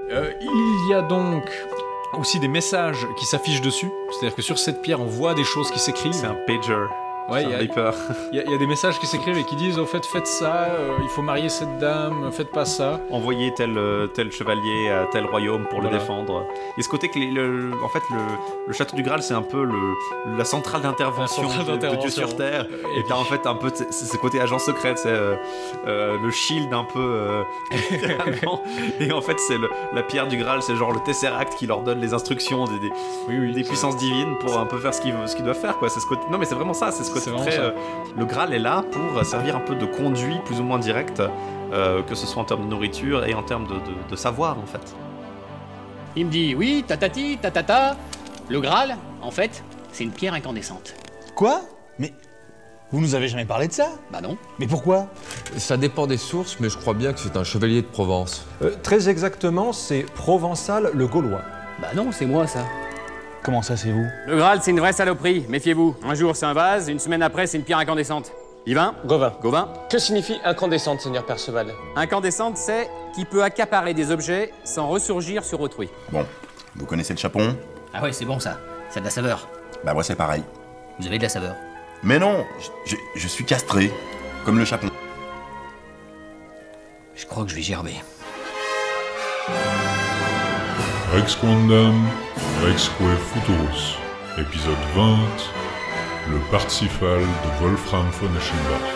Il y a donc aussi des messages qui s'affichent dessus. C'est-à-dire que sur cette pierre, on voit des choses qui s'écrivent. C'est un pager. Ouais, il y a des messages qui s'écrivent et qui disent au fait faites ça, il faut marier cette dame, faites pas ça. Envoyer tel chevalier à tel royaume pour le défendre. Et ce côté que le château du Graal, c'est un peu la centrale d'intervention de Dieu sur Terre. Et t'as en fait un peu ce côté agent secret, c'est le shield un peu littéralement. Et en fait c'est la pierre du Graal, c'est genre le Tesseract qui leur donne les instructions des puissances divines pour un peu faire ce qu'ils doivent faire, quoi. C'est ce côté... Non mais c'est vraiment ça, c'est ce côté très, le Graal est là pour servir un peu de conduit plus ou moins direct, que ce soit en termes de nourriture et en termes de savoir en fait. Il me dit oui, tatati, tatata. Le Graal, en fait, c'est une pierre incandescente. Quoi ? Mais vous nous avez jamais parlé de ça ? Bah non. Mais pourquoi ? Ça dépend des sources, mais je crois bien que c'est un chevalier de Provence. Très exactement, c'est Provençal le Gaulois. Bah non, c'est moi ça. Comment ça, c'est vous ? Le Graal, c'est une vraie saloperie, méfiez-vous. Un jour, c'est un vase, une semaine après, c'est une pierre incandescente. Yvain ? Gauvin ? Que signifie incandescente, Seigneur Perceval ? Incandescente, c'est qui peut accaparer des objets sans ressurgir sur autrui. Bon, vous connaissez le chapon ? Ah ouais, c'est bon ça. C'est de la saveur. Bah moi c'est pareil. Vous avez de la saveur. Mais non, je suis castré, comme le chapon. Je crois que je vais gerber. Rex Quandam, Rexque Futurus, épisode 20, le Parsifal de Wolfram von Eschenbach.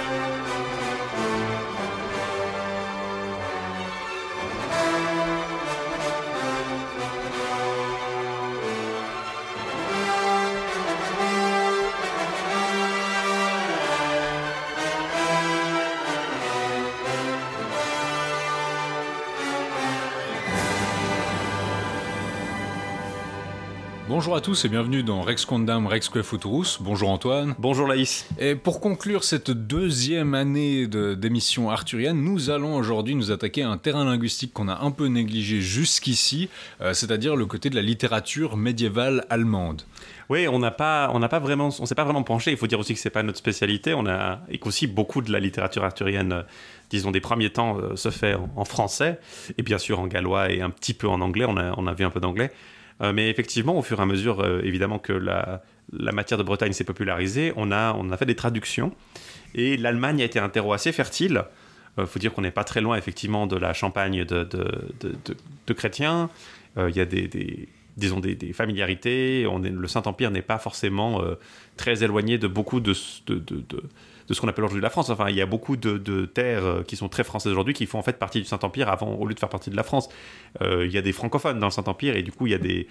Bonjour à tous et bienvenue dans Rex Quandam, Rexque Futurus. Bonjour Antoine. Bonjour Laïs. Et pour conclure cette deuxième année d'émission arthurienne, nous allons aujourd'hui nous attaquer à un terrain linguistique qu'on a un peu négligé jusqu'ici, c'est-à-dire le côté de la littérature médiévale allemande. Oui, on s'est pas vraiment penché. Il faut dire aussi que c'est pas notre spécialité. Et qu'aussi beaucoup de la littérature arthurienne, disons des premiers temps, se fait en français et bien sûr en gallois et un petit peu en anglais. On a vu un peu d'anglais. Mais effectivement, au fur et à mesure, évidemment que la matière de Bretagne s'est popularisée, on a fait des traductions. Et l'Allemagne a été un terreau assez fertile. Faut dire qu'on n'est pas très loin, effectivement, de la Champagne de chrétiens. Il y a des familiarités. Le Saint-Empire n'est pas forcément très éloigné de beaucoup de ce qu'on appelle aujourd'hui la France. Enfin, il y a beaucoup de terres qui sont très françaises aujourd'hui, qui font en fait partie du Saint-Empire avant, au lieu de faire partie de la France. Il y a des francophones dans le Saint-Empire, et du coup, il y a des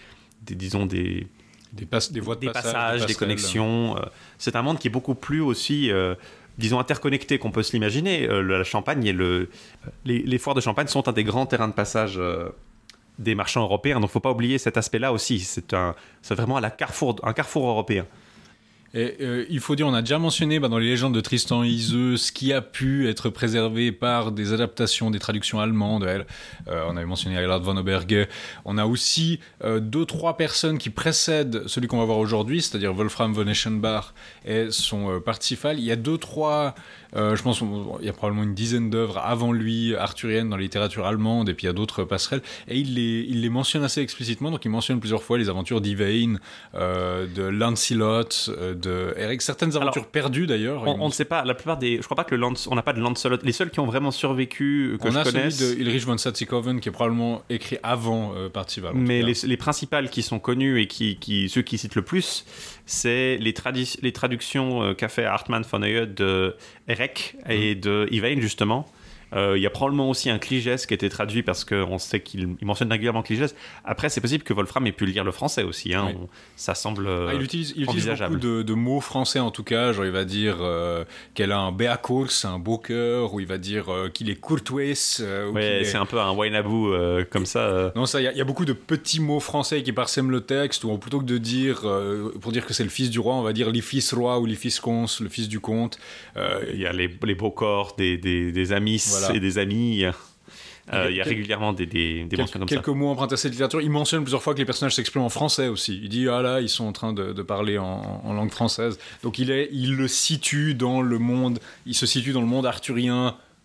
voies de passages, des connexions. C'est un monde qui est beaucoup plus aussi, disons, interconnecté qu'on peut se l'imaginer. La Champagne et les foires de Champagne sont un des grands terrains de passage des marchands européens, donc il ne faut pas oublier cet aspect-là aussi. C'est vraiment un carrefour européen. Et il faut dire, on a déjà mentionné dans les légendes de Tristan et Iseult ce qui a pu être préservé par des adaptations, des traductions allemandes. On avait mentionné Eilhard von Oberge. On a aussi 2-3 personnes qui précèdent celui qu'on va voir aujourd'hui, c'est-à-dire Wolfram von Eschenbach et son Parsifal. Il y a 2-3, je pense il y a probablement une dizaine d'œuvres avant lui, arthuriennes, dans la littérature allemande, et puis il y a d'autres passerelles. Et il les mentionne assez explicitement, donc il mentionne plusieurs fois les aventures d'Yvain, de Lancelot, de Eric, certaines aventures perdues d'ailleurs. On ne sait pas, la plupart je crois pas que on n'a pas de Lancelot. Les seuls qui ont vraiment survécu que je connaisse. On a celui de Ulrich von Satzikoven qui est probablement écrit avant Parsifal. Mais les principales qui sont connues et ceux qui citent le plus, c'est les traductions qu'a fait Hartmann von Eue de Eric et de Yvain justement. Il y a probablement aussi un Cligès qui a été traduit parce qu'on sait qu'il mentionne régulièrement Cligès. Après, c'est possible que Wolfram ait pu lire le français aussi. Hein. Oui. Ça semble il utilise beaucoup de mots français en tout cas. Genre, il va dire qu'elle a un béacours, un beau cœur, ou il va dire qu'il est courtois. C'est un peu un Wainabou comme ça. Non, il y a beaucoup de petits mots français qui parsèment le texte, ou plutôt que de dire, pour dire que c'est le fils du roi, on va dire les fils roi ou les fils cons, le fils du comte. Il y a les beaux corps des amis. Voilà. Et des amis, il y a régulièrement des mentions comme ça. Quelques mots empruntés à cette littérature. Il mentionne plusieurs fois que les personnages s'expriment en français aussi. Il dit là ils sont en train de parler en langue française. Donc il le situe dans le monde. Il se situe dans le monde arthurien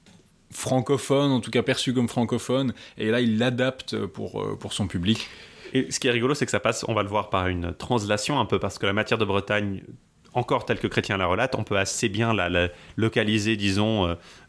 francophone, en tout cas perçu comme francophone, et là il l'adapte pour son public. Et ce qui est rigolo, c'est que ça passe, on va le voir, par une translation un peu, parce que la matière de Bretagne, encore telle que Chrétien la relate, on peut assez bien la localiser, disons,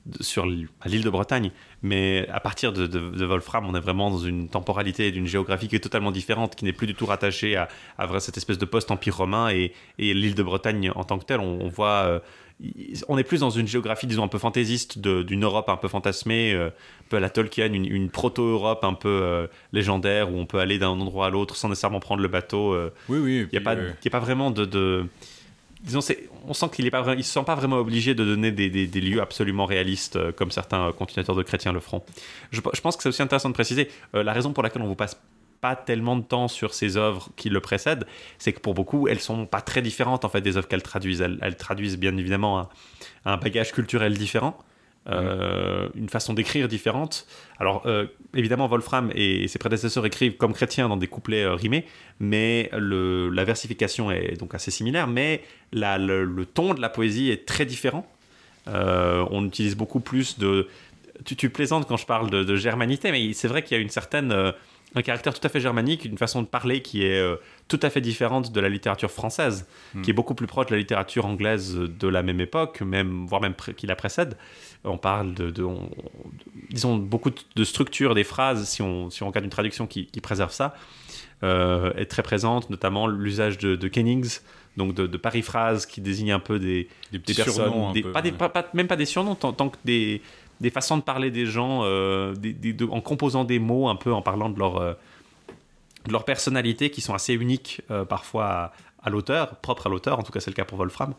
à l'île de Bretagne. Mais à partir de Wolfram, on est vraiment dans une temporalité et d'une géographie qui est totalement différente, qui n'est plus du tout rattachée à cette espèce de post-empire romain et l'île de Bretagne en tant que telle. On voit... on est plus dans une géographie, disons, un peu fantaisiste d'une Europe un peu fantasmée, un peu à la Tolkien, une proto-Europe un peu légendaire, où on peut aller d'un endroit à l'autre sans nécessairement prendre le bateau. Oui. Il n'y a pas vraiment de disons, on sent qu'il ne se sent pas vraiment obligé de donner des lieux absolument réalistes, comme certains continuateurs de Chrétien le feront. Je pense que c'est aussi intéressant de préciser, la raison pour laquelle on ne vous passe pas tellement de temps sur ces œuvres qui le précèdent, c'est que pour beaucoup, elles sont pas très différentes en fait des œuvres qu'elles traduisent. Elles traduisent bien évidemment un bagage culturel différent, une façon d'écrire différente. Alors évidemment, Wolfram et ses prédécesseurs écrivent comme Chrétien dans des couplets rimés, mais la versification est donc assez similaire, mais le ton de la poésie est très différent. On utilise beaucoup plus de... Tu plaisantes quand je parle de germanité, mais c'est vrai qu'il y a une certaine... un caractère tout à fait germanique, une façon de parler qui est tout à fait différente de la littérature française, qui est beaucoup plus proche de la littérature anglaise de la même époque, voire même qui la précède. On parle disons, beaucoup de structure des phrases, si on regarde une traduction qui préserve ça, est très présente, notamment l'usage de kennings, donc de pariphrases qui désignent un peu des personnes, même pas des surnoms, tant que des façons de parler des gens, en composant des mots, un peu en parlant de leur personnalité, qui sont assez uniques parfois à l'auteur, propres à l'auteur, en tout cas c'est le cas pour Wolfram.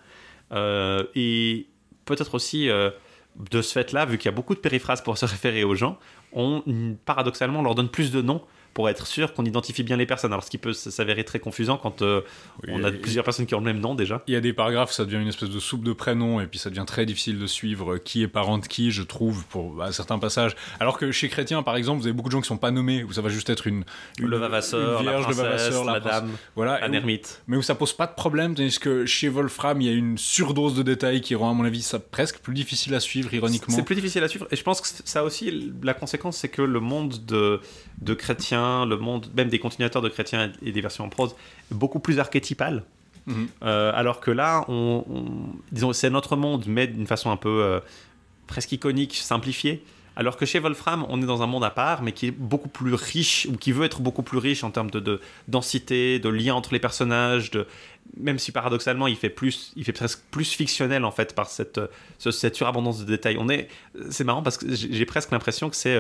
Et peut-être aussi, de ce fait-là, vu qu'il y a beaucoup de périphrases pour se référer aux gens, paradoxalement, on leur donne plus de noms pour être sûr qu'on identifie bien les personnes. Alors, ce qui peut s'avérer très confusant quand on a plusieurs personnes qui ont le même nom déjà. Il y a des paragraphes, ça devient une espèce de soupe de prénoms, et puis ça devient très difficile de suivre qui est parent de qui, je trouve, pour certains passages. Alors que chez Chrétien, par exemple, vous avez beaucoup de gens qui sont pas nommés, où ça va juste être le Vavasseur, la princesse, la dame, voilà, un ermite. Mais où ça pose pas de problème, tandis que chez Wolfram, il y a une surdose de détails qui rend, à mon avis, ça presque plus difficile à suivre, ironiquement. C'est plus difficile à suivre, et je pense que ça aussi, la conséquence, c'est que le monde de Chrétien, le monde même des continuateurs de Chrétien et des versions en prose, est beaucoup plus archétypal. Alors que là, disons, c'est notre monde, mais d'une façon un peu presque iconique, simplifiée. Alors que chez Wolfram, on est dans un monde à part, mais qui est beaucoup plus riche, ou qui veut être beaucoup plus riche en termes de densité, de lien entre les personnages, même si paradoxalement, il fait presque plus fictionnel en fait par cette surabondance de détails. C'est marrant parce que j'ai presque l'impression que c'est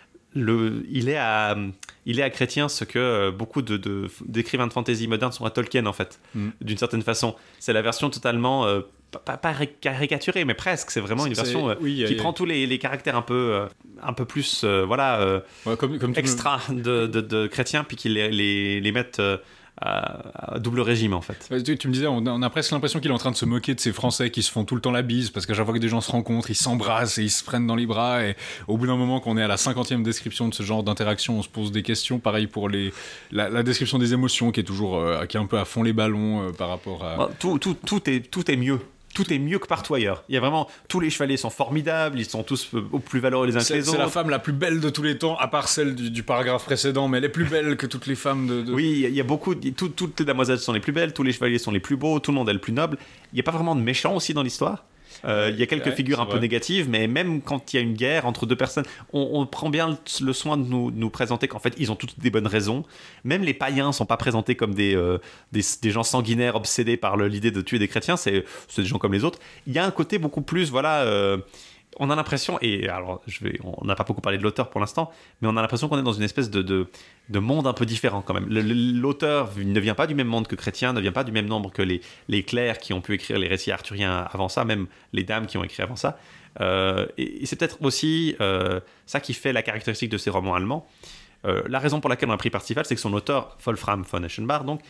il est à Chrétien ce que beaucoup d'écrivains de fantasy modernes sont à Tolkien en fait, d'une certaine façon. C'est la version totalement pas caricaturée, mais presque. C'est vraiment une version qui prend tous les caractères un peu plus comme extra de Chrétien, puis qui les mettent à double régime en fait. Tu me disais, on a presque l'impression qu'il est en train de se moquer de ces Français qui se font tout le temps la bise, parce qu'à chaque fois que des gens se rencontrent, ils s'embrassent et ils se prennent dans les bras, et au bout d'un moment, quand on est à la 50e description de ce genre d'interaction, on se pose des questions. Pareil pour la description des émotions qui est toujours qui est un peu à fond les ballons par rapport à... Tout est mieux. Tout est mieux que partout ailleurs. Il y a vraiment... Tous les chevaliers sont formidables, ils sont tous au plus valeureux les uns que les autres. C'est la femme la plus belle de tous les temps, à part celle du paragraphe précédent, mais elle est plus belle que toutes les femmes de... Oui, il y a beaucoup... Toutes les demoiselles sont les plus belles, tous les chevaliers sont les plus beaux, tout le monde est le plus noble. Il n'y a pas vraiment de méchants aussi dans l'histoire. Il y a quelques figures un peu négatives, mais même quand il y a une guerre entre deux personnes, on prend bien le soin de nous présenter qu'en fait ils ont toutes des bonnes raisons. Même les païens sont pas présentés comme des gens sanguinaires obsédés par l'idée de tuer des chrétiens, c'est des gens comme les autres. Il y a un côté beaucoup plus on a l'impression, et alors on n'a pas beaucoup parlé de l'auteur pour l'instant, mais on a l'impression qu'on est dans une espèce de monde un peu différent quand même. L'auteur ne vient pas du même monde que Chrétien, ne vient pas du même nombre que les clercs qui ont pu écrire les récits arthuriens avant ça, même les dames qui ont écrit avant ça. Et c'est peut-être aussi ça qui fait la caractéristique de ces romans allemands. La raison pour laquelle on a pris Parsifal, c'est que son auteur, Wolfram von Eschenbach, donc,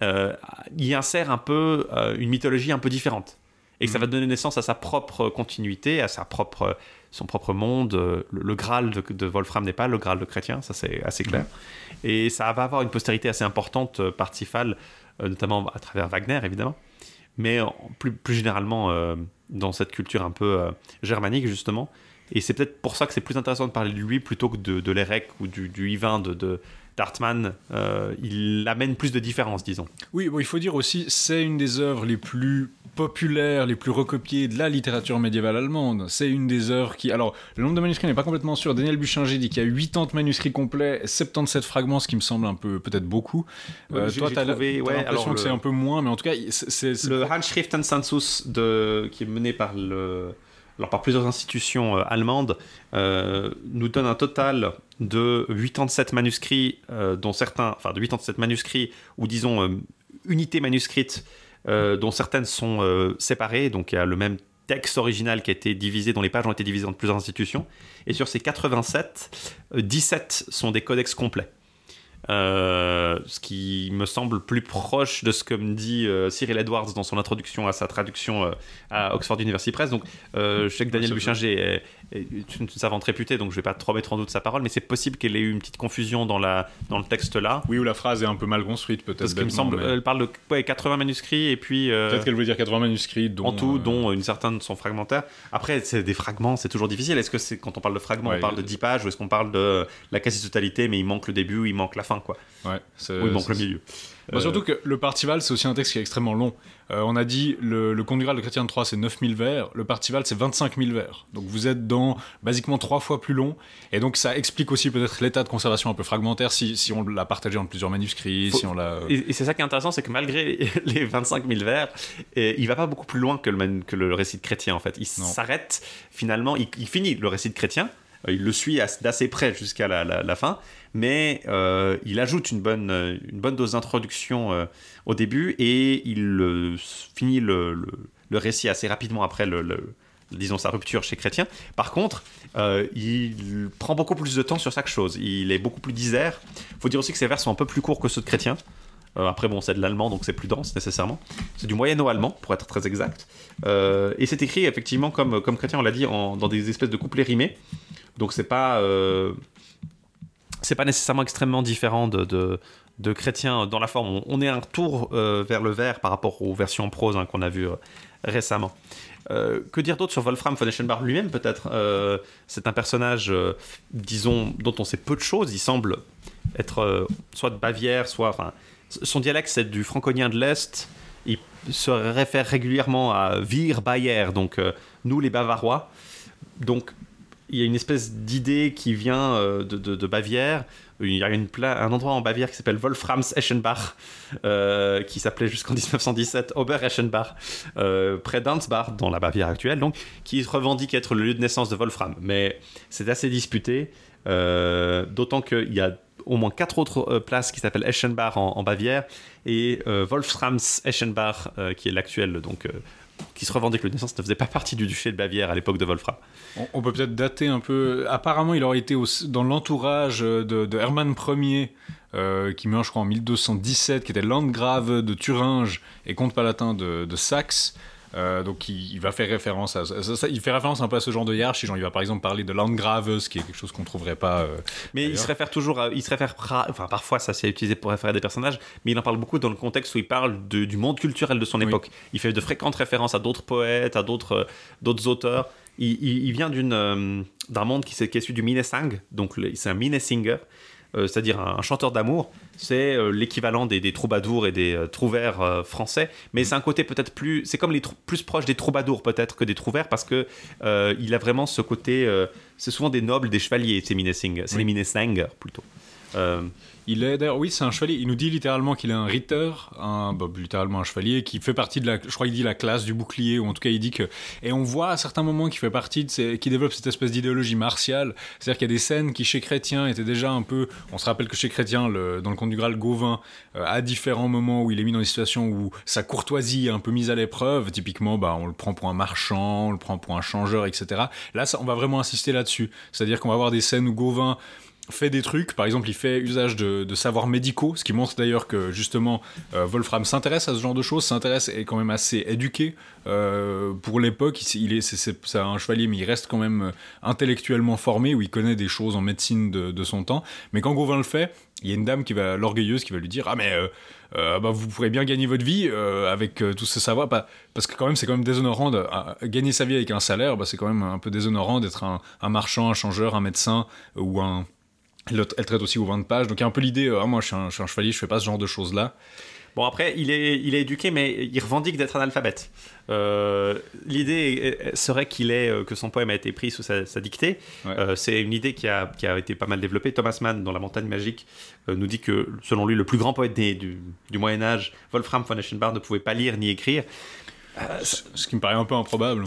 y insère un peu une mythologie un peu différente. Et que ça va donner naissance à sa propre continuité, à son propre monde. Le Graal de Wolfram n'est pas le Graal de Chrétien, ça c'est assez clair. Et ça va avoir une postérité assez importante, Parsifal, notamment à travers Wagner évidemment, mais plus généralement dans cette culture un peu germanique justement. Et c'est peut-être pour ça que c'est plus intéressant de parler de lui plutôt que de l'Érec ou du Yvain d'Hartmann. Il amène plus de différences, disons. Oui, bon, il faut dire aussi, c'est une des œuvres les plus populaires, les plus recopiées de la littérature médiévale allemande. C'est une des œuvres qui... Alors, le nombre de manuscrits n'est pas complètement sûr. Daniel Buchinger dit qu'il y a 80 manuscrits complets, 77 fragments, ce qui me semble un peu, peut-être beaucoup. Toi, t'as l'impression que c'est un peu moins, mais en tout cas... c'est le Handschriftencensus qui est mené par plusieurs institutions allemandes nous donne un total de 87 manuscrits, dont certains... Enfin, de 87 manuscrits, ou disons unités manuscrites, dont certaines sont séparées, donc il y a le même texte original qui a été divisé, dont les pages ont été divisées en plusieurs institutions, et sur ces 87, 17 sont des codex complets. Ce qui me semble plus proche de ce que me dit Cyril Edwards dans son introduction à sa traduction à Oxford University Press. Donc, je sais que Daniel Buchinger est une savante réputée, donc je ne vais pas trop mettre en doute sa parole, mais c'est possible qu'elle ait eu une petite confusion dans le texte là. Oui, ou la phrase est un peu mal construite, peut-être. Parce qu'il me semble, elle parle de 80 manuscrits, et puis... peut-être qu'elle veut dire 80 manuscrits, en tout, dont une certaine sont fragmentaires. Après, c'est des fragments, c'est toujours difficile. Est-ce que c'est, quand on parle de fragments, on parle de 10 pages, ou est-ce qu'on parle de la quasi-totalité, mais il manque le début, ou il manque la fin, quoi. Ouais, ou il manque le milieu. Surtout que le Partival, c'est aussi un texte qui est extrêmement long. On a dit le Conte du Graal de Chrétien de Troyes, c'est 9000 vers. Le Partival, c'est 25 000 vers. Donc vous êtes dans basiquement 3 fois plus long. Et donc ça explique aussi peut-être l'état de conservation un peu fragmentaire si on l'a partagé en plusieurs manuscrits. Et c'est ça qui est intéressant, c'est que malgré les 25 000 vers, il va pas beaucoup plus loin que le récit de Chrétien, en fait. Il s'arrête, finalement, il finit le récit de Chrétien. Il le suit d'assez près jusqu'à la fin, mais il ajoute une bonne dose d'introduction au début, et il finit le récit assez rapidement après disons sa rupture chez Chrétien. Par contre, il prend beaucoup plus de temps sur chaque chose. Il est beaucoup plus disert. Il faut dire aussi que ses vers sont un peu plus courts que ceux de Chrétien. Après, bon, c'est de l'allemand, donc c'est plus dense nécessairement. C'est du moyenno-allemand, pour être très exact. Et c'est écrit effectivement, comme Chrétien, on l'a dit, dans des espèces de couplets rimés. Donc c'est pas nécessairement extrêmement différent de Chrétien dans la forme. On est un retour vers le vers par rapport aux versions en prose qu'on a vues récemment. Que dire d'autre sur Wolfram von Eschenbach lui-même, peut-être c'est un personnage, disons, dont on sait peu de choses. Il semble être soit de Bavière, soit... Son dialecte, c'est du franconien de l'Est. Il se réfère régulièrement à Wir Bayer, donc nous les Bavarois. Donc il y a une espèce d'idée qui vient de Bavière. Il y a un endroit en Bavière qui s'appelle Wolframs Eschenbach, qui s'appelait jusqu'en 1917 Ober-Eschenbach, près d'Ansbach, dans la Bavière actuelle, donc, qui revendique être le lieu de naissance de Wolfram. Mais c'est assez disputé, d'autant qu'il y a au moins 4 autres places qui s'appellent Eschenbach en Bavière, et Wolframs Eschenbach, qui est l'actuel, donc... qui se revendique le naissance, ne faisait pas partie du duché de Bavière à l'époque de Wolfram. On peut peut-être dater un peu... Apparemment, il aurait été dans l'entourage de Hermann Ier, qui meurt, je crois, en 1217, qui était landgrave de Thuringe et comte palatin de Saxe. Donc il va faire référence à ça, il fait référence un peu à ce genre de hiérarchie, genre il va par exemple parler de landgrave, ce qui est quelque chose qu'on trouverait pas mais ailleurs. il se réfère parfois ça c'est utilisé pour référer à des personnages, mais il en parle beaucoup dans le contexte où il parle du monde culturel de son époque. Il fait de fréquentes références à d'autres poètes, à d'autres auteurs. Il vient d'un monde qui est issu du Minnesang, donc c'est un Minnesinger, c'est-à-dire un chanteur d'amour. C'est l'équivalent des troubadours et des trouvères français, mais c'est un côté peut-être plus... C'est comme plus proche des troubadours peut-être que des trouvères, parce que il a vraiment ce côté... c'est souvent des nobles, des chevaliers, ces Minnesinger. C'est les Minnesanger, plutôt. Il est d'ailleurs, oui, c'est un chevalier. Il nous dit littéralement qu'il est un ritter, littéralement un chevalier qui fait partie de je crois qu'il dit la classe du bouclier, ou en tout cas il dit que, et on voit à certains moments qu'il fait partie qui développe cette espèce d'idéologie martiale. C'est-à-dire qu'il y a des scènes qui chez Chrétien étaient déjà un peu, on se rappelle que chez Chrétien, dans le Conte du Graal, Gauvin, à différents moments où il est mis dans des situations où sa courtoisie est un peu mise à l'épreuve. Typiquement, on le prend pour un marchand, on le prend pour un changeur, etc. Là, on va vraiment insister là-dessus. C'est-à-dire qu'on va avoir des scènes où Gauvin fait des trucs. Par exemple, il fait usage de savoirs médicaux, ce qui montre d'ailleurs que justement Wolfram s'intéresse à ce genre de choses, s'intéresse et est quand même assez éduqué pour l'époque. C'est un chevalier, mais il reste quand même intellectuellement formé, où il connaît des choses en médecine de son temps. Mais quand Gauvin le fait, il y a une dame l'orgueilleuse qui va lui dire ah mais vous pourrez bien gagner votre vie avec tout ce savoir, parce que quand même c'est quand même déshonorant de gagner sa vie avec un salaire. C'est quand même un peu déshonorant d'être un marchand, un changeur, un médecin ou un... Elle traite aussi au 20 pages, donc il y a un peu l'idée moi je suis un chevalier, je fais pas ce genre de choses là. Bon, après, il est éduqué, mais il revendique d'être analphabète. L'idée serait que son poème a été pris sous sa dictée. Ouais. C'est une idée qui a été pas mal développée. Thomas Mann, dans La Montagne Magique, nous dit que, selon lui, le plus grand poète du Moyen-Âge, Wolfram von Eschenbach, ne pouvait pas lire ni écrire. Ce qui me paraît un peu improbable.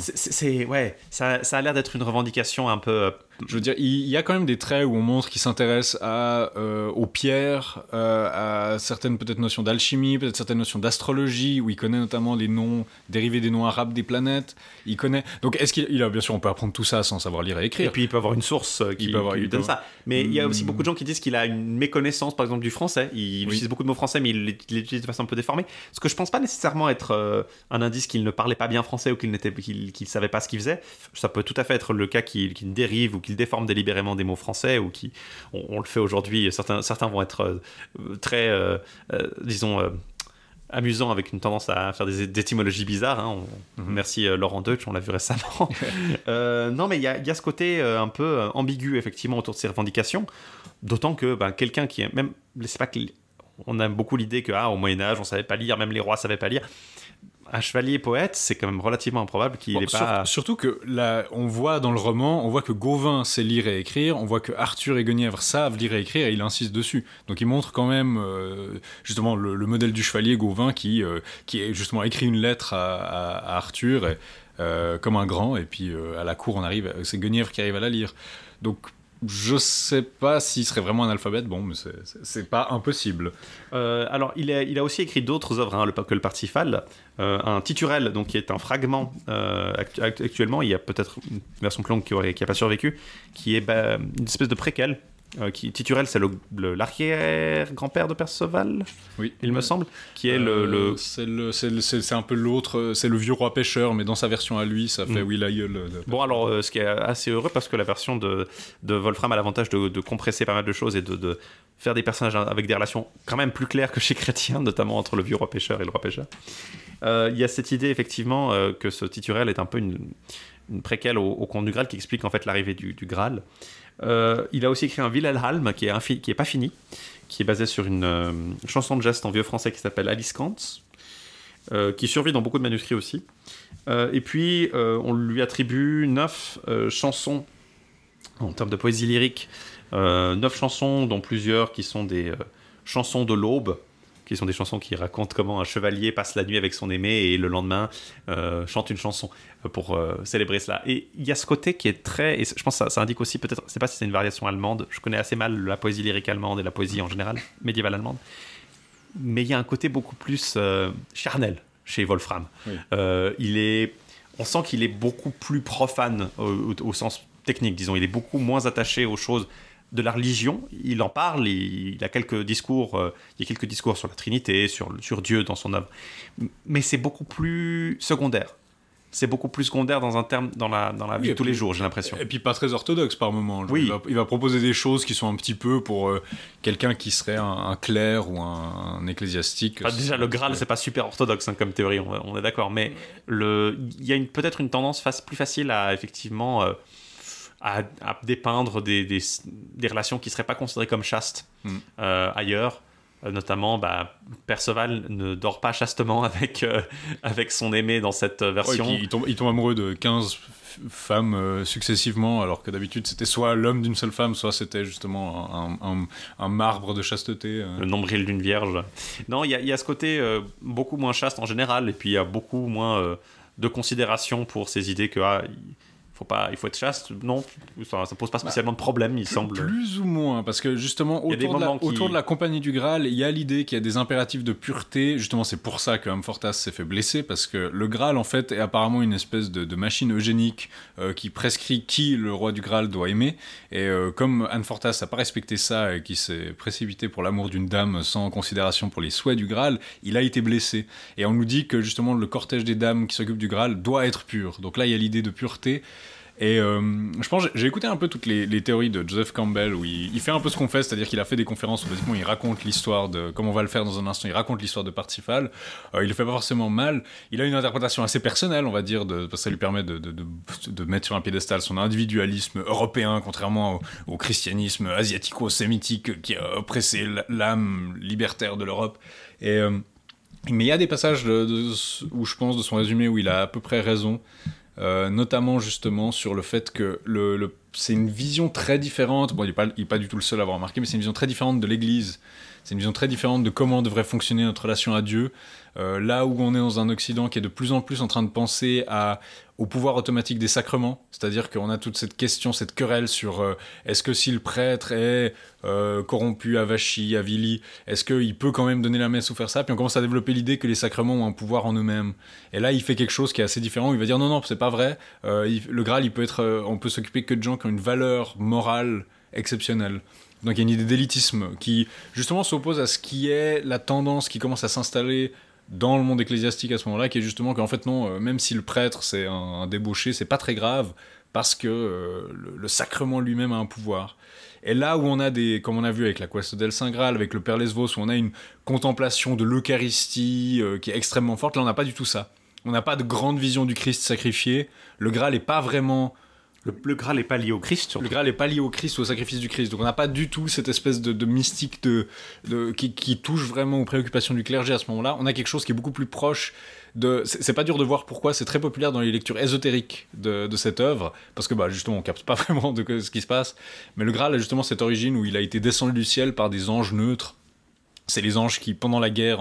Ça a l'air d'être une revendication un peu... Je veux dire, il y a quand même des traits où on montre qu'il s'intéresse aux pierres, à certaines peut-être notions d'alchimie, peut-être certaines notions d'astrologie, où il connaît notamment les noms dérivés des noms arabes des planètes. Il connaît. Donc, est-ce qu'il a, bien sûr, on peut apprendre tout ça sans savoir lire et écrire. Et puis il peut avoir une source qui lui donne ça. Mais il y a aussi beaucoup de gens qui disent qu'il a une méconnaissance, par exemple, du français. Il utilise beaucoup de mots français, mais il l'utilise de façon un peu déformée. Ce que je pense pas nécessairement être un indice qu'il ne parlait pas bien français ou qu'il savait pas ce qu'il faisait. Ça peut tout à fait être le cas qu'il dérive ou qu'il déforme délibérément des mots français, ou qui on le fait aujourd'hui. Certains vont être très disons amusants, avec une tendance à faire des étymologies bizarres, hein. Merci Laurent Deutsch, on l'a vu récemment. Non, mais il y a ce côté un peu ambigu effectivement autour de ces revendications, d'autant que quelqu'un qui est même, c'est pas que on aime beaucoup l'idée que au Moyen-Âge on savait pas lire, même les rois savaient pas lire. Un chevalier poète, c'est quand même relativement improbable qu'il n'ait pas... Surtout que là, on voit dans le roman, on voit que Gauvin sait lire et écrire, on voit que Arthur et Guenièvre savent lire et écrire, et il insiste dessus. Donc il montre quand même justement le modèle du chevalier Gauvin qui est justement écrit une lettre à Arthur comme un grand, et puis à la cour c'est Guenièvre qui arrive à la lire. Donc je sais pas s'il serait vraiment un alphabète, mais c'est pas impossible. Alors il a aussi écrit d'autres œuvres, que le Parsifal, un Titurel, donc qui est un fragment. Actuellement il y a peut-être une version plus longue qui a pas survécu, qui est une espèce de préquel. Titurel, c'est l'arrière-grand-père de Perceval, oui, il me semble, qui est c'est un peu l'autre, c'est le vieux roi pêcheur, mais dans sa version à lui, ça fait l'aïeul. Bon, alors, ce qui est assez heureux, parce que la version de Wolfram a l'avantage de compresser pas mal de choses et de faire des personnages avec des relations quand même plus claires que chez Chrétien, notamment entre le vieux roi pêcheur et le roi pêcheur. Il y a cette idée, effectivement, que ce Titurel est un peu une préquelle au Conte du Graal, qui explique en fait l'arrivée du Graal. Il a aussi écrit un Wilhelm qui est pas fini, qui est basé sur une chanson de geste en vieux français qui s'appelle Alice Krantz, qui survit dans beaucoup de manuscrits aussi. Et puis on lui attribue 9 chansons en termes de poésie lyrique, 9 chansons dont plusieurs qui sont des chansons de l'aube, qui sont des chansons qui racontent comment un chevalier passe la nuit avec son aimé et le lendemain chante une chanson pour célébrer cela. Et il y a ce côté qui est très... Et je pense que ça indique aussi, peut-être, je ne sais pas si c'est une variation allemande, je connais assez mal la poésie lyrique allemande et la poésie en général, médiévale allemande, mais il y a un côté beaucoup plus charnel chez Wolfram. Oui. On sent qu'il est beaucoup plus profane au sens technique, disons. Il est beaucoup moins attaché aux choses de la religion. Il en parle, il a quelques discours, il y a quelques discours sur la Trinité, sur Dieu dans son œuvre, mais c'est beaucoup plus secondaire. C'est beaucoup plus secondaire dans la vie de tous les jours, j'ai l'impression. Et puis pas très orthodoxe par moment. Oui. Il va proposer des choses qui sont un petit peu pour quelqu'un qui serait un clerc ou un ecclésiastique. Déjà, le Graal, c'est pas super orthodoxe comme théorie, on est d'accord, mais il y a peut-être une tendance plus facile à effectivement... à dépeindre des relations qui ne seraient pas considérées comme chastes ailleurs. Notamment, Perceval ne dort pas chastement avec son aimé dans cette version. Ouais, il tombe amoureux de 15 femmes successivement, alors que d'habitude c'était soit l'homme d'une seule femme, soit c'était justement un marbre de chasteté. Le nombril d'une vierge. Non, il y a ce côté beaucoup moins chaste en général, et puis il y a beaucoup moins de considération pour ces idées que... il faut être chaste. Non, ça pose pas spécialement de problème, il semble. Plus ou moins, parce que justement, autour de la compagnie du Graal, il y a l'idée qu'il y a des impératifs de pureté. Justement, c'est pour ça que Amfortas s'est fait blesser, parce que le Graal, en fait, est apparemment une espèce de machine eugénique qui prescrit qui le roi du Graal doit aimer. Et comme Amfortas n'a pas respecté ça et qui s'est précipité pour l'amour d'une dame sans considération pour les souhaits du Graal, il a été blessé. Et on nous dit que justement, le cortège des dames qui s'occupent du Graal doit être pur. Donc là, il y a l'idée de pureté. Et je pense, j'ai écouté un peu toutes les théories de Joseph Campbell où il fait un peu ce qu'on fait, c'est-à-dire qu'il a fait des conférences où basiquement il raconte l'histoire de, comme on va le faire dans un instant, il raconte l'histoire de Parsifal. Il le fait pas forcément mal. Il a une interprétation assez personnelle, on va dire, parce que ça lui permet de mettre sur un piédestal son individualisme européen, contrairement au christianisme asiatico-sémitique qui a oppressé l'âme libertaire de l'Europe. Et mais il y a des passages où je pense de son résumé où il a à peu près raison. Notamment justement sur le fait que c'est une vision très différente, bon il est pas du tout le seul à avoir remarqué, mais c'est une vision très différente de l'Église, c'est une vision très différente de comment devrait fonctionner notre relation à Dieu, là où on est dans un Occident qui est de plus en plus en train de penser au pouvoir automatique des sacrements, c'est-à-dire qu'on a toute cette question, cette querelle sur est-ce que si le prêtre est corrompu, avachi, avili, est-ce qu'il peut quand même donner la messe ou faire ça, puis on commence à développer l'idée que les sacrements ont un pouvoir en eux-mêmes. Et là, il fait quelque chose qui est assez différent, il va dire non, c'est pas vrai, le Graal, on peut s'occuper que de gens qui ont une valeur morale exceptionnelle. Donc il y a une idée d'élitisme qui justement s'oppose à ce qui est la tendance qui commence à s'installer dans le monde ecclésiastique à ce moment-là, qui est justement qu'en fait non, même si le prêtre c'est un débauché, c'est pas très grave parce que le sacrement lui-même a un pouvoir. Et là où on a comme on a vu avec la Quest del Saint Graal, avec le Père Lesvos, où on a une contemplation de l'Eucharistie qui est extrêmement forte, là on n'a pas du tout ça. On n'a pas de grande vision du Christ sacrifié. Le Graal n'est pas vraiment... Le Graal n'est pas lié au Christ, surtout. Le Graal n'est pas lié au Christ ou au sacrifice du Christ. Donc on n'a pas du tout cette espèce de mystique qui touche vraiment aux préoccupations du clergé à ce moment-là. On a quelque chose qui est beaucoup plus proche de... C'est pas dur de voir pourquoi, c'est très populaire dans les lectures ésotériques de cette œuvre, parce que justement on capte pas vraiment de ce qui se passe. Mais le Graal a justement cette origine où il a été descendu du ciel par des anges neutres. C'est les anges qui, pendant la guerre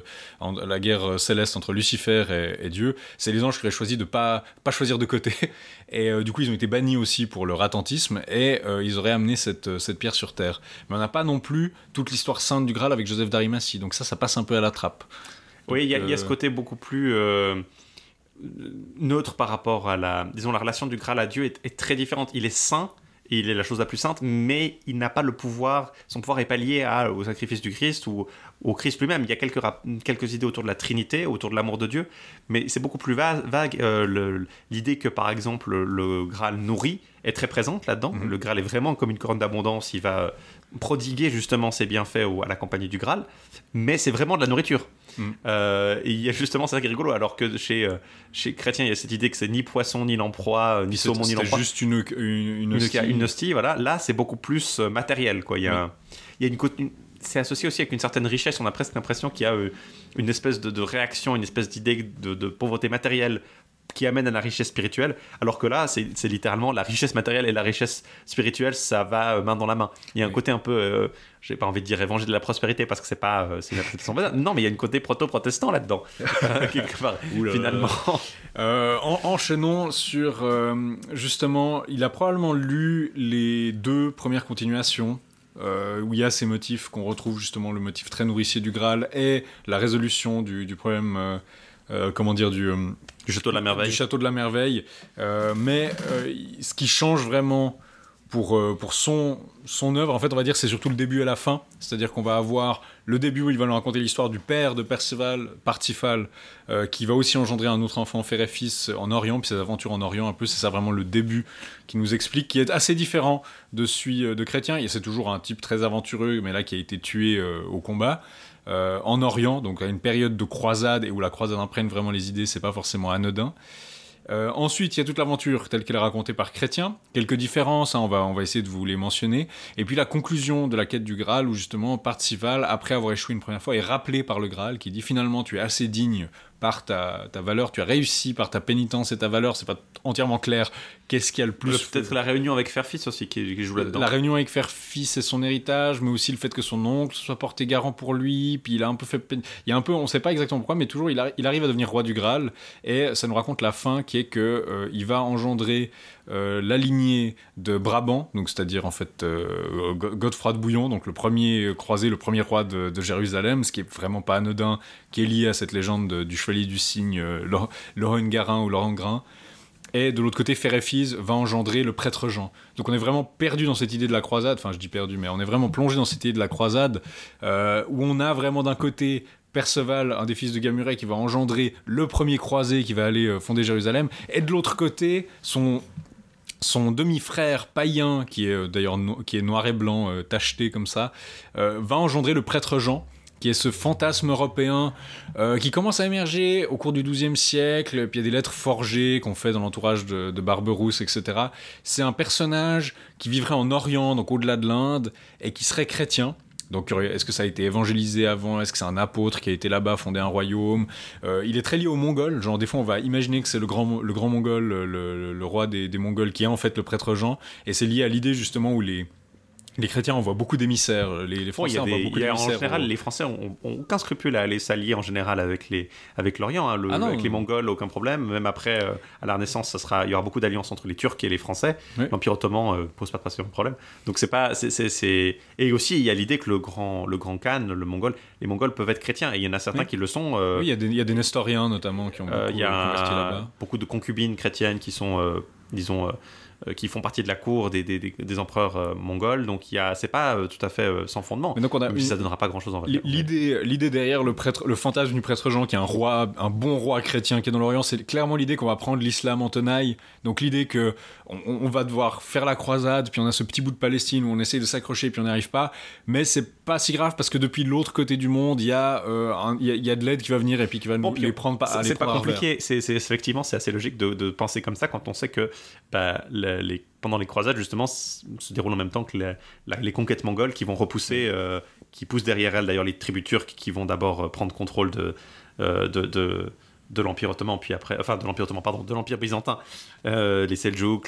la guerre céleste entre Lucifer et Dieu, c'est les anges qui auraient choisi de pas choisir de côté. Et du coup, ils ont été bannis aussi pour leur attentisme et ils auraient amené cette pierre sur terre. Mais on n'a pas non plus toute l'histoire sainte du Graal avec Joseph d'Arimathie. Donc ça passe un peu à la trappe. Oui, il y a ce côté beaucoup plus neutre par rapport à la relation du Graal à Dieu est très différente. Il est saint. Il est la chose la plus sainte, mais il n'a pas le pouvoir. Son pouvoir n'est pas lié au sacrifice du Christ ou au Christ lui-même. Il y a quelques idées autour de la Trinité, autour de l'amour de Dieu, mais c'est beaucoup plus vague. L'idée que, par exemple, le Graal nourrit est très présente là-dedans. Le Graal est vraiment comme une corne d'abondance. Il va prodiguer justement ses bienfaits à la compagnie du Graal, mais c'est vraiment de la nourriture. Et il y a justement ça qui est rigolo, alors que chez Chrétien il y a cette idée que c'est ni poisson ni lamproie ni saumon ni lamproie, juste une hostie, voilà. Là c'est beaucoup plus matériel, quoi. Il y a c'est associé aussi avec une certaine richesse. On a presque l'impression qu'il y a une espèce de réaction, une espèce d'idée de pauvreté matérielle qui amène à la richesse spirituelle, alors que là c'est littéralement la richesse matérielle et la richesse spirituelle, ça va main dans la main. Il y a un côté un peu j'ai pas envie de dire évangile de la prospérité parce que c'est une interprétation banale. Non, mais il y a une côté proto-protestant là-dedans quelque part, finalement. Enchaînons sur justement, il a probablement lu les 2 premières continuations où il y a ces motifs qu'on retrouve, justement le motif très nourricier du Graal et la résolution du problème du Château de la Merveille. Du Château de la Merveille. Mais ce qui change vraiment pour son œuvre, en fait, on va dire, c'est surtout le début et la fin. C'est-à-dire qu'on va avoir le début où il va nous raconter l'histoire du père de Parsifal, qui va aussi engendrer un autre enfant, père et fils, en Orient, puis ses aventures en Orient, un peu, c'est ça vraiment le début qui nous explique, qui est assez différent de celui de Chrétien. Et c'est toujours un type très aventureux, mais là qui a été tué au combat. En Orient, donc à une période de croisade et où la croisade imprègne vraiment les idées, c'est pas forcément anodin. Ensuite, il y a toute l'aventure telle qu'elle est racontée par Chrétien, quelques différences, on va essayer de vous les mentionner, et puis la conclusion de la quête du Graal, où justement Parsifal, après avoir échoué une première fois, est rappelé par le Graal, qui dit finalement tu es assez digne par ta valeur, tu as réussi par ta pénitence et ta valeur, c'est pas entièrement clair qu'est-ce qu'il y a le plus. Peut-être la réunion avec Fairfist aussi qui joue là-dedans. La réunion avec Fairfist et son héritage, mais aussi le fait que son oncle soit porté garant pour lui, puis il a un peu fait... Il y a un peu, on sait pas exactement pourquoi, mais toujours il arrive à devenir roi du Graal, et ça nous raconte la fin qui est que il va engendrer la lignée de Brabant, donc c'est-à-dire en fait Godefroy de Bouillon, donc le premier croisé, le premier roi de Jérusalem, ce qui est vraiment pas anodin, qui est lié à cette légende du chevalier du cygne Lohengrin ou Lohengrin. Et de l'autre côté, Ferréphise va engendrer le prêtre Jean. Donc on est vraiment perdu dans cette idée de la croisade, enfin je dis perdu, mais on est vraiment plongé dans cette idée de la croisade, où on a vraiment d'un côté Perceval, un des fils de Gamuret, qui va engendrer le premier croisé qui va aller fonder Jérusalem, et de l'autre côté, son demi-frère païen, qui est d'ailleurs qui est noir et blanc, tacheté comme ça, va engendrer le prêtre Jean, qui est ce fantasme européen qui commence à émerger au cours du XIIe siècle, puis il y a des lettres forgées qu'on fait dans l'entourage de Barberousse, etc. C'est un personnage qui vivrait en Orient, donc au-delà de l'Inde, et qui serait chrétien. Donc, est-ce que ça a été évangélisé avant ? Est-ce que c'est un apôtre qui a été là-bas, fondé un royaume ? Il est très lié aux Mongols. Genre, des fois, on va imaginer que c'est le grand Mongol, le roi des Mongols, qui est en fait le prêtre Jean. Et c'est lié à l'idée, justement, où les chrétiens envoient beaucoup d'émissaires. Les Français envoient beaucoup d'émissaires. En général, les Français ont aucun scrupule à aller s'allier en général avec l'Orient. Hein. Avec les Mongols, aucun problème. Même après, à la Renaissance, il y aura beaucoup d'alliances entre les Turcs et les Français. Oui. L'Empire ottoman pose pas de problème. Donc et aussi, il y a l'idée que le grand Khan, les Mongols peuvent être chrétiens. Et il y en a certains qui le sont. Oui, il y a des nestoriens notamment qui ont beaucoup converti là-bas. Beaucoup de concubines chrétiennes qui sont, qui font partie de la cour des empereurs mongols, donc c'est pas tout à fait sans fondement. Mais donc ça donnera pas grand-chose en vrai. L'idée derrière le fantasme du prêtre Jean, qui est un bon roi chrétien qui est dans l'Orient, c'est clairement l'idée qu'on va prendre l'islam en tenaille. Donc l'idée que on va devoir faire la croisade, puis on a ce petit bout de Palestine où on essaye de s'accrocher, puis on n'y arrive pas. Mais c'est pas si grave parce que depuis l'autre côté du monde, il y a de l'aide qui va venir et puis qui va les prendre pas. C'est pas compliqué. Effectivement, c'est assez logique de penser comme ça quand on sait que pendant les croisades justement se déroulent en même temps que les conquêtes mongoles qui vont repousser, qui poussent derrière elles d'ailleurs les tribus turques qui vont d'abord prendre contrôle de l'Empire ottoman, puis après, enfin de l'Empire byzantin, les Seldjouks,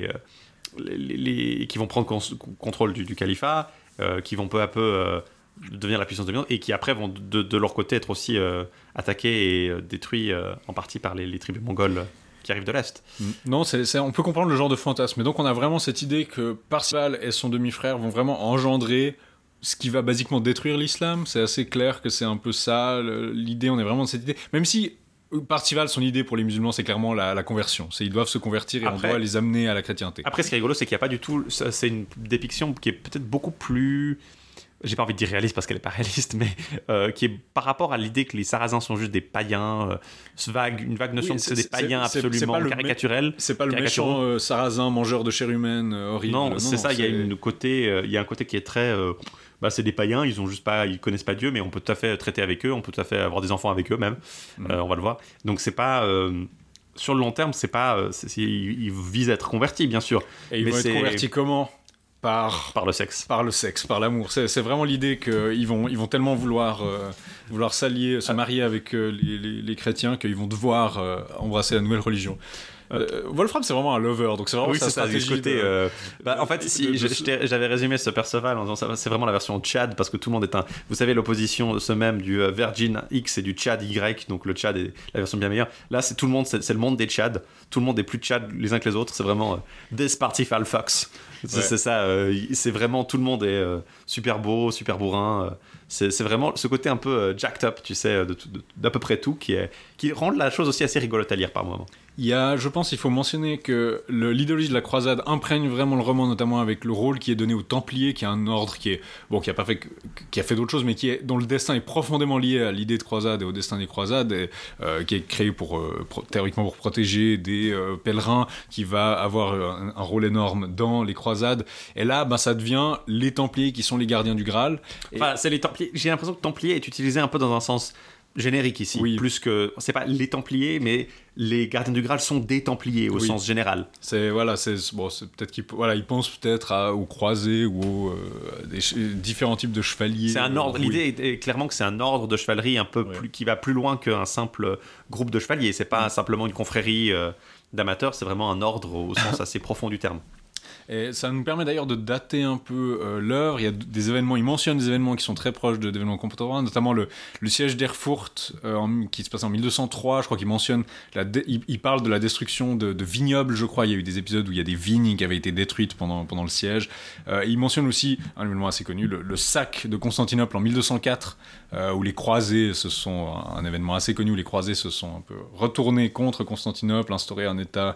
qui vont prendre contrôle du califat, qui vont peu à peu devenir la puissance dominante et qui après vont de leur côté être aussi attaqués et détruits en partie par les tribus mongoles qui arrivent de l'Est. Non, on peut comprendre le genre de fantasme. Mais donc on a vraiment cette idée que Perceval et son demi-frère vont vraiment engendrer ce qui va basiquement détruire l'islam. C'est assez clair que c'est un peu ça l'idée. On est vraiment dans cette idée. Même si Perceval, son idée pour les musulmans, c'est clairement la conversion. Ils doivent se convertir et on doit les amener à la chrétienté. Après, ce qui est rigolo, c'est qu'il n'y a pas du tout... C'est une dépiction qui est peut-être beaucoup plus... J'ai pas envie de dire réaliste parce qu'elle est pas réaliste, mais qui est par rapport à l'idée que les Sarrasins sont juste des païens, une vague notion que c'est des païens absolument caricaturels. C'est pas le méchant Sarrasin mangeur de chair humaine horrible. Non, c'est ça. Il y a un côté qui est très. C'est des païens. Ils connaissent pas Dieu, mais on peut tout à fait traiter avec eux. On peut tout à fait avoir des enfants avec eux même. On va le voir. Donc c'est pas. Sur le long terme, c'est pas. Ils visent à être convertis, bien sûr. Et ils vont être convertis comment ? Par le sexe. Par le sexe, par l'amour. C'est vraiment l'idée qu'ils vont tellement vouloir s'allier, se marier avec les chrétiens qu'ils vont devoir embrasser la nouvelle religion. Wolfram, c'est vraiment un lover, donc c'est vraiment sa stratégie. Côté, en fait, si j'avais résumé ce Perceval en disant ça, c'est vraiment la version Tchad, parce que tout le monde est vous savez, l'opposition ce même du Virgin X et du Tchad Y, donc le Tchad est la version bien meilleure. Là, c'est tout le monde, c'est le monde des Tchad. Tout le monde est plus Tchad les uns que les autres. C'est vraiment This Partifal Fox. C'est ça. C'est vraiment tout le monde est super beau, super bourrin. C'est vraiment ce côté un peu jacked up, tu sais, d'à peu près tout, qui rend la chose aussi assez rigolote à lire par moments. Je pense qu'il faut mentionner que l'idéologie de la croisade imprègne vraiment le roman, notamment avec le rôle qui est donné aux Templiers, qui est un ordre qui a fait d'autres choses, mais dont le destin est profondément lié à l'idée de croisade et au destin des croisades, et, qui est créé théoriquement pour protéger des pèlerins, qui va avoir un rôle énorme dans les croisades. Et là, ça devient les Templiers qui sont les gardiens du Graal. Enfin, c'est les Templiers. J'ai l'impression que Templier est utilisé un peu dans un sens générique ici, plus que c'est pas les Templiers, mais les gardiens du Graal sont des Templiers au sens général. C'est peut-être il pense peut-être aux croisés ou aux différents types de chevaliers. C'est un ordre. L'idée est clairement que c'est un ordre de chevalerie un peu plus qui va plus loin qu'un simple groupe de chevaliers. C'est pas simplement une confrérie d'amateurs, c'est vraiment un ordre au sens assez profond du terme. Et ça nous permet d'ailleurs de dater un peu l'œuvre. Il y a des événements, il mentionne des événements qui sont très proches d'événements contemporains, notamment le siège d'Erfurt qui se passe en 1203. Je crois qu'il mentionne, il parle de la destruction de vignobles, je crois. Il y a eu des épisodes où il y a des vignes qui avaient été détruites pendant le siège. Il mentionne aussi un événement assez connu, le sac de Constantinople en 1204, où les croisés un événement assez connu où les croisés se sont un peu retournés contre Constantinople, instauré un état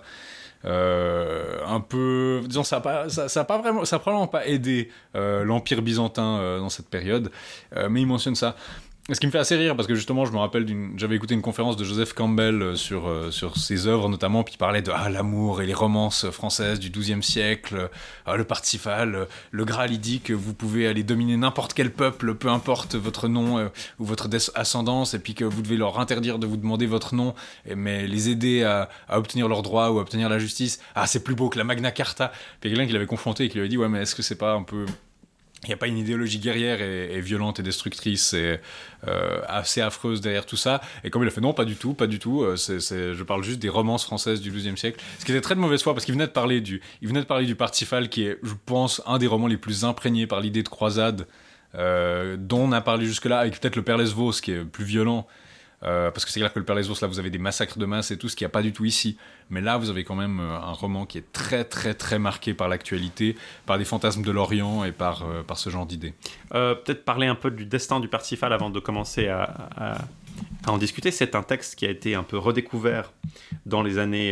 un peu, disons, ça a probablement pas aidé l'Empire byzantin dans cette période, mais il mentionne ça. Ce qui me fait assez rire, parce que justement, je me rappelle j'avais écouté une conférence de Joseph Campbell sur ses œuvres notamment, puis il parlait de l'amour et les romances françaises du XIIe siècle, le Parsifal, le Graal, il dit que vous pouvez aller dominer n'importe quel peuple, peu importe votre nom ou votre ascendance, et puis que vous devez leur interdire de vous demander votre nom, mais les aider à obtenir leurs droits ou à obtenir la justice. C'est plus beau que la Magna Carta. Puis quelqu'un qui l'avait confronté et qui lui avait dit mais est-ce que c'est pas un peu... Il n'y a pas une idéologie guerrière et violente et destructrice et assez affreuse derrière tout ça. Et comme il a fait non, pas du tout. Je parle juste des romances françaises du XIIe siècle. Ce qui était très de mauvaise foi parce qu'il venait de parler du Parsifal, qui est, je pense, un des romans les plus imprégnés par l'idée de croisade dont on a parlé jusque-là, avec peut-être le Père Lesvos qui est plus violent. Parce que c'est clair que le Père Lesvos, là vous avez des massacres de masse et tout, ce qu'il n'y a pas du tout ici, mais là vous avez quand même un roman qui est très très très marqué par l'actualité, par des fantasmes de l'Orient et par ce genre d'idées. Peut-être parler un peu du destin du Parsifal avant de commencer à en discuter. C'est un texte qui a été un peu redécouvert dans les années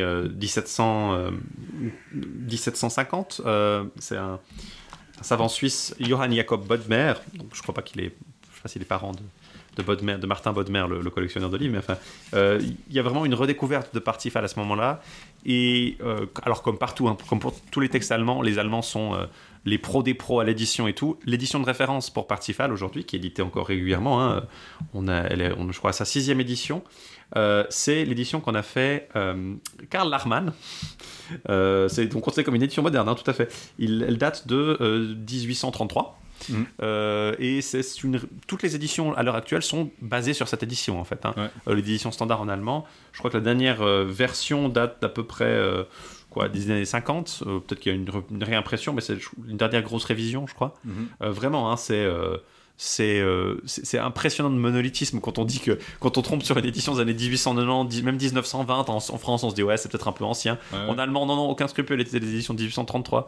1750. C'est un savant suisse, Johann Jakob Bodmer, donc je crois pas qu'il est, je sais pas s'il est parent de Martin Bodmer, le collectionneur de livres, mais enfin, il y a vraiment une redécouverte de Parsifal à ce moment-là. Et alors, comme partout, comme pour tous les textes allemands, les Allemands sont les pros des pros à l'édition et tout. L'édition de référence pour Parsifal aujourd'hui, qui est éditée encore régulièrement, je crois à sa 6e édition, c'est l'édition qu'on a fait Karl Lachmann. C'est donc considéré comme une édition moderne, tout à fait. Elle date de 1833. Et toutes les éditions à l'heure actuelle sont basées sur cette édition en fait. L'édition standard en allemand, je crois que la dernière version date d'à peu près des années 50. Peut-être qu'il y a une réimpression, mais c'est une dernière grosse révision, je crois. Vraiment, c'est impressionnant de monolithisme quand on dit que quand on trompe sur une édition des années 1890, même 1920 en France, on se dit c'est peut-être un peu ancien. En allemand, non, aucun scrupule, c'était des éditions de 1833.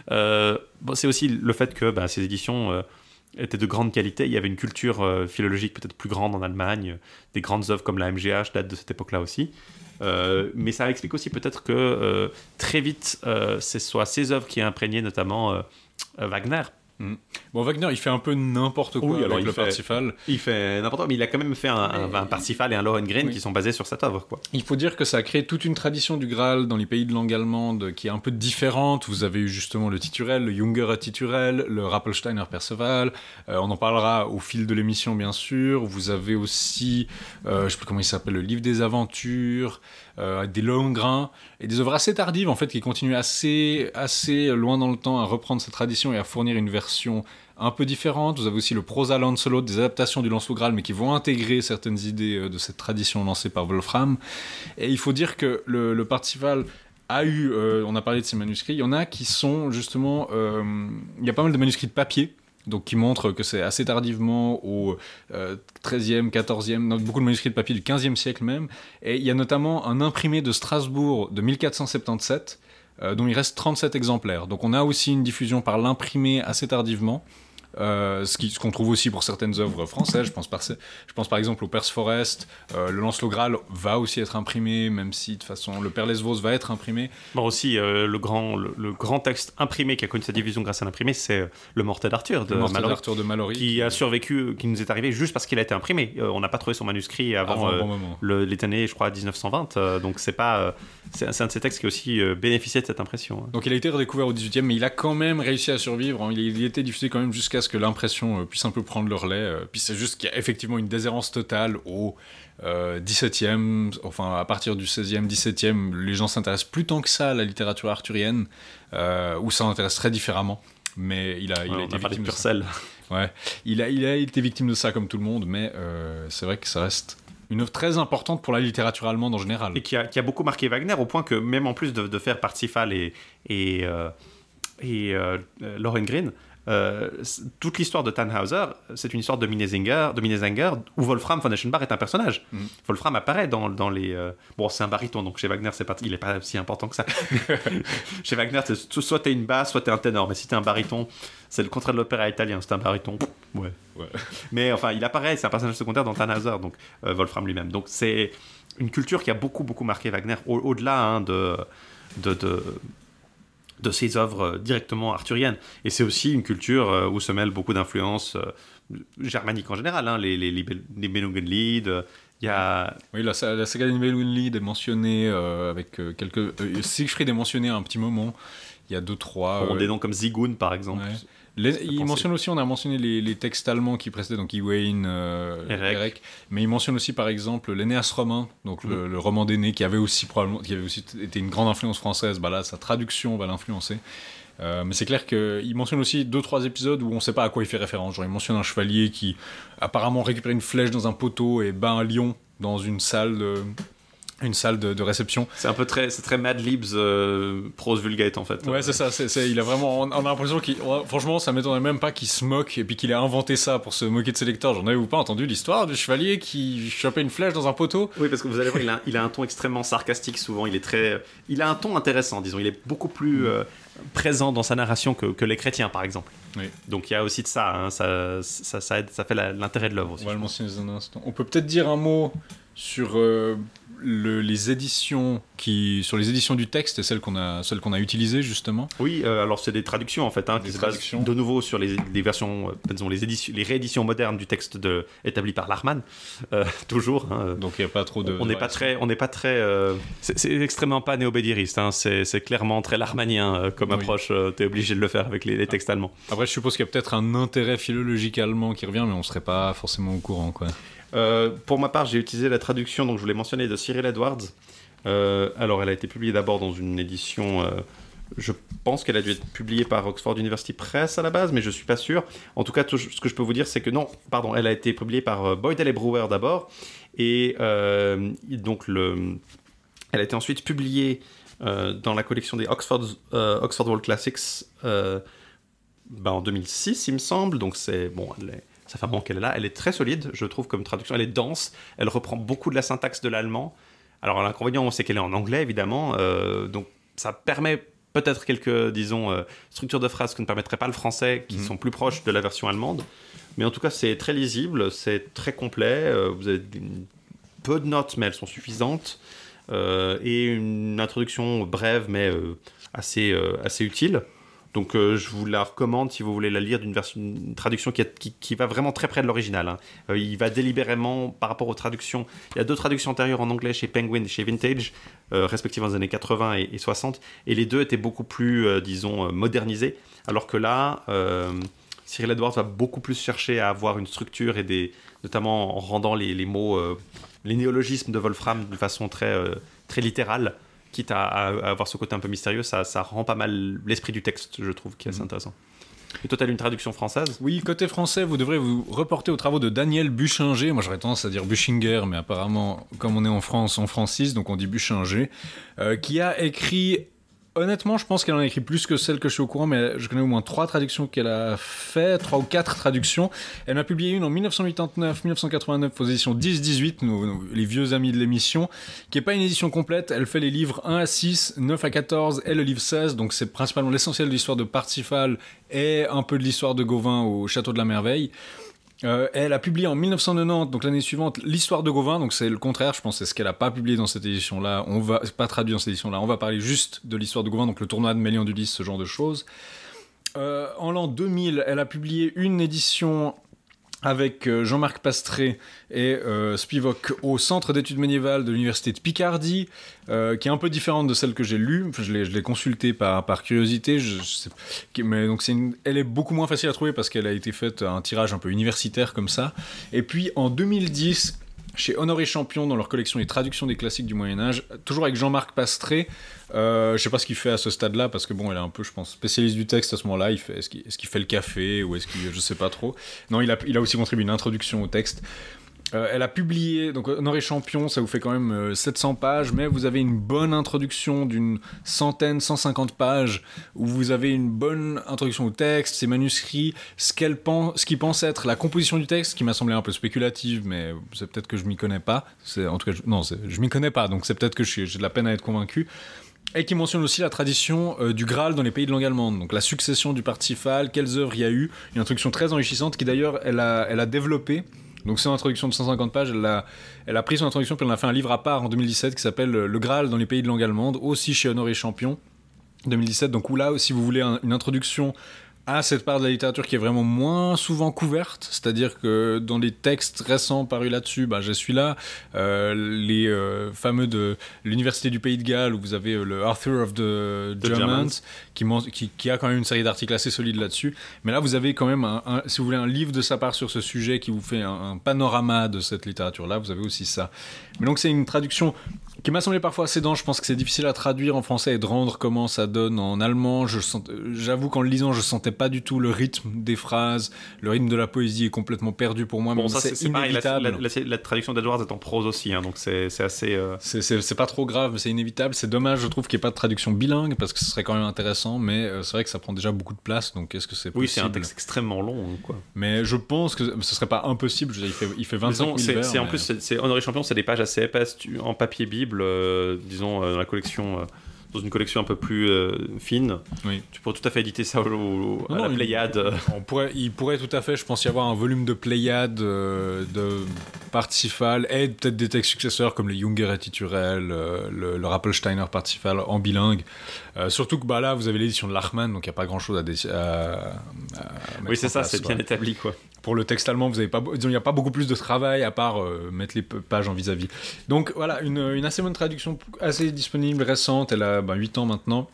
C'est aussi le fait que ces éditions étaient de grande qualité. Il y avait une culture philologique peut-être plus grande en Allemagne. Des grandes œuvres comme la MGH datent de cette époque-là aussi. Mais ça explique aussi peut-être que très vite, ce soit ces œuvres qui aient imprégné notamment Wagner. Bon, Wagner, il fait un peu n'importe quoi avec le Parsifal. Il fait n'importe quoi, mais il a quand même fait un Parsifal et un Lohengrin qui sont basés sur cette œuvre, quoi. Il faut dire que ça a créé toute une tradition du Graal dans les pays de langue allemande qui est un peu différente. Vous avez eu justement le Titurel, le Junger Titurel, le Rappelsteiner Perceval. On en parlera au fil de l'émission, bien sûr. Vous avez aussi, je sais plus comment il s'appelle, le Livre des Aventures, des Lohengrin et des œuvres assez tardives en fait qui continuent assez loin dans le temps à reprendre cette tradition et à fournir une version un peu différente. Vous avez aussi le Prosa Lancelot, des adaptations du Lancelot Graal, mais qui vont intégrer certaines idées de cette tradition lancée par Wolfram. Et il faut dire que le Parsifal a eu, on a parlé de ces manuscrits, il y en a qui sont justement, il y a pas mal de manuscrits de papier, donc qui montrent que c'est assez tardivement au 13e, 14e, beaucoup de manuscrits de papier du 15e siècle même. Et il y a notamment un imprimé de Strasbourg de 1477, dont il reste 37 exemplaires. Donc on a aussi une diffusion par l'imprimé assez tardivement. Ce qu'on trouve aussi pour certaines œuvres françaises. Je pense par exemple au Perceforest. Le Lancelot Graal va aussi être imprimé, même si de toute façon le Père Lesvos va être imprimé. Bon, aussi le grand texte imprimé qui a connu sa diffusion grâce à l'imprimé, c'est le Mortet d'Arthur de Malory, qui a survécu, qui nous est arrivé juste parce qu'il a été imprimé. On n'a pas trouvé son manuscrit avant les années, je crois, 1920. Donc c'est un de ces textes qui a aussi bénéficié de cette impression. Donc il a été redécouvert au 18e, mais il a quand même réussi à survivre. Il était diffusé quand même jusqu'à à ce que l'impression puisse un peu prendre le relais. Puis c'est juste qu'il y a effectivement une déshérence totale au 17e, enfin à partir du 16e, 17e, les gens s'intéressent plus tant que ça à la littérature arthurienne, ou ça intéresse très différemment. Mais il a été victime de ça. Ouais, il a été victime de ça comme tout le monde, mais c'est vrai que ça reste une œuvre très importante pour la littérature allemande en général. Et qui a beaucoup marqué Wagner, au point que même en plus de faire Parsifal et Lohengrin, toute l'histoire de Tannhauser, c'est une histoire de Minnesänger, où Wolfram von Eschenbach est un personnage. Wolfram apparaît dans les... Bon, c'est un baryton, donc chez Wagner, il n'est pas si important que ça. Chez Wagner, soit t'es une basse, soit t'es un ténor. Mais si t'es un baryton, c'est le contraire de l'opéra italien. C'est un baryton. Ouais. Mais enfin, il apparaît, c'est un personnage secondaire dans Tannhauser, donc Wolfram lui-même. Donc c'est une culture qui a beaucoup, beaucoup marqué Wagner, au-delà de ses œuvres directement arthuriennes. Et c'est aussi une culture où se mêlent beaucoup d'influences germaniques en général, hein, les Nibelungenlied, il y a... Oui, la saga des Nibelungenlied est mentionnée avec quelques... Siegfried est mentionné à un petit moment. Il y a 2-3... Des noms comme Siegmund, par exemple. Ouais. Il mentionne aussi, on a mentionné les textes allemands qui précédaient, donc Iwain, Erek, mais il mentionne aussi par exemple l'Énéas romain, donc le roman d'Énée, qui avait aussi été une grande influence française. Bah là, sa traduction va l'influencer. Mais c'est clair qu'il mentionne aussi 2-3 épisodes où on ne sait pas à quoi il fait référence. Genre, il mentionne un chevalier qui apparemment récupère une flèche dans un poteau et bat un lion dans une salle de réception. C'est très Mad Libs prose Vulgate en fait. Ouais, c'est ça. Il a vraiment, on a l'impression franchement, ça m'étonnerait même pas qu'il se moque et puis qu'il ait inventé ça pour se moquer de ses lecteurs. J'en avais pas entendu l'histoire du chevalier qui chopait une flèche dans un poteau. Oui, parce que vous allez voir, il a un ton extrêmement sarcastique souvent. Il a un ton intéressant, disons. Il est beaucoup plus présent dans sa narration que les chrétiens, par exemple. Oui. Donc il y a aussi de ça. Hein, ça aide, ça fait l'intérêt de l'œuvre aussi. On va le mentionner dans un instant. On peut peut-être dire un mot sur les éditions sur les éditions du texte et celles qu'on a utilisées justement. Oui, alors c'est des traductions en fait, qui se basent de nouveau sur les versions, disons les rééditions modernes du texte établi par Lachmann, toujours. Hein. Donc il y a pas trop de. On n'est pas très. C'est extrêmement pas néo-bédieriste. Hein. C'est clairement très lachmannien comme approche. T'es obligé de le faire avec les textes allemands. Après, je suppose qu'il y a peut-être un intérêt philologique allemand qui revient, mais on serait pas forcément au courant, quoi. Pour ma part, j'ai utilisé la traduction, donc je voulais mentionner, de Cyril Edwards. Alors, elle a été publiée d'abord dans une édition... je pense qu'elle a dû être publiée par Oxford University Press à la base, mais je suis pas sûr. En tout cas, ce que je peux vous dire, c'est que non, pardon, elle a été publiée par Boydell et Brewer d'abord, et donc elle a été ensuite publiée dans la collection des Oxford World Classics en 2006, il me semble. Donc c'est bon. Ça fait un moment qu'elle est là. Elle est très solide, je trouve, comme traduction. Elle est dense. Elle reprend beaucoup de la syntaxe de l'allemand. Alors, l'inconvénient, c'est qu'elle est en anglais, évidemment. Donc, ça permet peut-être quelques, disons, structures de phrases que ne permettraient pas le français, qui sont plus proches de la version allemande. Mais en tout cas, c'est très lisible, c'est très complet. Vous avez peu de notes, mais elles sont suffisantes. Et une introduction brève, mais assez utile. Donc je vous la recommande si vous voulez la lire d'une traduction qui va vraiment très près de l'original. Hein. Il va délibérément, par rapport aux traductions, il y a 2 traductions antérieures en anglais chez Penguin et chez Vintage, respectivement des années 80 et 60, et les 2 étaient beaucoup plus, disons, modernisés, alors que là, Cyril Edwards va beaucoup plus chercher à avoir une structure, et notamment en rendant les mots, les néologismes de Wolfram de façon très, très littérale, quitte à avoir ce côté un peu mystérieux. Ça rend pas mal l'esprit du texte, je trouve, qui est assez intéressant. Et toi, tu as une traduction française ? Oui, côté français, vous devrez vous reporter aux travaux de Daniel Buchinger. Moi, j'aurais tendance à dire Buchinger, mais apparemment, comme on est en France, on francise, donc on dit Buchinger, qui a écrit... Honnêtement, je pense qu'elle en a écrit plus que celle que je suis au courant, mais je connais au moins 3 traductions qu'elle a fait, 3 ou 4 traductions. Elle m'a publié une en 1989, 1989 aux éditions 10-18, les vieux amis de l'émission, qui n'est pas une édition complète. Elle fait les livres 1 à 6, 9 à 14 et le livre 16, donc c'est principalement l'essentiel de l'histoire de Parsifal et un peu de l'histoire de Gauvin au Château de la Merveille. Elle a publié en 1990, donc l'année suivante, l'histoire de Gauvin, donc c'est le contraire, je pense, c'est ce qu'elle n'a pas publié dans cette édition-là, c'est pas traduit dans cette édition-là, on va parler juste de l'histoire de Gauvin, donc le tournoi de Mélian d'Ulysse, ce genre de choses. En l'an 2000, elle a publié une édition avec Jean-Marc Pastré et Spivak au Centre d'études médiévales de l'Université de Picardie, qui est un peu différente de celle que j'ai lue. Enfin, je l'ai consultée par curiosité, mais donc elle est beaucoup moins facile à trouver parce qu'elle a été faite à un tirage un peu universitaire comme ça. Et puis en 2010, chez Honoré Champion, dans leur collection Les traductions des classiques du Moyen-Âge, toujours avec Jean-Marc Pastré. Je sais pas ce qu'il fait à ce stade-là, parce que bon, il est un peu, je pense, spécialiste du texte à ce moment-là. Est-ce qu'il fait le café, ou est-ce qu'il, je sais pas trop. Non, il a aussi contribué une introduction au texte. Elle a publié, donc Honoré Champion, ça vous fait quand même 700 pages, mais vous avez une bonne introduction d'une 150 pages, où vous avez une bonne introduction au texte, ses manuscrits, ce qu'il pense être la composition du texte, qui m'a semblé un peu spéculative, mais c'est peut-être que je m'y connais pas. En tout cas, je m'y connais pas, donc c'est peut-être que j'ai de la peine à être convaincu. Et qui mentionne aussi la tradition du Graal dans les pays de langue allemande, donc la succession du Parsifal, quelles œuvres il y a eu, une introduction très enrichissante qui d'ailleurs elle a développé. Donc c'est une introduction de 150 pages, elle a pris son introduction puis elle en a fait un livre à part en 2017 qui s'appelle Le Graal dans les pays de langue allemande, aussi chez Honoré Champion, 2017. Donc où là, si vous voulez une introduction à cette part de la littérature qui est vraiment moins souvent couverte, c'est-à-dire que dans les textes récents parus là-dessus, j'ai celui-là, les fameux de l'Université du Pays de Galles, où vous avez le Arthur of the Germans, qui a quand même une série d'articles assez solides là-dessus, mais là vous avez quand même, si vous voulez, un livre de sa part sur ce sujet qui vous fait un panorama de cette littérature-là, vous avez aussi ça. Mais donc c'est une traduction qui m'a semblé parfois assez dense. Je pense que c'est difficile à traduire en français et de rendre comment ça donne en allemand. J'avoue qu'en le lisant, je sentais pas du tout le rythme des phrases, le rythme de la poésie est complètement perdu pour moi. Bon, mais ça c'est inévitable. pareil, la traduction d'Edwards est en prose aussi, donc c'est assez... C'est pas trop grave, mais c'est inévitable. C'est dommage, je trouve, qu'il n'y ait pas de traduction bilingue, parce que ce serait quand même intéressant, mais c'est vrai que ça prend déjà beaucoup de place, donc est-ce que c'est possible ? Oui, c'est un texte extrêmement long, quoi. Mais je pense que ce serait pas impossible. Je veux dire, il fait 25 000 vers. En plus, c'est Honoré Champion, c'est des pages assez épaisses en papier bible, disons, dans la collection... dans une collection un peu plus fine, oui. Tu pourrais tout à fait éditer ça à la Pléiade. Il pourrait tout à fait, je pense, y avoir un volume de Pléiade, de Parsifal, et peut-être des textes successeurs comme les Junger et Titurel, le Rappelsteiner Parsifal en bilingue. Surtout que là, vous avez l'édition de Lachmann, donc il n'y a pas grand-chose à mettre oui, c'est en ça, place, c'est bien établi, quoi. Pour le texte allemand, il n'y a pas beaucoup plus de travail à part mettre les pages en vis-à-vis. Donc voilà, une assez bonne traduction, assez disponible, récente, elle a 8 ans maintenant,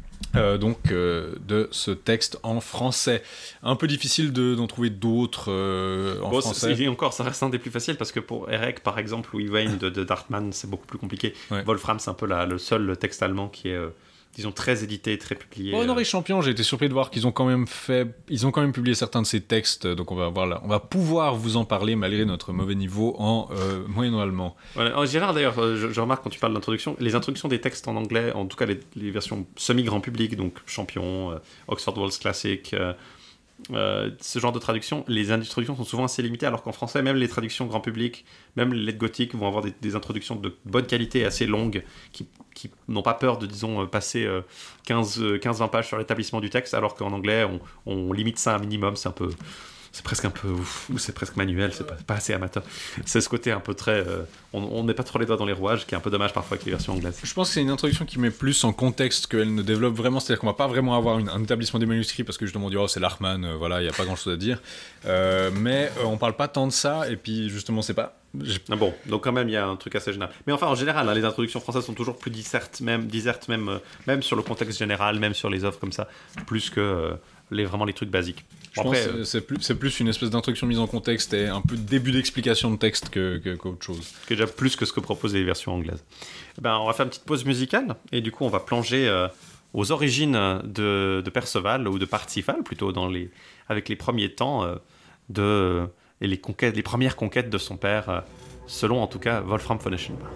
de ce texte en français. Un peu difficile d'en trouver d'autres en français. Et encore, ça reste un des plus faciles, parce que pour Erek, par exemple, ou Yvain de Dartmann, c'est beaucoup plus compliqué. Ouais. Wolfram, c'est un peu le seul texte allemand qui est... disons très édité, très publié. Honoré Champion, j'ai été surpris de voir qu'ils ont quand même publié certains de ces textes, donc on va pouvoir vous en parler malgré notre mauvais niveau en moyen-allemand. Voilà. En général, d'ailleurs, je remarque quand tu parles d'introduction, les introductions des textes en anglais, en tout cas les versions semi-grand public, donc Champion, Oxford World's Classic, ce genre de traduction, les introductions sont souvent assez limitées, alors qu'en français, même les traductions grand public, même les lettres gothiques vont avoir des introductions de bonne qualité, assez longues, qui n'ont pas peur de, disons, passer 15-20 pages sur l'établissement du texte, alors qu'en anglais, on limite ça à un minimum, c'est presque un peu c'est presque manuel, c'est pas assez amateur. C'est ce côté un peu très on met pas trop les doigts dans les rouages, qui est un peu dommage parfois avec les versions anglaises. Je pense que c'est une introduction qui met plus en contexte qu'elle ne développe vraiment, c'est-à-dire qu'on va pas vraiment avoir un établissement des manuscrits, parce que justement on dit c'est Lachmann, voilà, il y a pas grand chose à dire, mais on parle pas tant de ça, et puis justement c'est pas... bon, donc quand même il y a un truc assez général. Mais enfin en général, les introductions françaises sont toujours plus disertes, même sur le contexte général, même sur les œuvres comme ça, plus que vraiment les trucs basiques. Je pense que c'est plus une espèce d'introduction mise en contexte et un peu de début d'explication de texte qu'autre chose. Que déjà plus que ce que proposent les versions anglaises. On va faire une petite pause musicale, et du coup on va plonger aux origines de Perceval, ou de Parsifal plutôt, avec les premiers temps et les premières conquêtes de son père, selon en tout cas Wolfram von Eschenbach.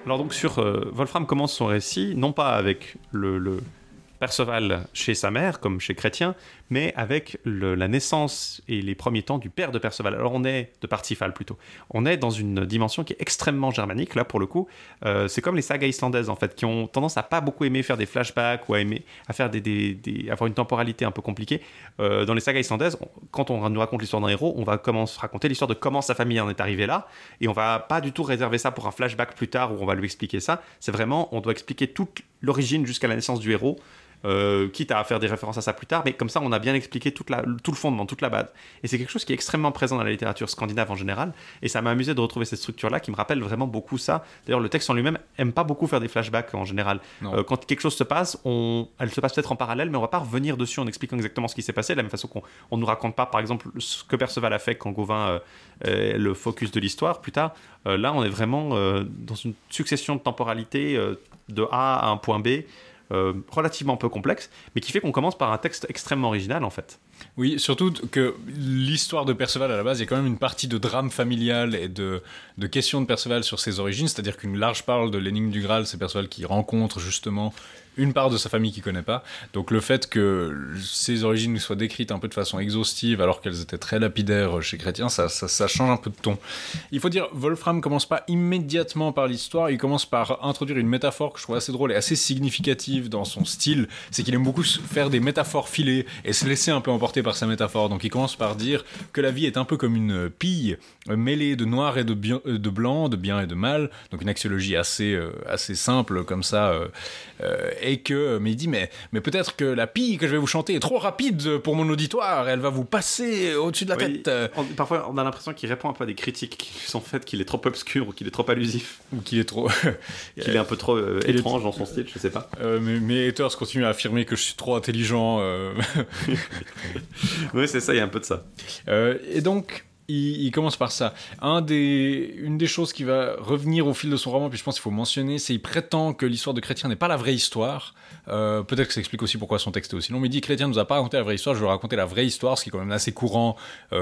Alors donc Wolfram commence son récit non pas avec le Perceval chez sa mère, comme chez Chrétien, mais avec la naissance et les premiers temps du père de Perceval. Alors on est, de Parsifal plutôt, on est dans une dimension qui est extrêmement germanique, là pour le coup. C'est comme les sagas islandaises en fait, qui ont tendance à pas beaucoup aimer faire des flashbacks ou à faire avoir une temporalité un peu compliquée. Dans les sagas islandaises, quand on nous raconte l'histoire d'un héros, on va raconter l'histoire de comment sa famille en est arrivée là, et on va pas du tout réserver ça pour un flashback plus tard où on va lui expliquer ça. C'est vraiment, on doit expliquer toute l'origine jusqu'à la naissance du héros, quitte à faire des références à ça plus tard, mais comme ça on a bien expliqué tout le fondement, toute la base. Et c'est quelque chose qui est extrêmement présent dans la littérature scandinave en général, et ça m'a amusé de retrouver cette structure-là qui me rappelle vraiment beaucoup ça. D'ailleurs le texte en lui-même aime pas beaucoup faire des flashbacks en général. Quand quelque chose se passe, elle se passe peut-être en parallèle, mais on va pas revenir dessus en expliquant exactement ce qui s'est passé, de la même façon qu'on nous raconte pas par exemple ce que Perceval a fait quand Gawain est le focus de l'histoire plus tard. Là on est vraiment dans une succession de temporalité de A à un point B, relativement peu complexe, mais qui fait qu'on commence par un texte extrêmement original en fait. Oui, surtout que l'histoire de Perceval à la base, il y a quand même une partie de drame familial et de questions de Perceval sur ses origines, c'est-à-dire qu'une large part de l'énigme du Graal, c'est Perceval qui rencontre justement une part de sa famille qu'il connaît pas. Donc le fait que ses origines nous soient décrites un peu de façon exhaustive alors qu'elles étaient très lapidaires chez Chrétien, ça change un peu de ton. Il faut dire, Wolfram commence pas immédiatement par l'histoire, il commence par introduire une métaphore que je trouve assez drôle et assez significative dans son style, c'est qu'il aime beaucoup faire des métaphores filées et se laisser un peu emporter par sa métaphore. Donc il commence par dire que la vie est un peu comme une pille mêlée de noir et de blanc, de bien et de mal, donc une axiologie assez simple comme ça, mais il dit mais peut-être que la pille que je vais vous chanter est trop rapide pour mon auditoire, elle va vous passer au-dessus de la tête. Parfois on a l'impression qu'il répond un peu à des critiques qui sont faites qu'il est trop obscur ou qu'il est trop allusif ou qu'il est trop qu'il est un peu trop étrange dans son style, je sais pas. Mes haters continuent à affirmer que je suis trop intelligent. Oui, c'est ça, il y a un peu de ça. Et donc il commence par ça. Une des choses qui va revenir au fil de son roman, puis je pense qu'il faut mentionner, c'est qu'il prétend que l'histoire de Chrétien n'est pas la vraie histoire. Peut-être que ça explique aussi pourquoi son texte est aussi long, mais il dit Chrétien ne nous a pas raconté la vraie histoire, je veux raconter la vraie histoire, ce qui est quand même assez courant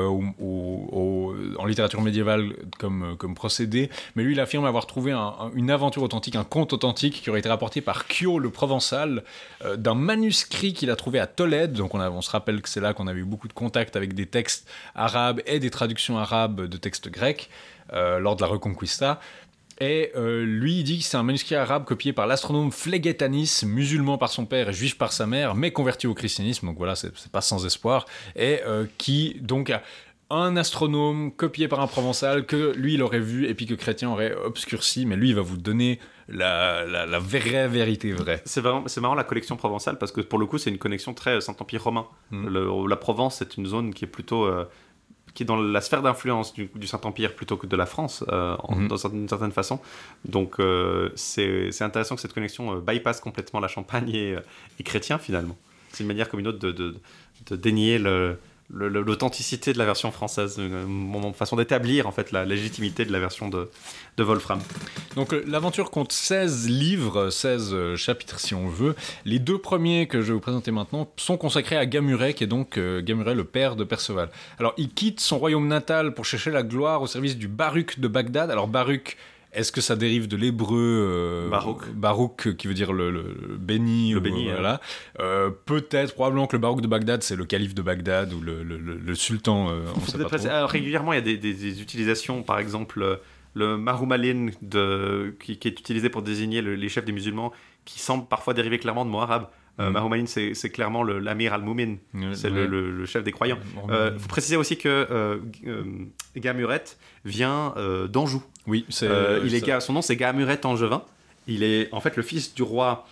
en littérature médiévale comme procédé. Mais lui, il affirme avoir trouvé une aventure authentique, un conte authentique qui aurait été rapporté par Kyo le Provençal d'un manuscrit qu'il a trouvé à Tolède. Donc on se rappelle que c'est là qu'on avait eu beaucoup de contacts avec des textes arabes et des traductions arabes de textes grecs lors de la Reconquista. Et lui, il dit que c'est un manuscrit arabe copié par l'astronome Phlegetanis, musulman par son père et juif par sa mère, mais converti au christianisme, donc voilà, c'est pas sans espoir, et qui donc a un astronome copié par un provençal que lui, il aurait vu, et puis que Chrétien aurait obscurci, mais lui, il va vous donner la vraie vérité vraie. C'est marrant la collection provençale, parce que pour le coup, c'est une connexion très Saint-Empire romain. La Provence, c'est une zone qui est plutôt... qui est dans la sphère d'influence du Saint-Empire plutôt que de la France, d'une certaine façon. Donc c'est intéressant que cette connexion bypasse complètement la Champagne et Chrétien, finalement. C'est une manière comme une autre de dénier l'authenticité de la version française, une façon d'établir en fait la légitimité de la version de Wolfram. Donc l'aventure compte 16 livres, 16 chapitres si on veut. Les deux premiers que je vais vous présenter maintenant sont consacrés à Gamuret, qui est donc Gamuret, le père de Perceval. Alors il quitte son royaume natal pour chercher la gloire au service du Baruch de Bagdad. Alors Baruch, est-ce que ça dérive de l'hébreu Baruch, qui veut dire le béni, voilà. Peut-être, probablement que le Baruch de Bagdad, c'est le calife de Bagdad ou le sultan. On sait pas trop. Alors, régulièrement, il y a des utilisations, par exemple le Maroumalin qui est utilisé pour désigner les chefs des musulmans, qui semble parfois dériver clairement de mots arabes. Maroumalin, c'est clairement l'Amir al-Moumin, c'est le chef des croyants. Il faut préciser aussi que Gamuret vient d'Anjou. Oui, son nom c'est Gamuret Angevin. Il est en fait le fils du roi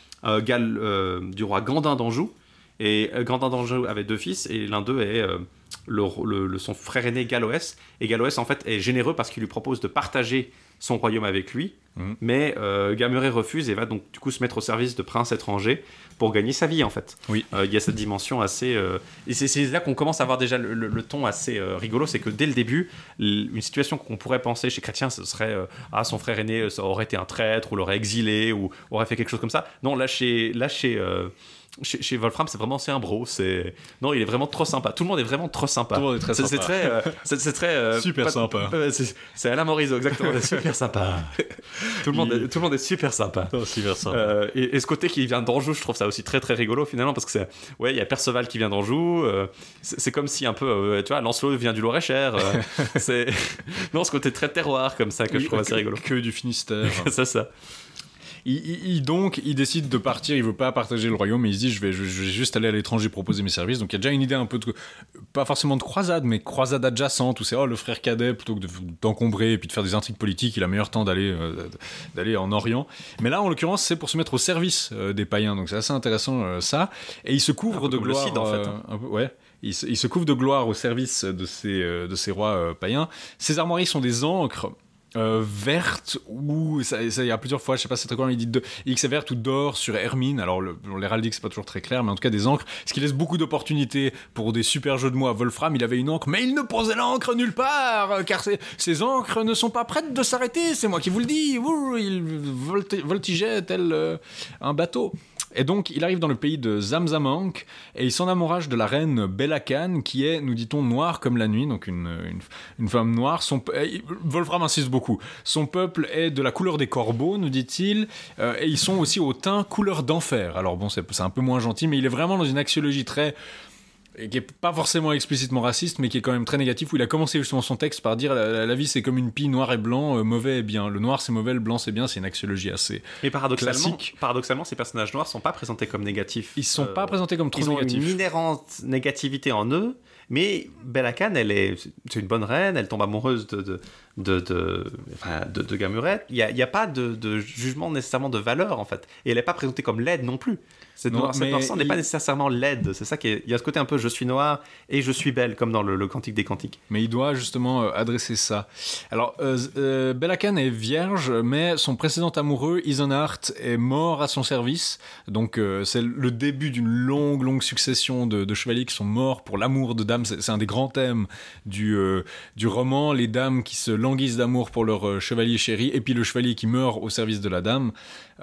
Gandin d'Anjou. Et Gandin d'Anjou avait deux fils, et l'un d'eux est son frère aîné Galoès. Et Galoès en fait est généreux parce qu'il lui propose de partager son royaume avec lui, mais Gamuret refuse et va donc du coup se mettre au service de princes étrangers pour gagner sa vie en fait. Oui. Il y a cette dimension assez... et c'est là qu'on commence à avoir déjà le ton assez rigolo, c'est que dès le début, une situation qu'on pourrait penser chez Chrétien, ce serait son frère aîné ça aurait été un traître, ou l'aurait exilé, ou aurait fait quelque chose comme ça. Non, là chez chez Wolfram, c'est un bro. Non, il est vraiment trop sympa. Tout le monde est vraiment trop sympa. Tout le monde est très sympa. C'est très super sympa. C'est Alain Morisot, exactement. Super sympa. Tout le monde est super sympa. Super sympa. Et ce côté qui vient d'Anjou, je trouve ça aussi très très rigolo finalement parce que il y a Perceval qui vient d'Anjou. C'est comme si un peu, tu vois, Lancelot vient du Loir-et-Cher. Non, ce côté très terroir comme ça que je trouve assez rigolo. Que du Finistère. C'est ça. Il décide de partir, il veut pas partager le royaume, mais il se dit je vais juste aller à l'étranger proposer mes services. Donc il y a déjà une idée un peu pas forcément de croisade, mais croisade adjacente où c'est le frère cadet plutôt que d'encombrer et puis de faire des intrigues politiques, il a meilleur temps d'aller en Orient. Mais là en l'occurrence c'est pour se mettre au service des païens, donc c'est assez intéressant ça. Et il se couvre de gloire. Le Cid, en fait. Il se couvre de gloire au service de ces rois païens. Ces armoiries sont des ancres verte ou ça il y a plusieurs fois, je sais pas c'est très quoi, il dit X est verte ou d'or sur hermine. Alors l'héraldique c'est pas toujours très clair, mais en tout cas des encres, ce qui laisse beaucoup d'opportunités pour des super jeux de mots. À Wolfram il avait une encre, mais il ne posait l'encre nulle part car ces encres ne sont pas prêtes de s'arrêter, c'est moi qui vous le dis. Il voltigeait tel un bateau. Et donc, il arrive dans le pays de Zamzamank et il s'enamourage de la reine Bella Khan, qui est, nous dit-on, noire comme la nuit, donc une femme noire. Wolfram insiste beaucoup. Son peuple est de la couleur des corbeaux, nous dit-il, et ils sont aussi au teint couleur d'enfer. Alors bon, c'est un peu moins gentil, mais il est vraiment dans une axiologie qui est pas forcément explicitement raciste, mais qui est quand même très négatif, où il a commencé justement son texte par dire la vie c'est comme une pie, noir et blanc, mauvais et bien. Le noir c'est mauvais, le blanc c'est bien, c'est une axiologie assez classique. Paradoxalement, ces personnages noirs sont pas présentés comme négatifs. Ils sont pas présentés comme trop négatifs. Ils ont une inhérente négativité en eux, mais Bella Khan, c'est une bonne reine, elle tombe amoureuse de Gamuret. Il y a pas de jugement nécessairement de valeur en fait, et elle est pas présentée comme laide non plus. Cette noirceur n'est pas nécessairement laide. C'est ça il y a ce côté un peu je suis noir et je suis belle, comme dans le Cantique des Cantiques. Mais il doit justement adresser ça. Alors Bella Khan est vierge, mais son précédent amoureux Isenhart est mort à son service. Donc c'est le début d'une longue succession de chevaliers qui sont morts pour l'amour de dames. C'est un des grands thèmes du roman, les dames qui se languissent d'amour pour leur chevalier chéri, et puis le chevalier qui meurt au service de la dame.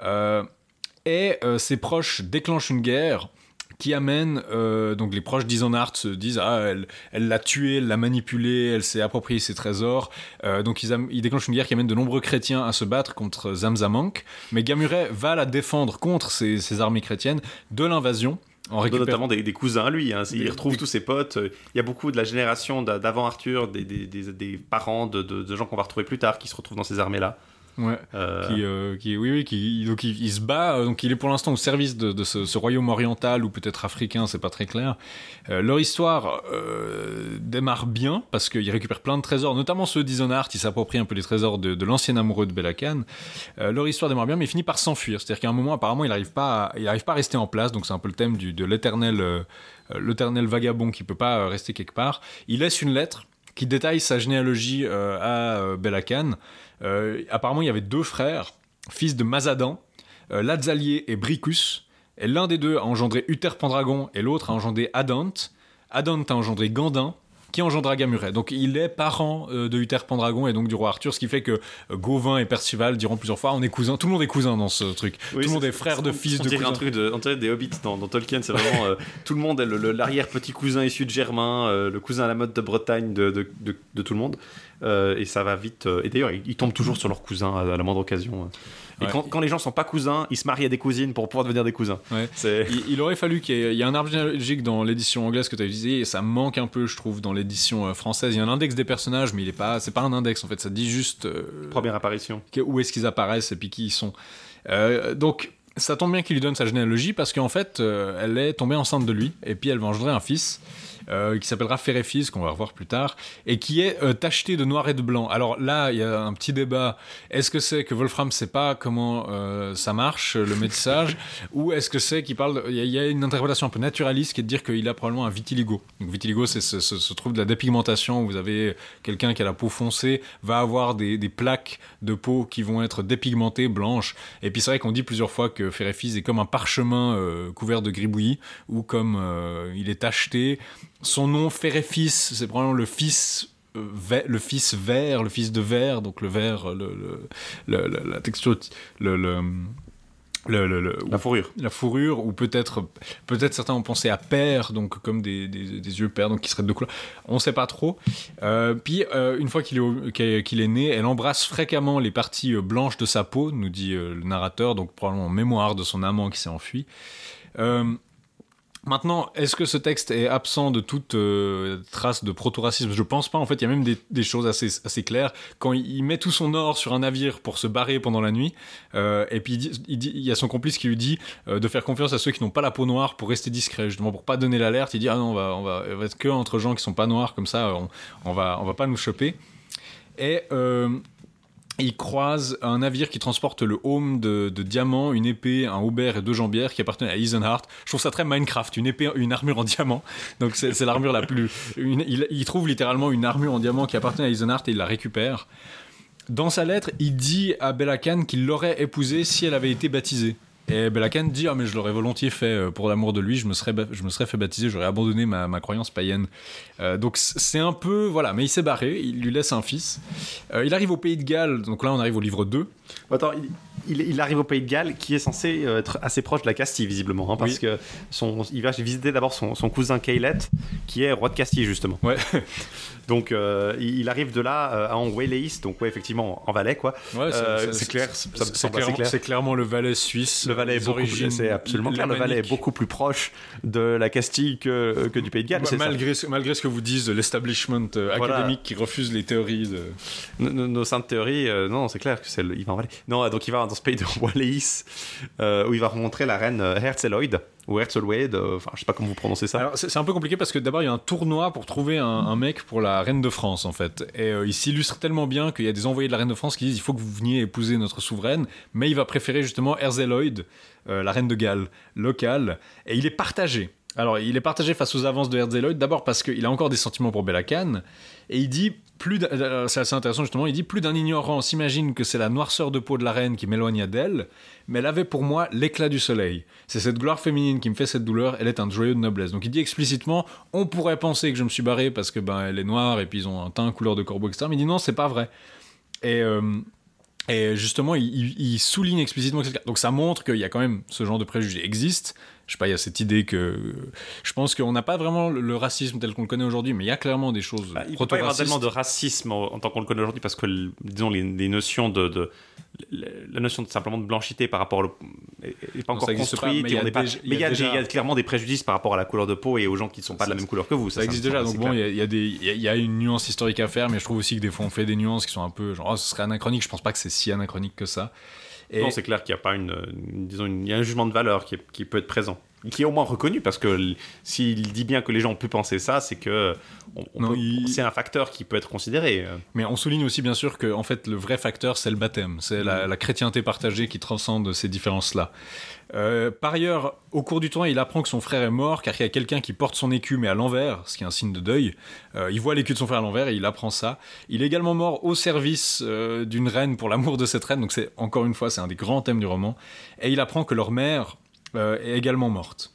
Ses proches déclenchent une guerre qui amène, donc les proches d'Isenhart se disent elle l'a tué, elle l'a manipulé, elle s'est approprié ses trésors, donc ils déclenchent une guerre qui amène de nombreux chrétiens à se battre contre Zamzamank, mais Gamuret va la défendre contre ces armées chrétiennes de l'invasion. Notamment des cousins à lui, il retrouve tous ses potes. Il y a beaucoup de la génération d'avant Arthur, des parents de gens qu'on va retrouver plus tard qui se retrouvent dans ces armées-là. Ouais. Donc il se bat, donc il est pour l'instant au service de ce royaume oriental ou peut-être africain, c'est pas très clair. Leur histoire démarre bien parce qu'ils récupèrent plein de trésors, notamment ceux d'Isenhart, ils s'approprient un peu les trésors de l'ancien amoureux de Bella Khan. Leur histoire démarre bien, mais il finit par s'enfuir. C'est-à-dire qu'à un moment, apparemment, il arrive pas à rester en place, donc c'est un peu le thème de l'éternel vagabond qui peut pas rester quelque part. Il laisse une lettre qui détaille sa généalogie à Bella Khan. Apparemment, il y avait 2 frères, fils de Mazadan, Lazzalier et Bricus, et l'un des deux a engendré Uther Pendragon et l'autre a engendré Adant. Adant a engendré Gandin, qui engendra Gamuret. Donc il est parent de Uther Pendragon et donc du roi Arthur, ce qui fait que Gauvin et Percival diront plusieurs fois on est cousins. Tout le monde est cousin dans ce truc. Oui, tout le monde est frère de fils de cousin. On dirait des hobbits dans Tolkien, c'est vraiment tout le monde est l'arrière-petit cousin issu de Germain, le cousin à la mode de Bretagne de tout le monde. Et ça va vite. Et d'ailleurs, ils tombent toujours sur leurs cousins à la moindre occasion. Et quand les gens sont pas cousins, ils se marient à des cousines pour pouvoir devenir des cousins. Ouais. Il aurait fallu qu'il y ait un arbre généalogique dans l'édition anglaise que tu as utilisée, et ça manque un peu, je trouve, dans l'édition française. Il y a un index des personnages, mais c'est pas un index en fait, ça dit juste première apparition. Où est-ce qu'ils apparaissent et puis qui ils sont. Donc ça tombe bien qu'il lui donne sa généalogie parce qu'en fait, elle est tombée enceinte de lui, et puis elle va engendrer un fils. Qui s'appellera Féréfis, qu'on va revoir plus tard, et qui est tacheté de noir et de blanc. Alors là, il y a un petit débat. Est-ce que c'est que Wolfram sait pas comment ça marche, le métissage, ou est-ce que c'est qu'il parle... Il y a une interprétation un peu naturaliste qui est de dire qu'il a probablement un vitiligo. Donc vitiligo, c'est se trouve de la dépigmentation, où vous avez quelqu'un qui a la peau foncée, va avoir des plaques de peau qui vont être dépigmentées, blanches. Et puis c'est vrai qu'on dit plusieurs fois que Féréfis est comme un parchemin couvert de gribouillis, ou comme il est tacheté. Son nom, Féréfis, c'est probablement le fils vert, le fils de verre, donc le verre, la texture, La fourrure. La fourrure, ou peut-être certains ont pensé à paire, donc comme des yeux paires, donc qui seraient de deux couleurs. On ne sait pas trop. Puis, une fois qu'il est né, elle embrasse fréquemment les parties blanches de sa peau, nous dit le narrateur, donc probablement en mémoire de son amant qui s'est enfui. Maintenant, est-ce que ce texte est absent de toute trace de proto-racisme ? Je pense pas. En fait, il y a même des choses assez claires. Quand il met tout son or sur un navire pour se barrer pendant la nuit, et puis il y a son complice qui lui dit de faire confiance à ceux qui n'ont pas la peau noire pour rester discret, justement pour pas donner l'alerte. Il dit non, on va être que entre gens qui sont pas noirs, comme ça, on va pas nous choper. Et il croise un navire qui transporte le heaume de diamants, une épée, un haubert et 2 jambières qui appartenaient à Eisenhart. Je trouve ça très Minecraft, une épée, une armure en diamant. Donc c'est l'armure la plus... Il trouve littéralement une armure en diamant qui appartenait à Eisenhart et il la récupère. Dans sa lettre, il dit à Bella Khan qu'il l'aurait épousée si elle avait été baptisée. Et Bella Khan dit mais je l'aurais volontiers fait pour l'amour de lui, je me serais fait baptiser, j'aurais abandonné ma croyance païenne. Donc c'est un peu voilà, mais il s'est barré, il lui laisse un fils. Il arrive au Pays de Galles, donc là on arrive au livre 2. Attends, il arrive au Pays de Galles qui est censé être assez proche de la Castille visiblement, parce que il va visiter d'abord son cousin Caillet qui est roi de Castille justement. Ouais. Donc il arrive de là en Waleis, donc effectivement en Valais quoi. Ouais, c'est clair, c'est clairement le Valais suisse. Le Valais c'est absolument clair. Le Valais est beaucoup plus proche de la Castille que du Pays de Galles. Malgré ce que vous disent l'establishment académique qui refuse les théories de... Nos saintes théories, non, c'est clair que il va en Valais. Non, donc il va dans ce pays de Waleis où il va rencontrer la reine Herzeloid ou Herzeloid, enfin je sais pas comment vous prononcez ça. Alors c'est un peu compliqué parce que d'abord il y a un tournoi pour trouver un mec pour la reine de France en fait, et il s'illustre tellement bien qu'il y a des envoyés de la reine de France qui disent il faut que vous veniez épouser notre souveraine, mais il va préférer justement Herzeloid, la reine de Galles locale, et il est partagé. Alors, il est partagé face aux avances de Herzeloid, d'abord parce qu'il a encore des sentiments pour Bella Khan, et il dit, c'est assez intéressant justement, il dit « Plus d'un ignorant s'imagine que c'est la noirceur de peau de la reine qui m'éloigna d'elle, mais elle avait pour moi l'éclat du soleil. C'est cette gloire féminine qui me fait cette douleur, elle est un joyau de noblesse. » Donc il dit explicitement « On pourrait penser que je me suis barré parce que elle est noire et puis ils ont un teint couleur de corbeau, etc. » Mais il dit « Non, c'est pas vrai. » Et justement, il souligne explicitement que donc ça montre qu'il y a quand même ce genre de préjugés existe. Je sais pas, il y a cette idée que... Je pense qu'on n'a pas vraiment le racisme tel qu'on le connaît aujourd'hui, mais il y a clairement des choses il peut pas y avoir tellement de racisme en tant qu'on le connaît aujourd'hui, parce que, disons, les notions la notion de simplement de blanchité par rapport n'est pas encore construite. Mais il y a clairement des préjudices par rapport à la couleur de peau et aux gens qui ne sont pas de la même couleur que vous. Ça existe déjà, donc bon, il y a une nuance historique à faire, mais je trouve aussi que des fois on fait des nuances qui sont un peu genre, ce serait anachronique. Je pense pas que c'est si anachronique que ça. Et... Non, c'est clair qu'il n'y a pas il y a un jugement de valeur qui peut être présent, qui est au moins reconnu, parce que s'il dit bien que les gens ont pu penser ça, c'est que c'est un facteur qui peut être considéré. Mais on souligne aussi bien sûr que en fait le vrai facteur c'est le baptême, c'est la chrétienté partagée qui transcende ces différences-là. Par ailleurs, au cours du temps, il apprend que son frère est mort car il y a quelqu'un qui porte son écu mais à l'envers, ce qui est un signe de deuil. Il voit l'écu de son frère à l'envers et il apprend ça. Il est également mort au service d'une reine pour l'amour de cette reine, donc c'est encore une fois c'est un des grands thèmes du roman. Et il apprend que leur mère est également morte.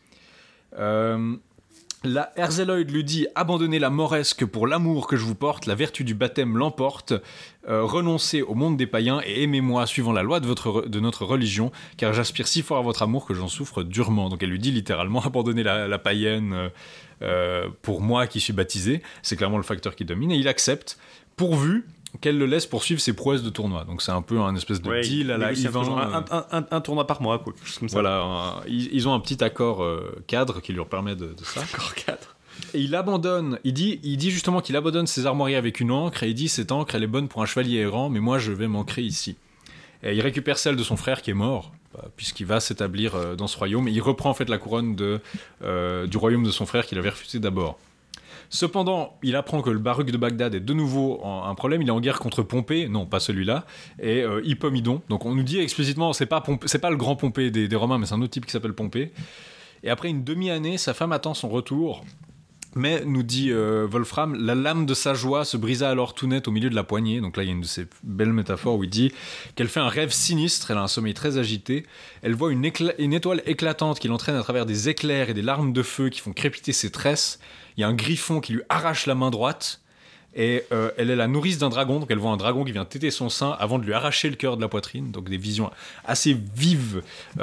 La Herzeloid lui dit « Abandonnez la mauresque pour l'amour que je vous porte, la vertu du baptême l'emporte, renoncez au monde des païens et aimez-moi suivant la loi de notre religion, car j'aspire si fort à votre amour que j'en souffre durement. » Donc elle lui dit littéralement « Abandonnez la païenne pour moi qui suis baptisé », c'est clairement le facteur qui domine, et il accepte, pourvu qu'elle le laisse poursuivre ses prouesses de tournoi. Donc c'est un peu un espèce de deal à la Yvan. Un tournoi par mois, quoi, quelque chose comme ça. Voilà, ils ont un petit accord cadre qui leur permet de ça. Accord cadre. Et il abandonne, il dit justement qu'il abandonne ses armoiries avec une ancre, et il dit cette ancre elle est bonne pour un chevalier errant, mais moi je vais m'ancrer ici. Et il récupère celle de son frère qui est mort, puisqu'il va s'établir dans ce royaume, et il reprend en fait la couronne du royaume de son frère qu'il avait refusé d'abord. Cependant, il apprend que le baruch de Bagdad est de nouveau un problème. Il est en guerre contre Pompée, non pas celui-là, et Hippomidon. Donc on nous dit explicitement, c'est pas le grand Pompée des Romains, mais c'est un autre type qui s'appelle Pompée. Et après une demi-année, sa femme attend son retour. Mais, nous dit Wolfram, la lame de sa joie se brisa alors tout net au milieu de la poignée. Donc là, il y a une de ces belles métaphores où il dit qu'elle fait un rêve sinistre, elle a un sommeil très agité. Elle voit une étoile éclatante qui l'entraîne à travers des éclairs et des larmes de feu qui font crépiter ses tresses. Il y a un griffon qui lui arrache la main droite. Et elle est la nourrice d'un dragon, donc elle voit un dragon qui vient téter son sein avant de lui arracher le cœur de la poitrine. Donc des visions assez vives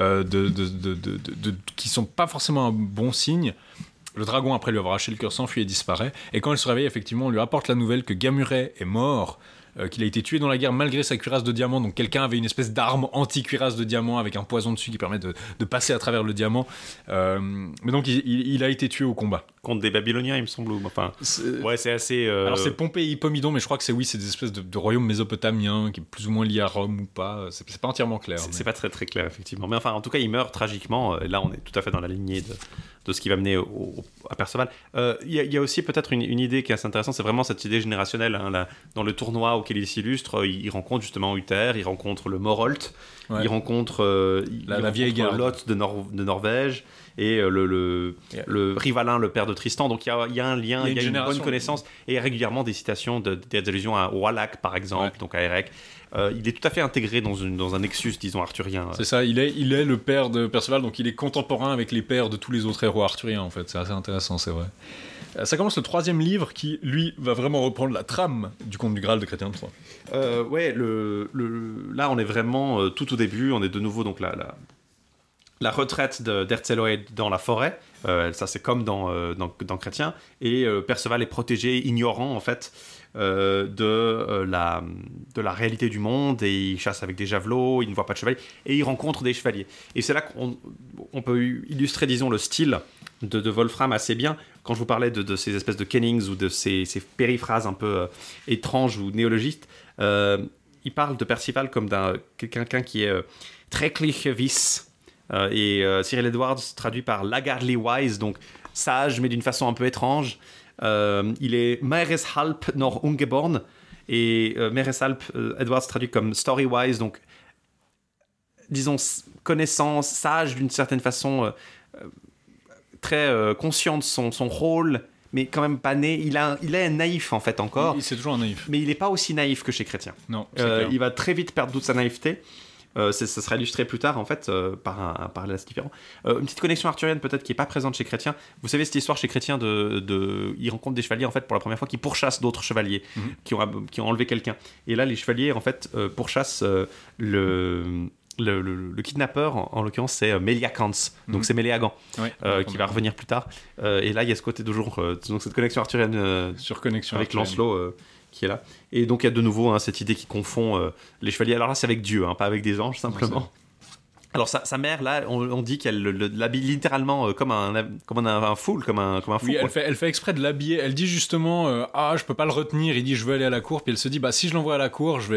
qui sont pas forcément un bon signe. Le dragon, après lui avoir arraché le cœur, s'enfuit et disparaît. Et quand elle se réveille, effectivement, on lui apporte la nouvelle que Gamuret est mort, qu'il a été tué dans la guerre malgré sa cuirasse de diamant. Donc quelqu'un avait une espèce d'arme anti-cuirasse de diamant avec un poison dessus qui permet de passer à travers le diamant. Mais donc il a été tué au combat. Contre des Babyloniens, il me semble. Enfin, ouais, c'est assez... Alors c'est Pompéi, Pomidon, mais je crois que c'est des espèces de royaumes mésopotamiens qui est plus ou moins lié à Rome ou pas. C'est pas entièrement clair. C'est pas très très clair, effectivement. Mais enfin, en tout cas, il meurt tragiquement. Et là, on est tout à fait dans la lignée de ce qui va mener à Perceval. Il y a aussi peut-être une idée qui est assez intéressante, c'est vraiment cette idée générationnelle. Hein, là, dans le tournoi auquel il s'illustre, il rencontre justement Uther, il rencontre le Morholt, il rencontre la vieille garde. Lot de Norvège, et le Rivalin, le père de Tristan. Donc il y a un lien, il y a une bonne connaissance, et régulièrement des citations, des allusions à Wallach, par exemple, donc à Érec. Il est tout à fait intégré dans un nexus, disons, arthurien. C'est ça, il est le père de Perceval, donc il est contemporain avec les pères de tous les autres héros arthuriens, en fait. C'est assez intéressant, c'est vrai. Ça commence le 3e livre qui, lui, va vraiment reprendre la trame du Conte du Graal de Chrétien de Troyes. Ouais, là, on est vraiment tout au début. On est de nouveau donc la retraite d'Ertzeloed dans la forêt. Ça, c'est comme dans Chrétien. Et Perceval est protégé, ignorant, en fait, de la réalité du monde, et il chasse avec des javelots, il ne voit pas de chevalier, et il rencontre des chevaliers. Et c'est là qu'on peut illustrer, disons, le style de Wolfram assez bien. Quand je vous parlais de ces espèces de kennings ou de ces périphrases un peu étranges ou néologistes, il parle de Perceval comme quelqu'un qui est très cliché-vis, et Cyril Edwards traduit par laggardly wise, donc sage mais d'une façon un peu étrange. Il est Mereshalp nor ungeborn, et Mereshalp, Edwards traduit comme story-wise, donc disons connaissance, sage d'une certaine façon, très conscient de son rôle, mais quand même pas né. Il est naïf en fait encore. C'est toujours un naïf. Mais il n'est pas aussi naïf que chez Chrétien. Non, il va très vite perdre toute sa naïveté. Ça sera illustré plus tard en fait par un parallèle assez différent. Une petite connexion arthurienne peut-être qui est pas présente chez Chrétien. Vous savez cette histoire chez Chrétien il rencontre des chevaliers en fait pour la première fois qui pourchassent d'autres chevaliers qui ont enlevé quelqu'un. Et là les chevaliers en fait pourchassent le kidnappeur, en l'occurrence c'est Meliacans, donc c'est Méléagant, qui va revenir plus tard. Et là il y a ce côté toujours donc cette connexion arthurienne surconnexion avec Lancelot qui est là. Et donc il y a de nouveau cette idée qui confond les chevaliers. Alors là c'est avec Dieu, pas avec des anges simplement. Alors sa mère là, on dit qu'elle l'habille littéralement comme un fool, comme un fou. Oui, elle fait exprès de l'habiller. Elle dit justement je peux pas le retenir. Il dit je veux aller à la cour. Puis elle se dit si je l'envoie à la cour, je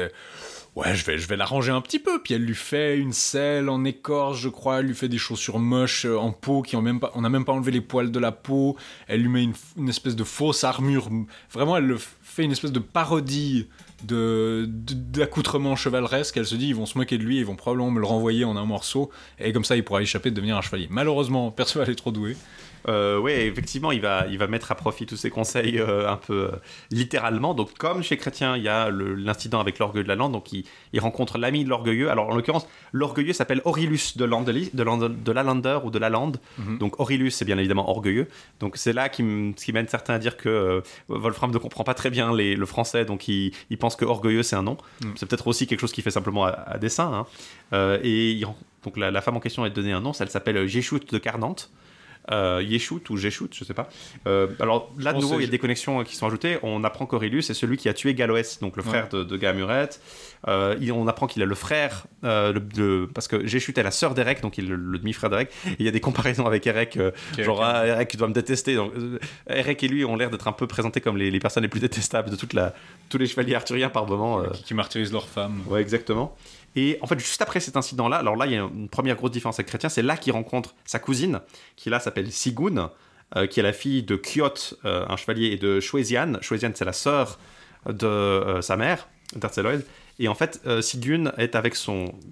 vais l'arranger un petit peu. Puis elle lui fait une selle en écorce, je crois. Elle lui fait des chaussures moches en peau on n'a même pas enlevé les poils de la peau. Elle lui met une espèce de fausse armure. Vraiment, elle fait une espèce de parodie d'accoutrement chevaleresque. Elle se dit ils vont se moquer de lui, ils vont probablement me le renvoyer en un morceau, et comme ça il pourra échapper de devenir un chevalier. Malheureusement, Perceval est trop doué. Oui, effectivement, il va mettre à profit tous ses conseils un peu littéralement. Donc, comme chez Chrétien, il y a l'incident avec l'orgueil de la lande. Donc, il rencontre l'ami de l'orgueilleux. Alors, en l'occurrence, l'orgueilleux s'appelle Aurelius de la Lander ou de la Lande. Donc, Aurelius, c'est bien évidemment orgueilleux. Donc, c'est là ce qui mène certains à dire que Wolfram ne comprend pas très bien le français. Donc, il pense que orgueilleux, c'est un nom. C'est peut-être aussi quelque chose qu'il fait simplement à dessein. Donc, la femme en question est donnée un nom. Elle s'appelle Jéchout de Carnante. Yeshut ou Jéchout, je sais pas. Alors là de nouveau il y a des connexions qui sont ajoutées. On apprend qu'Aurelius est celui qui a tué Galoès, donc le frère de Gamuret. On apprend qu'il est le frère parce que Jéchout est la sœur d'Érec, donc il est le demi-frère d'Érec. Et il y a des comparaisons avec Érec, Érec doit me détester. Donc Érec et lui ont l'air d'être un peu présentés comme les personnes les plus détestables de tous les chevaliers arthuriens par moment. Qui martyrisent leurs femmes. Ouais, exactement. Et en fait, juste après cet incident-là, alors là, il y a une première grosse différence avec Chrétien, c'est là qu'il rencontre sa cousine, qui là s'appelle Sigun, qui est la fille de Kyoth, un chevalier, et de Chouéziane. Chouéziane, c'est la sœur de sa mère, d'Ertzeloed. Et en fait, Sigun est avec son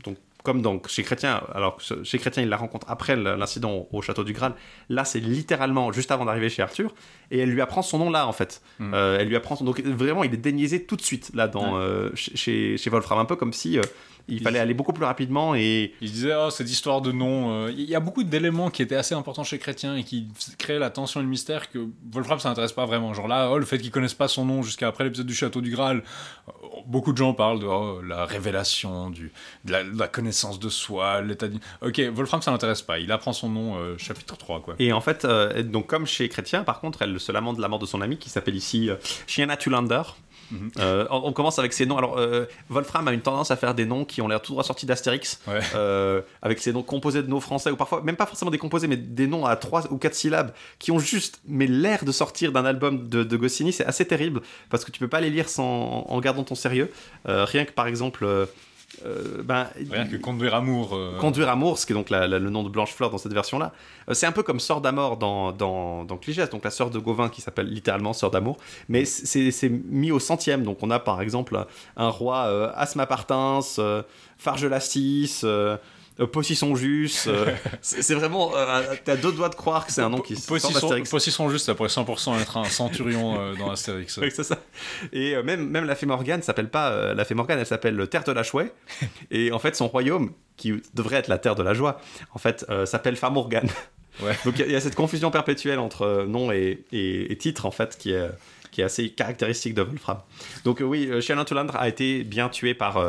comme donc chez Chrétien, alors que chez Chrétien il la rencontre après l'incident au château du Graal, là c'est littéralement juste avant d'arriver chez Arthur, et elle lui apprend son nom là en fait. Elle lui apprend donc vraiment il est déniaisé tout de suite là dans chez Wolfram, un peu comme si il fallait aller beaucoup plus rapidement et il se disait cette histoire de nom, il y a beaucoup d'éléments qui étaient assez importants chez Chrétien et qui créaient la tension et le mystère que Wolfram ça n'intéresse pas vraiment, genre là le fait qu'ils connaissent pas son nom jusqu'à après l'épisode du château du Graal, beaucoup de gens parlent de la révélation de la connaissance de soi, l'état ok, Wolfram ça n'intéresse pas, il apprend son nom chapitre 3 quoi. Et en fait donc comme chez Chrétien par contre elle se lamente de la mort de son ami qui s'appelle ici Shiana Tulander. On commence avec ces noms. Alors, Wolfram a une tendance à faire des noms qui ont l'air tout droit sortis d'Astérix, avec ces noms composés de noms français, ou parfois même pas forcément décomposés, mais des noms à 3 ou 4 syllabes qui ont juste l'air de sortir d'un album de Goscinny. C'est assez terrible parce que tu peux pas les lire en gardant ton sérieux. Rien que par exemple. Rien que Conduire Amour. Conduire Amour, ce qui est donc le nom de Blanchefleur dans cette version-là. C'est un peu comme Sœur d'Amour dans Cligès, donc la sœur de Gauvin qui s'appelle littéralement Sœur d'Amour, mais c'est mis au centième. Donc on a par exemple un roi Asmapartins, Fargelastis, Possissonjus, c'est vraiment t'as 2 doigts de croire que c'est un nom qui sort d'Astérix. Possissonjus ça pourrait 100% être un centurion dans Astérix. Oui, c'est ça. Et même la fée Morgane s'appelle pas la fée Morgane, elle s'appelle Terre de la Chouette. Et en fait son royaume qui devrait être la Terre de la Joie en fait s'appelle Famorgane. Donc il y a cette confusion perpétuelle entre nom et titre en fait qui est assez caractéristique de Wolfram. Donc oui, Shiana Tulander a été bien tué par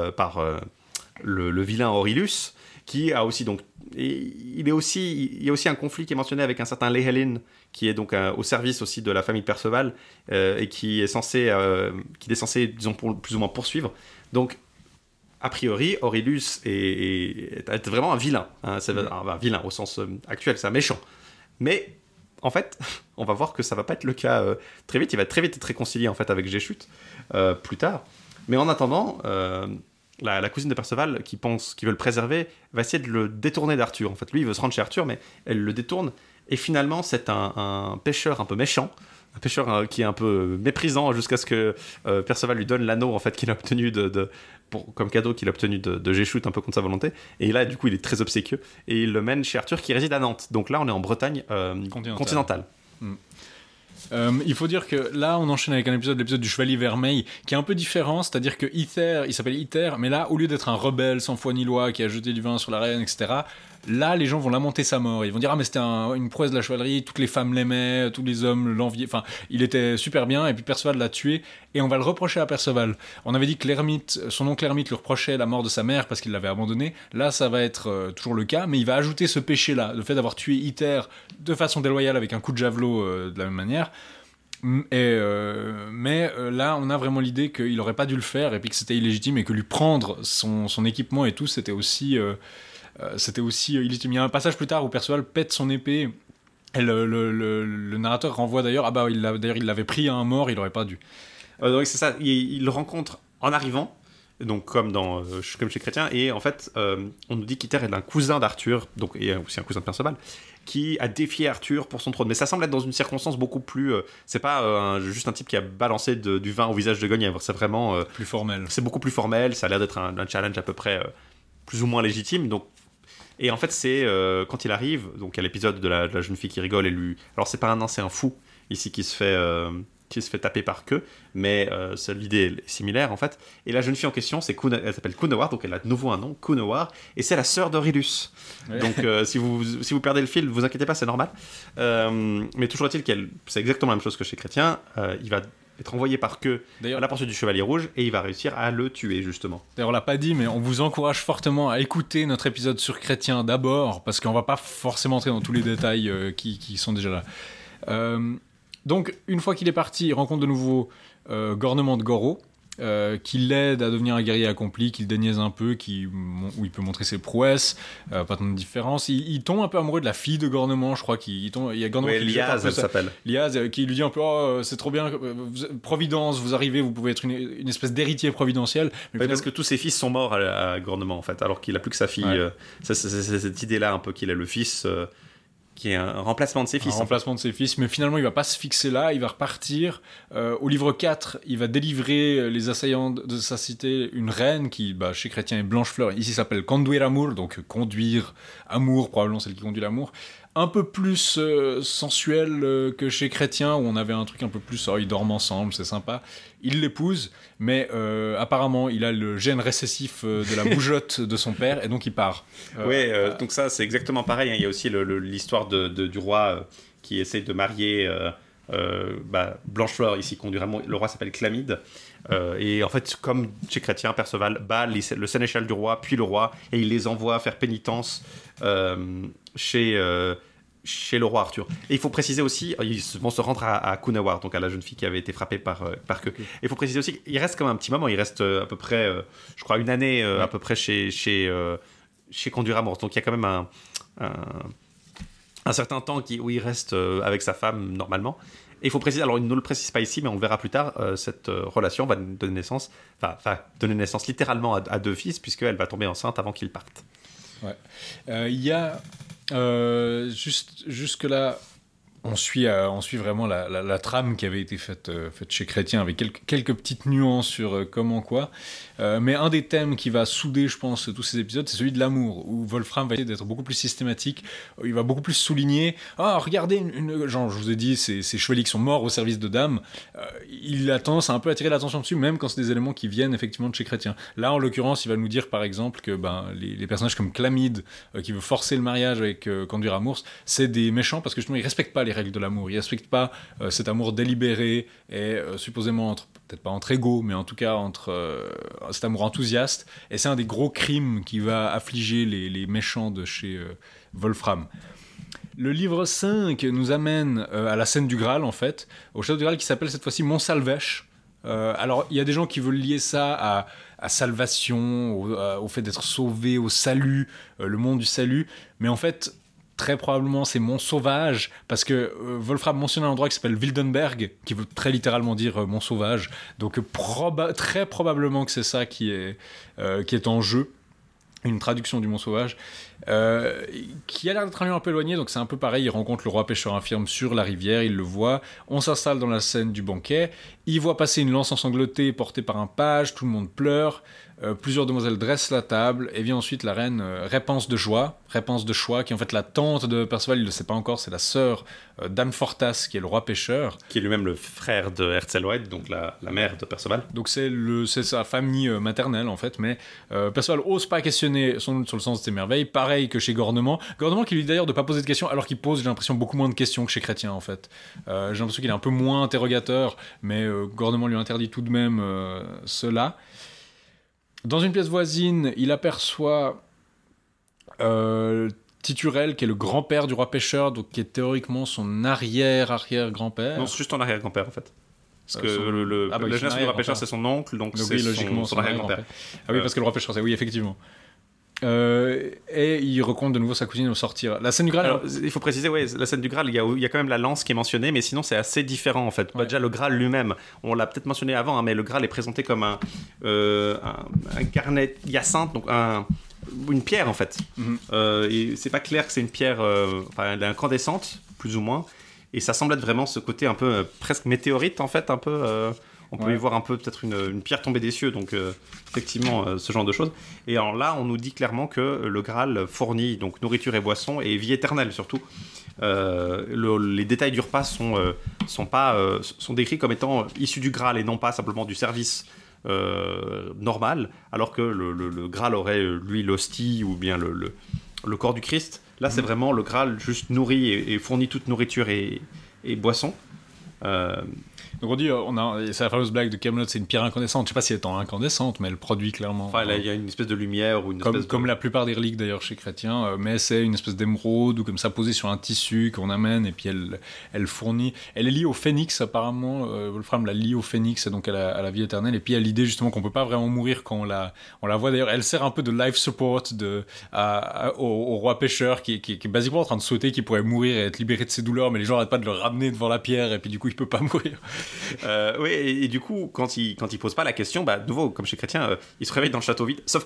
le vilain Aurelius, qui a aussi donc il y a aussi un conflit qui est mentionné avec un certain Léhelin qui est donc au service aussi de la famille de Perceval et qui est censé disons plus ou moins poursuivre. Donc a priori Aurelius est vraiment un vilain, hein, c'est un vilain au sens actuel, c'est un méchant. Mais en fait, on va voir que ça va pas être le cas très vite. Il va très vite être réconcilié en fait avec Géchute plus tard. Mais en attendant, la cousine de Perceval qui veut le préserver va essayer de le détourner d'Arthur. En fait, lui, il veut se rendre chez Arthur, mais elle le détourne. Et finalement, c'est un pêcheur un peu méchant, un pêcheur qui est un peu méprisant jusqu'à ce que Perceval lui donne l'anneau en fait qu'il a obtenu comme cadeau qu'il a obtenu de Géchute un peu contre sa volonté. Et là, du coup, il est très obséquieux et il le mène chez Arthur qui réside à Nantes. Donc là, on est en Bretagne continentale. Il faut dire que là on enchaîne avec l'épisode du Chevalier Vermeil qui est un peu différent, c'est-à-dire que Ither, il s'appelle Ither, mais là au lieu d'être un rebelle sans foi ni loi qui a jeté du vin sur la reine, etc., là les gens vont lamenter sa mort, ils vont dire mais c'était une prouesse de la chevalerie, toutes les femmes l'aimaient, tous les hommes l'enviaient, enfin il était super bien, et puis Perceval l'a tué et on va le reprocher à Perceval. On avait dit que son oncle Hermite lui reprochait la mort de sa mère parce qu'il l'avait abandonné. Là ça va être toujours le cas, mais il va ajouter ce péché là, le fait d'avoir tué Ither de façon déloyale avec un coup de javelot de la même manière. Mais là on a vraiment l'idée qu'il aurait pas dû le faire et puis que c'était illégitime et que lui prendre son équipement et tout c'était aussi illégitime. Il y a un passage plus tard où Perceval pète son épée et le narrateur renvoie d'ailleurs il l'avait pris à un mort, il aurait pas dû. Donc c'est ça, il le rencontre en arrivant, donc comme chez Chrétien, et en fait on nous dit qu'Ither est un cousin d'Arthur, donc et aussi un cousin de Perceval, qui a défié Arthur pour son trône. Mais ça semble être dans une circonstance beaucoup plus... c'est pas juste un type qui a balancé du vin au visage de Guenièvre, c'est vraiment... plus formel. C'est beaucoup plus formel, ça a l'air d'être un challenge à peu près plus ou moins légitime. Donc, et en fait, c'est quand il arrive, donc il y a l'épisode de la jeune fille qui rigole et lui... Alors c'est pas un nain, c'est un fou, ici, qui se fait taper par queue, mais l'idée est similaire en fait. Et la jeune fille en question, elle s'appelle Cunewar, donc elle a de nouveau un nom, Cunewar, et c'est la sœur d'Aurelius. Ouais. Donc si vous perdez le fil, vous inquiétez pas, c'est normal. Mais toujours est-il c'est exactement la même chose que chez Chrétien. Il va être envoyé par queue à la poursuite du Chevalier Rouge et il va réussir à le tuer justement. D'ailleurs on l'a pas dit, mais on vous encourage fortement à écouter notre épisode sur Chrétien d'abord, parce qu'on va pas forcément entrer dans tous les détails qui sont déjà là. Donc, une fois qu'il est parti, il rencontre de nouveau Gornement de Goro, qui l'aide à devenir un guerrier accompli, qui le déniaise un peu, où il peut montrer ses prouesses, pas tant de différence. Il tombe un peu amoureux de la fille de Gornement, je crois. Il y a Gornement qui Liaz, elle s'appelle. Liaz, qui lui dit un peu c'est trop bien, Providence, vous arrivez, vous pouvez être une espèce d'héritier providentiel. Mais parce que tous ses fils sont morts à Gornement, en fait, alors qu'il a plus que sa fille. C'est cette idée-là, un peu, qu'il est le fils... qui est un remplacement de ses fils. Un remplacement de ses fils, mais finalement il va pas se fixer là, il va repartir. Au livre 4, il va délivrer les assaillants de sa cité, une reine qui, chez Chrétien, est Blanchefleur, ici s'appelle Conduire Amour, donc conduire amour, probablement celle qui conduit l'amour. Un peu plus sensuel que chez Chrétien, où on avait un truc un peu plus, ils dorment ensemble, c'est sympa. Il l'épouse, mais apparemment, il a le gène récessif de la bougeotte de son père, et donc il part. Donc ça, c'est exactement pareil. Hein. Il y a aussi l'histoire du roi qui essaie de marier Blanchefleur, ici conduit Amour. Le roi s'appelle Chlamyde. Et en fait, comme chez Chrétien, Perceval bat le sénéchal du roi, puis le roi, et il les envoie faire pénitence chez le roi Arthur. Et il faut préciser aussi, ils vont se rendre à Cunawar, donc à la jeune fille qui avait été frappée par que. Il faut préciser aussi qu'il reste quand même un petit moment, il reste à peu près, je crois, une année à peu près chez Conduire Amour. Donc il y a quand même un certain temps où il reste avec sa femme normalement. Et il faut préciser, alors il ne le précise pas ici, mais on le verra plus tard, cette relation va donner naissance littéralement à 2 fils, puisqu'elle va tomber enceinte avant qu'ils partent. Ouais. Il y a jusque-là, on suit vraiment la trame qui avait été faite chez Chrétien, avec quelques petites nuances sur comment quoi. Mais un des thèmes qui va souder, je pense, tous ces épisodes, c'est celui de l'amour, où Wolfram va essayer d'être beaucoup plus systématique. Il va beaucoup plus souligner regardez, genre, je vous ai dit, ces chevaliers qui sont morts au service de dames. Il a tendance à un peu attirer l'attention dessus, même quand c'est des éléments qui viennent effectivement de chez Chrétien. Là, en l'occurrence, il va nous dire par exemple que les personnages comme Chlamyde, qui veut forcer le mariage avec Conduire Amour, c'est des méchants parce que justement ils respectent pas les règles de l'amour, ils respectent pas cet amour délibéré et supposément peut-être pas entre égaux, mais en tout cas entre cet amour enthousiaste, et c'est un des gros crimes qui va affliger les méchants de chez Wolfram. Le livre 5 nous amène à la scène du Graal, en fait, au château du Graal qui s'appelle cette fois-ci Montsalvèche. Alors, il y a des gens qui veulent lier ça à salvation, au fait d'être sauvé, au salut, le monde du salut, mais en fait, très probablement c'est Mont Sauvage, parce que Wolfram mentionne un endroit qui s'appelle Wildenberg, qui veut très littéralement dire Mont Sauvage, donc très probablement que c'est ça qui est en jeu, une traduction du Mont Sauvage, qui a l'air d'être un lieu un peu éloigné, donc c'est un peu pareil, il rencontre le roi pêcheur infirme sur la rivière, il le voit, on s'installe dans la scène du banquet, il voit passer une lance ensanglantée portée par un page, tout le monde pleure, plusieurs demoiselles dressent la table, et vient ensuite la reine Réponse de Choix, qui est en fait la tante de Perceval, il ne le sait pas encore, c'est la sœur d'Anne-Fortas, qui est le roi pêcheur. Qui est lui-même le frère de Herzelwed, donc la mère de Perceval. Donc c'est sa famille maternelle, en fait, mais Perceval n'ose pas questionner son doute sur le sens de ses merveilles, pareil que chez Gornement qui lui dit d'ailleurs de ne pas poser de questions, alors qu'il pose, j'ai l'impression, beaucoup moins de questions que chez Chrétien, en fait. J'ai l'impression qu'il est un peu moins interrogateur, mais Gornement lui interdit tout de même cela. Dans une pièce voisine, il aperçoit Titurel, qui est le grand-père du roi pêcheur, donc qui est théoriquement son arrière-arrière-grand-père. Non, c'est juste son arrière-grand-père, en fait. Parce que le jeunesse du roi pêcheur, c'est son oncle, donc c'est logiquement son arrière-grand-père. Ah oui, parce que le roi pêcheur, c'est oui, effectivement. Et il rencontre de nouveau sa cousine au sortir. La scène du Graal. Alors, il faut préciser, la scène du Graal, il y a quand même la lance qui est mentionnée, mais sinon c'est assez différent en fait. Ouais. Déjà le Graal lui-même, on l'a peut-être mentionné avant, mais le Graal est présenté comme un garnet hyacinthe, donc une pierre en fait. Mm-hmm. Et c'est pas clair que c'est une pierre, elle est incandescente, plus ou moins, et ça semble être vraiment ce côté un peu presque météorite en fait, un peu. On peut y voir un peu peut-être une pierre tombée des cieux, donc effectivement ce genre de choses. Et alors là, on nous dit clairement que le Graal fournit donc nourriture et boissons et vie éternelle surtout. Les détails du repas sont décrits comme étant issus du Graal et non pas simplement du service normal, alors que le Graal aurait lui l'hostie ou bien le corps du Christ. Là, c'est vraiment le Graal juste nourrit et fournit toute nourriture et boissons. Donc on dit, c'est la fameuse blague de Camelot, c'est une pierre incandescente. Je sais pas si elle est incandescente, mais elle produit clairement. Enfin, il y a une espèce de lumière ou comme la plupart des reliques d'ailleurs chez Chrétien, mais c'est une espèce d'émeraude ou comme ça posée sur un tissu qu'on amène et puis elle fournit. Elle est liée au phénix apparemment. Wolfram la lie au phénix, donc à la vie éternelle. Et puis à l'idée justement qu'on peut pas vraiment mourir quand on la voit. D'ailleurs, elle sert un peu de life support au roi pêcheur qui est basiquement en train de sauter, qui pourrait mourir et être libéré de ses douleurs, mais les gens arrêtent pas de le ramener devant la pierre et puis du coup coup il peut pas mourir. Oui, et du coup, quand il pose pas la question, de nouveau, comme chez Chrétien, il se réveille dans le château vide. Sauf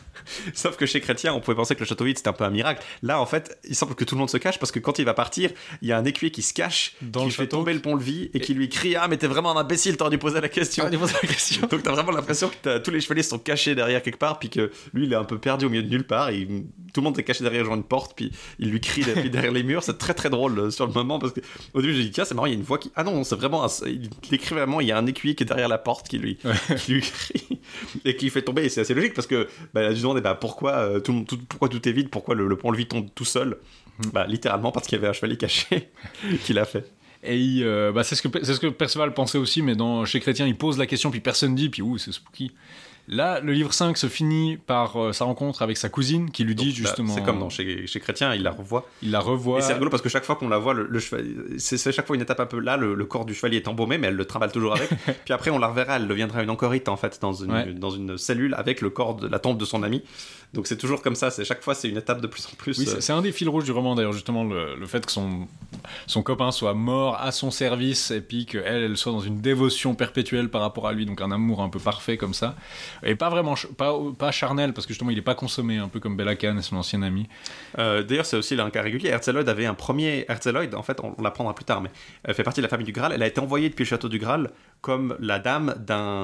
que chez Chrétien, on pouvait penser que le château vide c'était un peu un miracle. Là, en fait, il semble que tout le monde se cache parce que quand il va partir, il y a un écuyer qui se cache, qui fait tomber le pont-levis et qui lui crie: ah, mais t'es vraiment un imbécile, t'aurais dû poser la question. Donc t'as vraiment l'impression que tous les chevaliers sont cachés derrière quelque part, puis que lui il est un peu perdu au milieu de nulle part. Et tout le monde est caché derrière une porte, puis il lui crie depuis derrière les murs. C'est très très drôle sur le moment parce que au début j'ai dit tiens, c'est marrant, il y a une voix qui. Ah non, c'est vraiment. Il écrit vraiment, il y a un écuyer qui est derrière la porte qui lui crie et qui fait tomber. Et c'est assez logique parce que je demandais pourquoi tout est vide, pourquoi le pont-levis tombe tout seul. Littéralement parce qu'il y avait un chevalier caché qui l'a fait. Et c'est ce que Perceval pensait aussi, mais chez Chrétien, il pose la question, puis personne dit, puis c'est spooky. Là, le livre 5 se finit par sa rencontre avec sa cousine, qui lui dit justement... C'est comme chez Chrétien, il la revoit. Et c'est rigolo parce que chaque fois qu'on la voit, le chevalier, c'est chaque fois une étape un peu... Là, le corps du chevalier est embaumé, mais elle le trimballe toujours avec. Puis après, on la reverra, elle deviendra une anchorite, en fait, dans une cellule avec le corps de la tombe de son ami. Donc c'est toujours comme ça, chaque fois c'est une étape de plus en plus. Oui, c'est un des fils rouges du roman d'ailleurs, justement, le fait que son copain soit mort à son service et puis qu'elle soit dans une dévotion perpétuelle par rapport à lui, donc un amour un peu parfait comme ça. Et pas vraiment, pas charnel, parce que justement il est pas consommé, un peu comme Bella-Khan et son ancien ami. D'ailleurs c'est aussi un cas régulier. Herzéloïd avait un premier... Herzéloïd, en fait, on l'apprendra plus tard, mais elle fait partie de la famille du Graal. Elle a été envoyée depuis le château du Graal comme la dame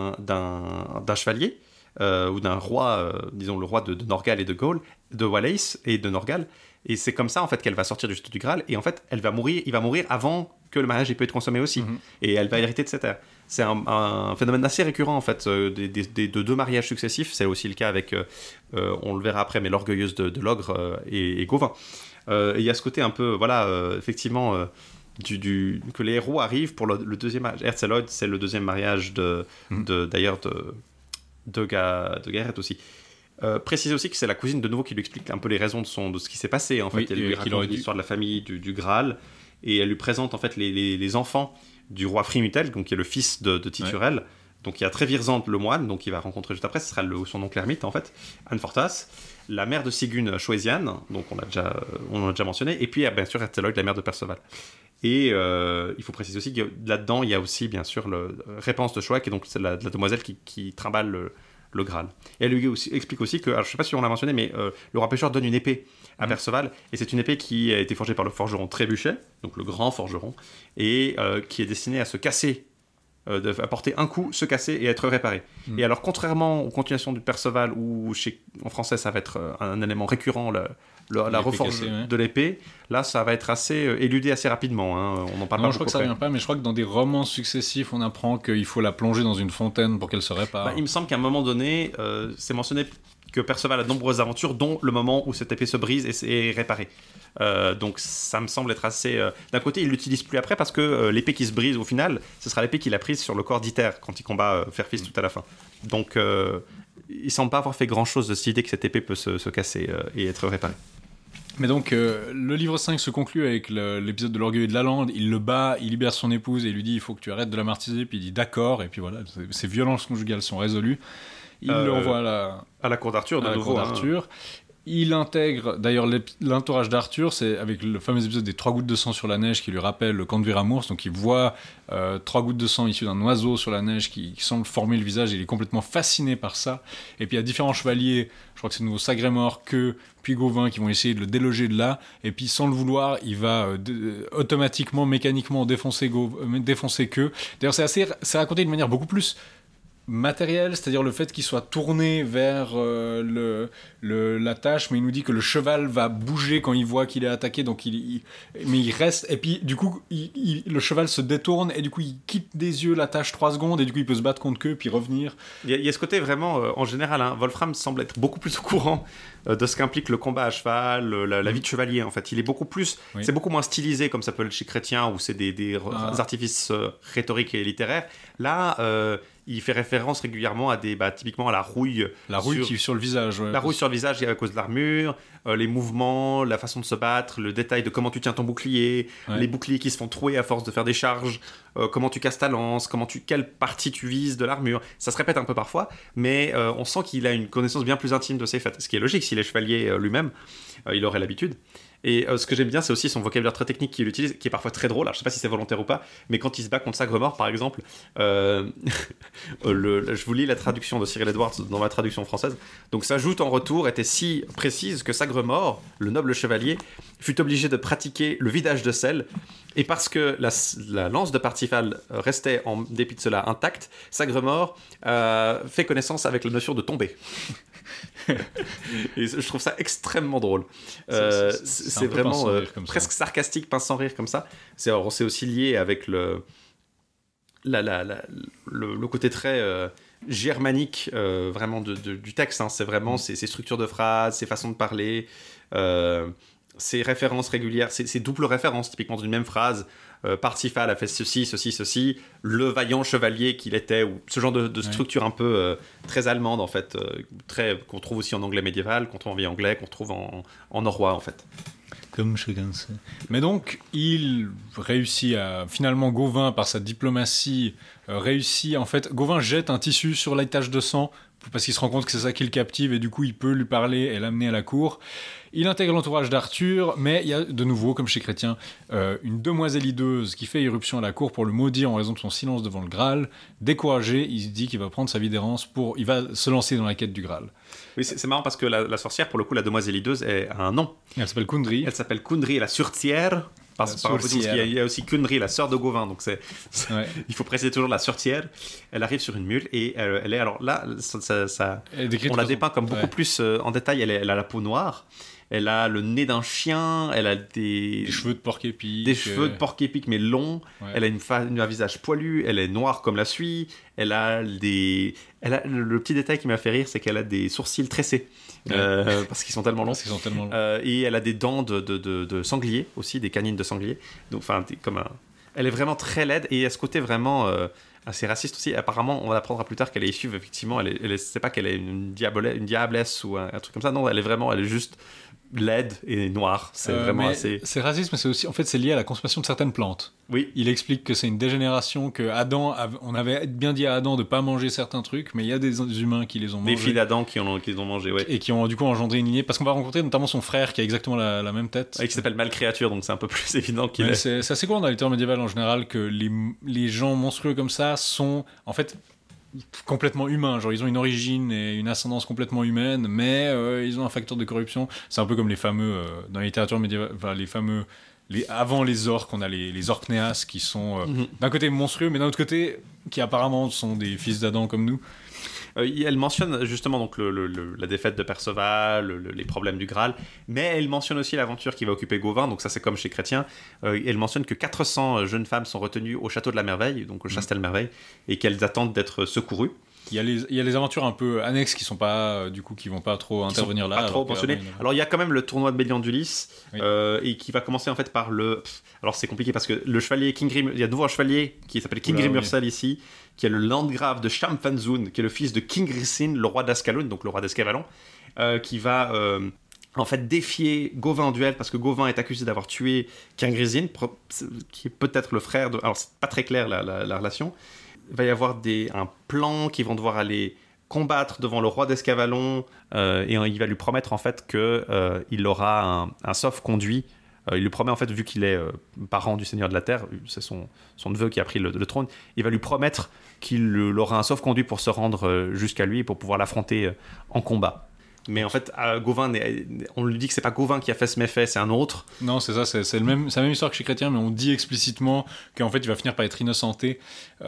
d'un chevalier. Ou d'un roi, disons le roi de Norgal et de Gaul, de Wallace et de Norgal, et c'est comme ça en fait qu'elle va sortir du château du Graal, et en fait il va mourir avant que le mariage ait pu être consommé aussi, et elle va hériter de ses terres. C'est un phénomène assez récurrent en fait, de deux mariages successifs. C'est aussi le cas avec, on le verra après, mais l'orgueilleuse de l'ogre et Gauvin. Et il y a ce côté un peu, effectivement, que les héros arrivent pour le deuxième mariage. Herzéloïd, c'est le deuxième mariage d'ailleurs de Garet aussi. Préciser aussi que c'est la cousine de nouveau qui lui explique un peu les raisons de ce qui s'est passé en fait. Elle lui raconte l'histoire de la famille du Graal, et elle lui présente en fait les enfants du roi Frimutel, donc qui est le fils de Titurel. Donc il y a Trévirzande le moine, donc il va rencontrer juste après, ce sera son oncle ermite en fait, Anne Fortas, la mère de Sigune Choésiane, donc on l'a déjà mentionné, et puis bien sûr Herzéloïd, la mère de Perceval. Et il faut préciser aussi que là-dedans, il y a aussi, bien sûr, Réponse de Choix, qui est donc la demoiselle qui trimballe le Graal. Et elle lui explique aussi que, alors, je ne sais pas si on l'a mentionné, mais le roi pêcheur donne une épée à Perceval, et c'est une épée qui a été forgée par le forgeron Trébuchet, donc le grand forgeron, et qui est destinée à se casser, à porter un coup, se casser et être réparée. Et alors, contrairement aux continuations du Perceval, où en français ça va être un élément récurrent, la reforge de l'épée, là ça va être assez éludé assez rapidement, on en parle pas. Je crois que ça vient pas, mais je crois que dans des romans successifs on apprend qu'il faut la plonger dans une fontaine pour qu'elle se répare. Il me semble qu'à un moment donné c'est mentionné que Perceval a de nombreuses aventures, dont le moment où cette épée se brise et est réparée. Donc ça me semble être assez... D'un côté, il l'utilise plus après parce que l'épée qui se brise au final, ce sera l'épée qu'il a prise sur le corps d'Iter quand il combat Fer-Fils tout à la fin. Donc il semble pas avoir fait grand-chose de cette idée que cette épée peut se casser et être réparée. Mais donc, le livre 5 se conclut avec l'épisode de l'orgueil de la lande. Il le bat, il libère son épouse et il lui dit il faut que tu arrêtes de la martyriser. Puis il dit d'accord, et puis voilà, ces violences conjugales sont résolues. Il le renvoie à la cour d'Arthur, de nouveau. Il intègre, d'ailleurs, l'entourage d'Arthur, c'est avec le fameux épisode des 3 gouttes de sang sur la neige qui lui rappelle le camp de Viramours. Donc il voit 3 gouttes de sang issues d'un oiseau sur la neige qui semble former le visage, et il est complètement fasciné par ça. Et puis il y a différents chevaliers, je crois que c'est de nouveau Sagremor, puis Gauvin, qui vont essayer de le déloger de là. Et puis sans le vouloir, il va automatiquement, mécaniquement défoncer Queux. D'ailleurs, c'est raconté d'une manière beaucoup plus matériel, c'est-à-dire le fait qu'il soit tourné vers la tâche, mais il nous dit que le cheval va bouger quand il voit qu'il est attaqué, donc mais il reste, et puis du coup le cheval se détourne, et du coup il quitte des yeux la tâche 3 secondes, et du coup il peut se battre contre Queux, puis revenir. Il y a ce côté vraiment, en général, Wolfram semble être beaucoup plus au courant de ce qu'implique le combat à cheval, la vie de chevalier, en fait. Il est beaucoup plus, c'est beaucoup moins stylisé, comme ça peut être chez Chrétien, où c'est des artifices rhétoriques et littéraires. Là, il fait référence régulièrement à typiquement à la rouille. La rouille qui est sur le visage. La rouille sur le visage à cause de l'armure, les mouvements, la façon de se battre, le détail de comment tu tiens ton bouclier, les boucliers qui se font trouer à force de faire des charges, comment tu casses ta lance, quelle partie tu vises de l'armure. Ça se répète un peu parfois, mais on sent qu'il a une connaissance bien plus intime de ses faits. Ce qui est logique, s'il est chevalier lui-même, il aurait l'habitude. Et ce que j'aime bien, c'est aussi son vocabulaire très technique qu'il utilise, qui est parfois très drôle. Alors, je sais pas si c'est volontaire ou pas, mais quand il se bat contre Sagremort, par exemple, je vous lis la traduction de Cyril Edwards dans ma traduction française. Donc, sa joute en retour était si précise que Sagremort, le noble chevalier, fut obligé de pratiquer le vidage de sel. Et parce que la lance de Parsifal restait, en dépit de cela, intacte, Sagremort fait connaissance avec la notion de tomber. Et je trouve ça extrêmement drôle. C'est vraiment presque sarcastique, pince sans rire comme ça. C'est aussi lié avec le côté très germanique vraiment du texte. Hein. C'est vraiment ses structures de phrases, ses façons de parler, ses références régulières, ses doubles références typiquement d'une même phrase. Parsifal a fait ceci, le vaillant chevalier qu'il était, ou ce genre de structure un peu très allemande en fait, qu'on trouve aussi en anglais médiéval, qu'on trouve en vieil anglais, qu'on trouve en norrois en fait. Comme chacun sait. Mais donc, il réussit à... Finalement, Gauvin, par sa diplomatie, réussit... En fait, Gauvin jette un tissu sur la tache de sang parce qu'il se rend compte que c'est ça qui le captive et du coup, il peut lui parler et l'amener à la cour. Il intègre l'entourage d'Arthur, mais il y a de nouveau, comme chez Chrétien, une demoiselle hideuse qui fait irruption à la cour pour le maudire en raison de son silence devant le Graal. Découragé, il se dit qu'il va prendre sa vie d'errance il va se lancer dans la quête du Graal. Oui, c'est marrant parce que la sorcière, pour le coup, la demoiselle hideuse, a un nom. Elle s'appelle Kundry. Elle s'appelle Kundry, la surtière. Parce qu'il y a aussi Kundry, la sœur de Gauvin, donc il faut préciser toujours la surtière. Elle arrive sur une mule et elle est, alors là, on la dépeint comme beaucoup plus en détail. Elle a la peau noire, elle a le nez d'un chien, elle a des cheveux de porc-épic. Des cheveux de porc-épic mais longs, elle a un visage poilu, elle est noire comme la suie, elle a le petit détail qui m'a fait rire, c'est qu'elle a des sourcils tressés. Parce qu'ils sont tellement longs. Et elle a des dents de sanglier aussi, des canines de sanglier. Donc, elle est vraiment très laide et à ce côté vraiment assez raciste aussi. Apparemment, on apprendra plus tard qu'elle est issue, effectivement, c'est pas qu'elle est une diablesse ou un truc comme ça. Non, elle est juste laide et noire. C'est vraiment assez... C'est raciste, mais c'est aussi, en fait, c'est lié à la consommation de certaines plantes. Oui. Il explique que c'est une dégénération, que on avait bien dit à Adam de pas manger certains trucs, mais il y a des humains qui les ont mangés. Des filles d'Adam qui les ont mangés, ouais. Et qui ont du coup engendré une lignée, parce qu'on va rencontrer notamment son frère qui a exactement la même tête. Et qui s'appelle Malcréature, donc c'est un peu plus évident qu'il est. C'est assez courant dans la littérature médiévale en général que les gens monstrueux comme ça sont, en fait, complètement humains, genre ils ont une origine et une ascendance complètement humaine, mais ils ont un facteur de corruption. C'est un peu comme les fameux dans la littérature médiévale, enfin, les fameux avant les orques, on a les orknéas qui sont d'un côté monstrueux, mais d'un autre côté qui apparemment sont des fils d'Adam comme nous. Elle mentionne justement donc la défaite de Perceval, les problèmes du Graal, mais elle mentionne aussi l'aventure qui va occuper Gauvin, donc ça c'est comme chez Chrétien. Elle mentionne que 400 jeunes femmes sont retenues au château de la Merveille, donc au Chastel-Merveille, et qu'elles attendent d'être secourues. Il y a les aventures un peu annexes qui sont pas qui vont pas trop intervenir là. Pas trop mentionnées. Alors il y a quand même le tournoi de Bélian d'Ulysse, et qui va commencer en fait par alors c'est compliqué parce que le chevalier il y a de nouveau un chevalier qui s'appelle King Grimmursel ici, qui est le landgrave de Champfanzoon, qui est le fils de King Grisin, le roi d'Ascalon, donc le roi d'Escavalon, qui va en fait défier Gauvin en duel parce que Gauvin est accusé d'avoir tué King Grisin, qui est peut-être le frère de. Alors c'est pas très clair la relation. Il va y avoir un plan qui vont devoir aller combattre devant le roi d'Escavalon, et il va lui promettre en fait qu'il aura un sauf-conduit. Il lui promet en fait, vu qu'il est parent du Seigneur de la Terre, c'est son neveu qui a pris le trône, il va lui promettre qu'il aura un sauf-conduit pour se rendre jusqu'à lui et pour pouvoir l'affronter en combat. Mais en fait, Gauvin, on lui dit que c'est pas Gauvin qui a fait ce méfait, c'est un autre. Non, c'est ça, c'est la même histoire que chez Chrétien, mais on dit explicitement qu'en fait, il va finir par être innocenté.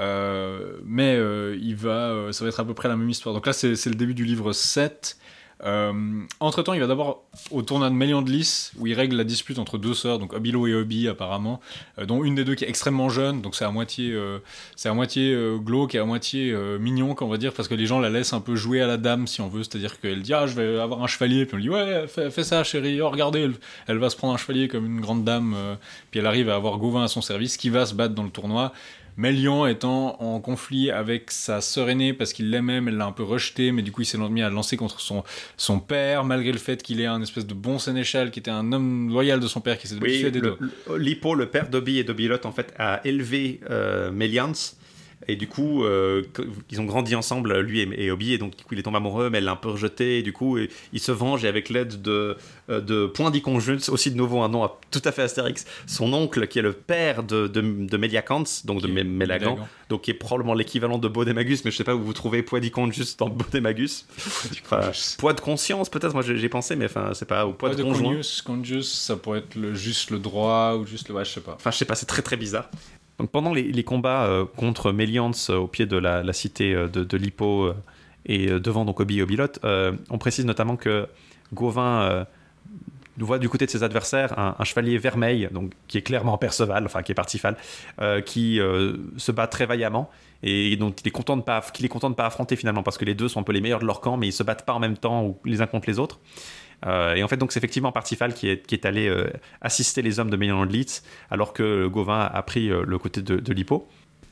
Mais ça va être à peu près la même histoire. Donc là, c'est le début du livre 7. Entre-temps, il va d'abord au tournoi de Méliandlis, où il règle la dispute entre deux sœurs, donc Obilo et Obi apparemment, dont une des deux qui est extrêmement jeune, donc c'est à moitié glauque et à moitié mignon, qu'on va dire, parce que les gens la laissent un peu jouer à la dame, si on veut, c'est-à-dire qu'elle dit « Ah, je vais avoir un chevalier », puis on lui dit « Ouais, fais ça chérie, oh regardez, elle va se prendre un chevalier comme une grande dame », puis elle arrive à avoir Gauvin à son service, qui va se battre dans le tournoi. Mélian étant en conflit avec sa sœur aînée parce qu'il l'aimait, mais elle l'a un peu rejeté, mais du coup il s'est mis à lancer contre son père, malgré le fait qu'il est un espèce de bon sénéchal qui était un homme loyal de son père qui s'est tué des deux. Lippo, le père d'Obi et d'Obilot, en fait, a élevé Méliance, Et du coup, ils ont grandi ensemble, lui et Obi, et donc du coup, il est tombé amoureux, mais elle l'a un peu rejeté, et du coup, il se venge, et avec l'aide de Point d'Iconjunts, aussi de nouveau un nom tout à fait Astérix, son oncle, qui est le père de Meliacanthe, donc de Mélagan, donc qui est probablement l'équivalent de Bodemagus, mais je sais pas où vous trouvez Point d'Iconjunts dans Bodemagus. Poids de conscience, peut-être, moi j'ai pensé, mais enfin, c'est pas, ou poids de conjoint. Conjus, ça pourrait être juste le droit, ou juste le. Ouais, je sais pas. Enfin, je sais pas, c'est très très bizarre. Donc, pendant les combats contre Méliance au pied de la cité de Lippo et devant donc Obi et Obilot, on précise notamment que Gauvin voit du côté de ses adversaires un chevalier vermeil, donc, qui est clairement Perceval, enfin qui est Parsifal, qui se bat très vaillamment et donc qu'il est content de pas affronter finalement parce que les deux sont un peu les meilleurs de leur camp mais ils se battent pas en même temps ou les uns contre les autres. Et en fait, donc c'est effectivement Parsifal qui est allé assister les hommes de Méliant de Lys, alors que Gauvin a pris le côté de Lippo.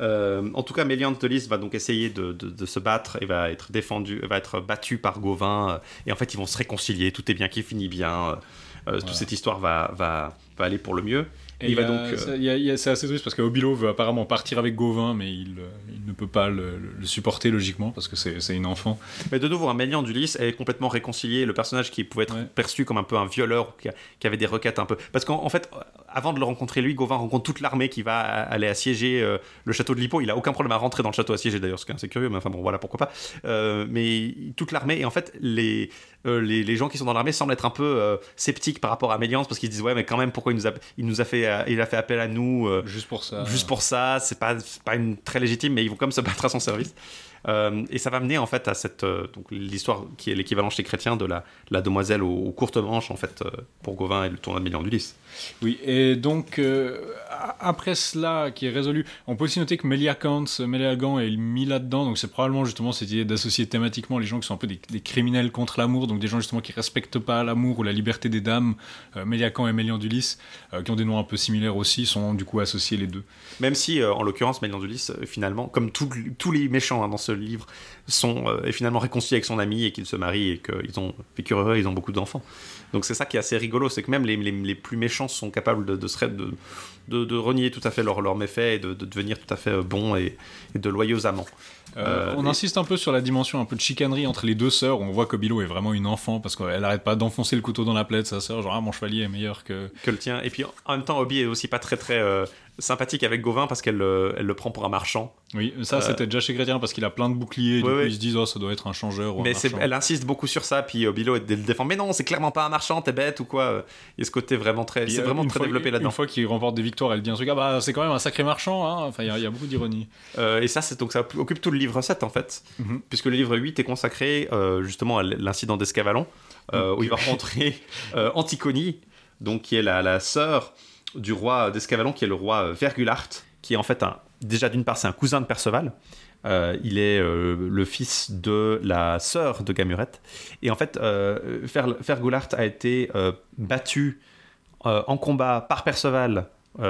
En tout cas, Méliant de Lys va donc essayer de se battre et va être battu par Gauvin. Et en fait, ils vont se réconcilier. Tout est bien qui finit bien. Toute cette histoire va aller pour le mieux. Et c'est assez triste parce qu'Obilo veut apparemment partir avec Gauvin, mais il ne peut pas le supporter logiquement parce que c'est une enfant. Mais de nouveau, un Méliant d'Ulysse est complètement réconcilié. Le personnage qui pouvait être perçu comme un peu un violeur, qui avait des requêtes un peu. Parce qu'en fait, avant de le rencontrer, lui, Gauvin rencontre toute l'armée qui va aller assiéger le château de Lippo. Il a aucun problème à rentrer dans le château assiégé d'ailleurs, ce qui est assez curieux, mais enfin bon, voilà, pourquoi pas. Mais toute l'armée, et en fait, les gens qui sont dans l'armée semblent être un peu sceptiques par rapport à Méliance parce qu'ils se disent ouais mais quand même pourquoi il a fait appel à nous juste pour ça c'est pas une très légitime mais ils vont quand même se battre à son service et ça va mener en fait à cette donc l'histoire qui est l'équivalent chez Chrétien de la demoiselle aux courtes manches en fait pour Gauvin et le tournoi de Méliant d'Ulysse. Oui, et donc après cela qui est résolu, on peut aussi noter que Méliagant est mis là-dedans, donc c'est probablement justement cette idée d'associer thématiquement les gens qui sont un peu des criminels contre l'amour, donc des gens justement qui respectent pas l'amour ou la liberté des dames. Méliagant et Méliant d'Ulysse, qui ont des noms un peu similaires aussi, sont du coup associés les deux. Même si en l'occurrence Méliant d'Ulysse finalement, comme tous les méchants dans ce livre, sont finalement réconciliés avec son ami et qu'ils se marient et qu'ils ont vécu heureux, ils ont beaucoup d'enfants. Donc c'est ça qui est assez rigolo, c'est que même les plus méchants sont capables de renier tout à fait leurs méfaits et de devenir tout à fait bons et de loyaux amants. On insiste un peu sur la dimension un peu de chicanerie entre les deux sœurs, où on voit qu'Obilo est vraiment une enfant parce qu'elle arrête pas d'enfoncer le couteau dans la plaie de sa sœur, genre mon chevalier est meilleur que le tien. Et puis en même temps Obi est aussi pas très sympathique avec Gauvin parce qu'elle le prend pour un marchand. Oui, ça c'était déjà chez Chrétien parce qu'il a plein de boucliers, du coup ils se disent ça doit être un changeur ou mais un marchand. Elle insiste beaucoup sur ça, puis Obilo le défend, mais non c'est clairement pas un marchand, t'es bête ou quoi. Il y a ce côté vraiment très développé là-dedans. Une fois qu'il remporte des victoires, elle dit un truc c'est quand même un sacré marchand, hein. Enfin il y a beaucoup d'ironie. Et ça occupe tout le livre 7 en fait, puisque le livre 8 est consacré justement à l'incident d'Escavalon, où il va rencontrer Antigone, donc qui est la sœur du roi d'Escavalon, qui est le roi Vergulart, qui est en fait déjà d'une part c'est un cousin de Perceval. Il est le fils de la sœur de Gamurette, et en fait Vergulart a été battu en combat par Perceval,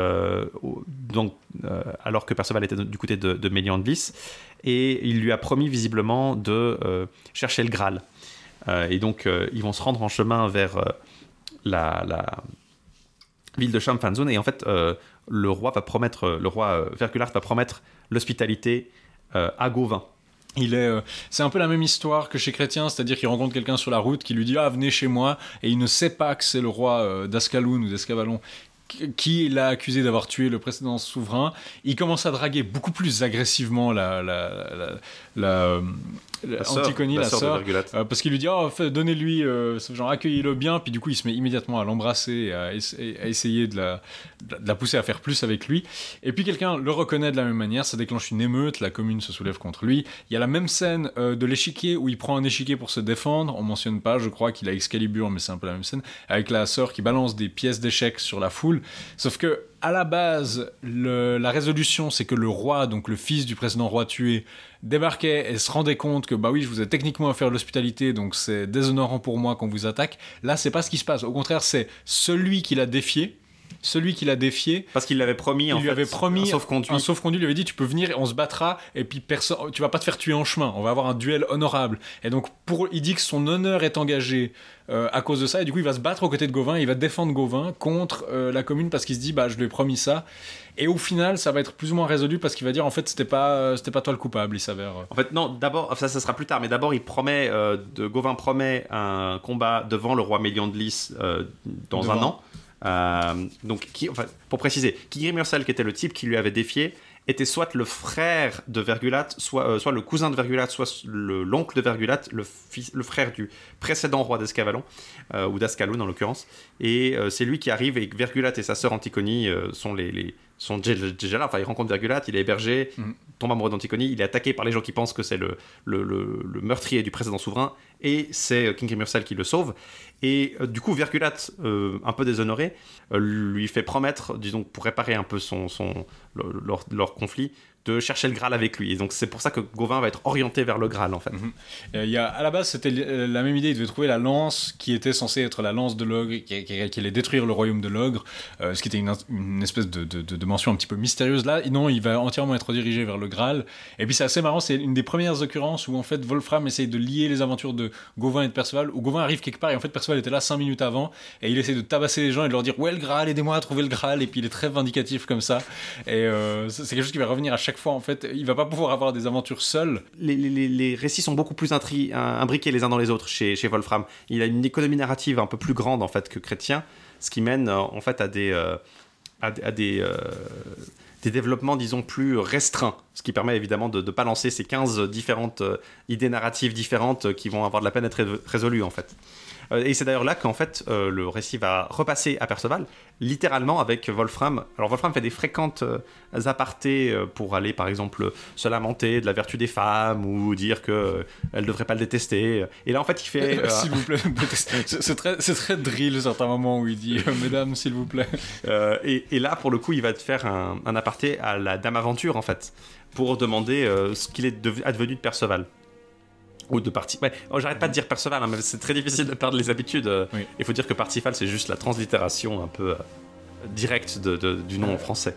alors que Perceval était du côté de Méliant de Lys, et il lui a promis visiblement de chercher le Graal, et donc ils vont se rendre en chemin vers la ville de Champfanzone, et en fait le roi Vergulart va promettre l'hospitalité à Gauvin. C'est un peu la même histoire que chez Chrétien, c'est-à-dire qu'il rencontre quelqu'un sur la route qui lui dit venez chez moi, et il ne sait pas que c'est le roi d'Ascaloun ou d'Escavalon qui l'a accusé d'avoir tué le précédent souverain. Il commence à draguer beaucoup plus agressivement Antigone, la sœur, parce qu'il lui dit donnez-lui, genre accueillez-le bien, puis du coup il se met immédiatement à l'embrasser, à essayer de la pousser à faire plus avec lui, et puis quelqu'un le reconnaît de la même manière, ça déclenche une émeute, la commune se soulève contre lui. Il y a la même scène de l'échiquier où il prend un échiquier pour se défendre, on mentionne pas, je crois qu'il a Excalibur, mais c'est un peu la même scène, avec la sœur qui balance des pièces d'échecs sur la foule, sauf que à la base, la résolution, c'est que le roi, donc le fils du précédent roi tué, débarquait et se rendait compte que je vous ai techniquement offert l'hospitalité, donc c'est déshonorant pour moi qu'on vous attaque. Là, c'est pas ce qui se passe. Au contraire, c'est celui qui l'a défié celui qui l'a défié, parce qu'il l'avait promis, lui avait promis un sauf-conduit. Un sauf-conduit, lui avait dit tu peux venir et on se battra et puis tu vas pas te faire tuer en chemin, on va avoir un duel honorable. Et donc il dit que son honneur est engagé à cause de ça, et du coup il va se battre aux côtés de Gauvin, il va défendre Gauvin contre la commune parce qu'il se dit je lui ai promis ça. Et au final, ça va être plus ou moins résolu parce qu'il va dire en fait c'était pas toi le coupable, il s'avère. En fait non, d'abord ça sera plus tard, mais d'abord Gauvin promet un combat devant le roi Mélian de Lys dans un an. Pour préciser, Kingrimurcel, qui était le type qui lui avait défié, était soit le frère de Vergulat, soit le cousin de Vergulat, soit l'oncle de Vergulat, le frère du précédent roi d'Escavalon, ou d'Ascalon en l'occurrence. Et c'est lui qui arrive, et Vergulat et sa sœur Antigonie sont déjà là. Enfin, il rencontre Vergulat, il est hébergé, tombe amoureux d'Antigonie, il est attaqué par les gens qui pensent que c'est le meurtrier du précédent souverain, et c'est Kingrimurcel qui le sauve. Et du coup, Vergulat, un peu déshonoré, lui fait promettre, disons, pour réparer un peu leur conflit, de chercher le Graal avec lui. Et donc c'est pour ça que Gauvin va être orienté vers le Graal, en fait. À la base, c'était la même idée, il devait trouver la lance qui était censée être la lance de l'ogre, qui allait détruire le royaume de l'ogre, ce qui était une espèce de mention un petit peu mystérieuse là. Et non, il va entièrement être dirigé vers le Graal. Et puis c'est assez marrant, c'est une des premières occurrences où en fait Wolfram essaye de lier les aventures de Gauvin et de Perceval, où Gauvin arrive quelque part et en fait Perceval était là 5 minutes avant, et il essaie de tabasser les gens et de leur dire ouais le Graal, aidez-moi à trouver le Graal, et puis il est très vindicatif comme ça. Et c'est quelque chose qui va revenir à chaque fois, en fait. Il va pas pouvoir avoir des aventures seul. Les récits sont beaucoup plus imbriqués les uns dans les autres chez Wolfram. Il a une économie narrative un peu plus grande en fait que Chrétien, ce qui mène en fait à des développements, disons, plus restreints, ce qui permet évidemment de ne pas lancer ces 15 différentes idées narratives différentes qui vont avoir de la peine à être résolues en fait. Et c'est d'ailleurs là qu'en fait le récit va repasser à Perceval, littéralement avec Wolfram. Alors Wolfram fait des fréquentes apartés pour aller par exemple se lamenter de la vertu des femmes ou dire qu'elles ne devraient pas le détester. Et là en fait il fait... S'il vous plaît, c'est très drill à certains moments où il dit mesdames s'il vous plaît. Et là pour le coup il va te faire un aparté à la Dame Aventure en fait, pour demander ce qu'il est advenu de Perceval. Ou de Parsifal. Ouais. J'arrête pas de dire Perceval, hein, mais c'est très difficile de perdre les habitudes. Oui. Il faut dire que Parsifal, c'est juste la translittération un peu directe du nom français.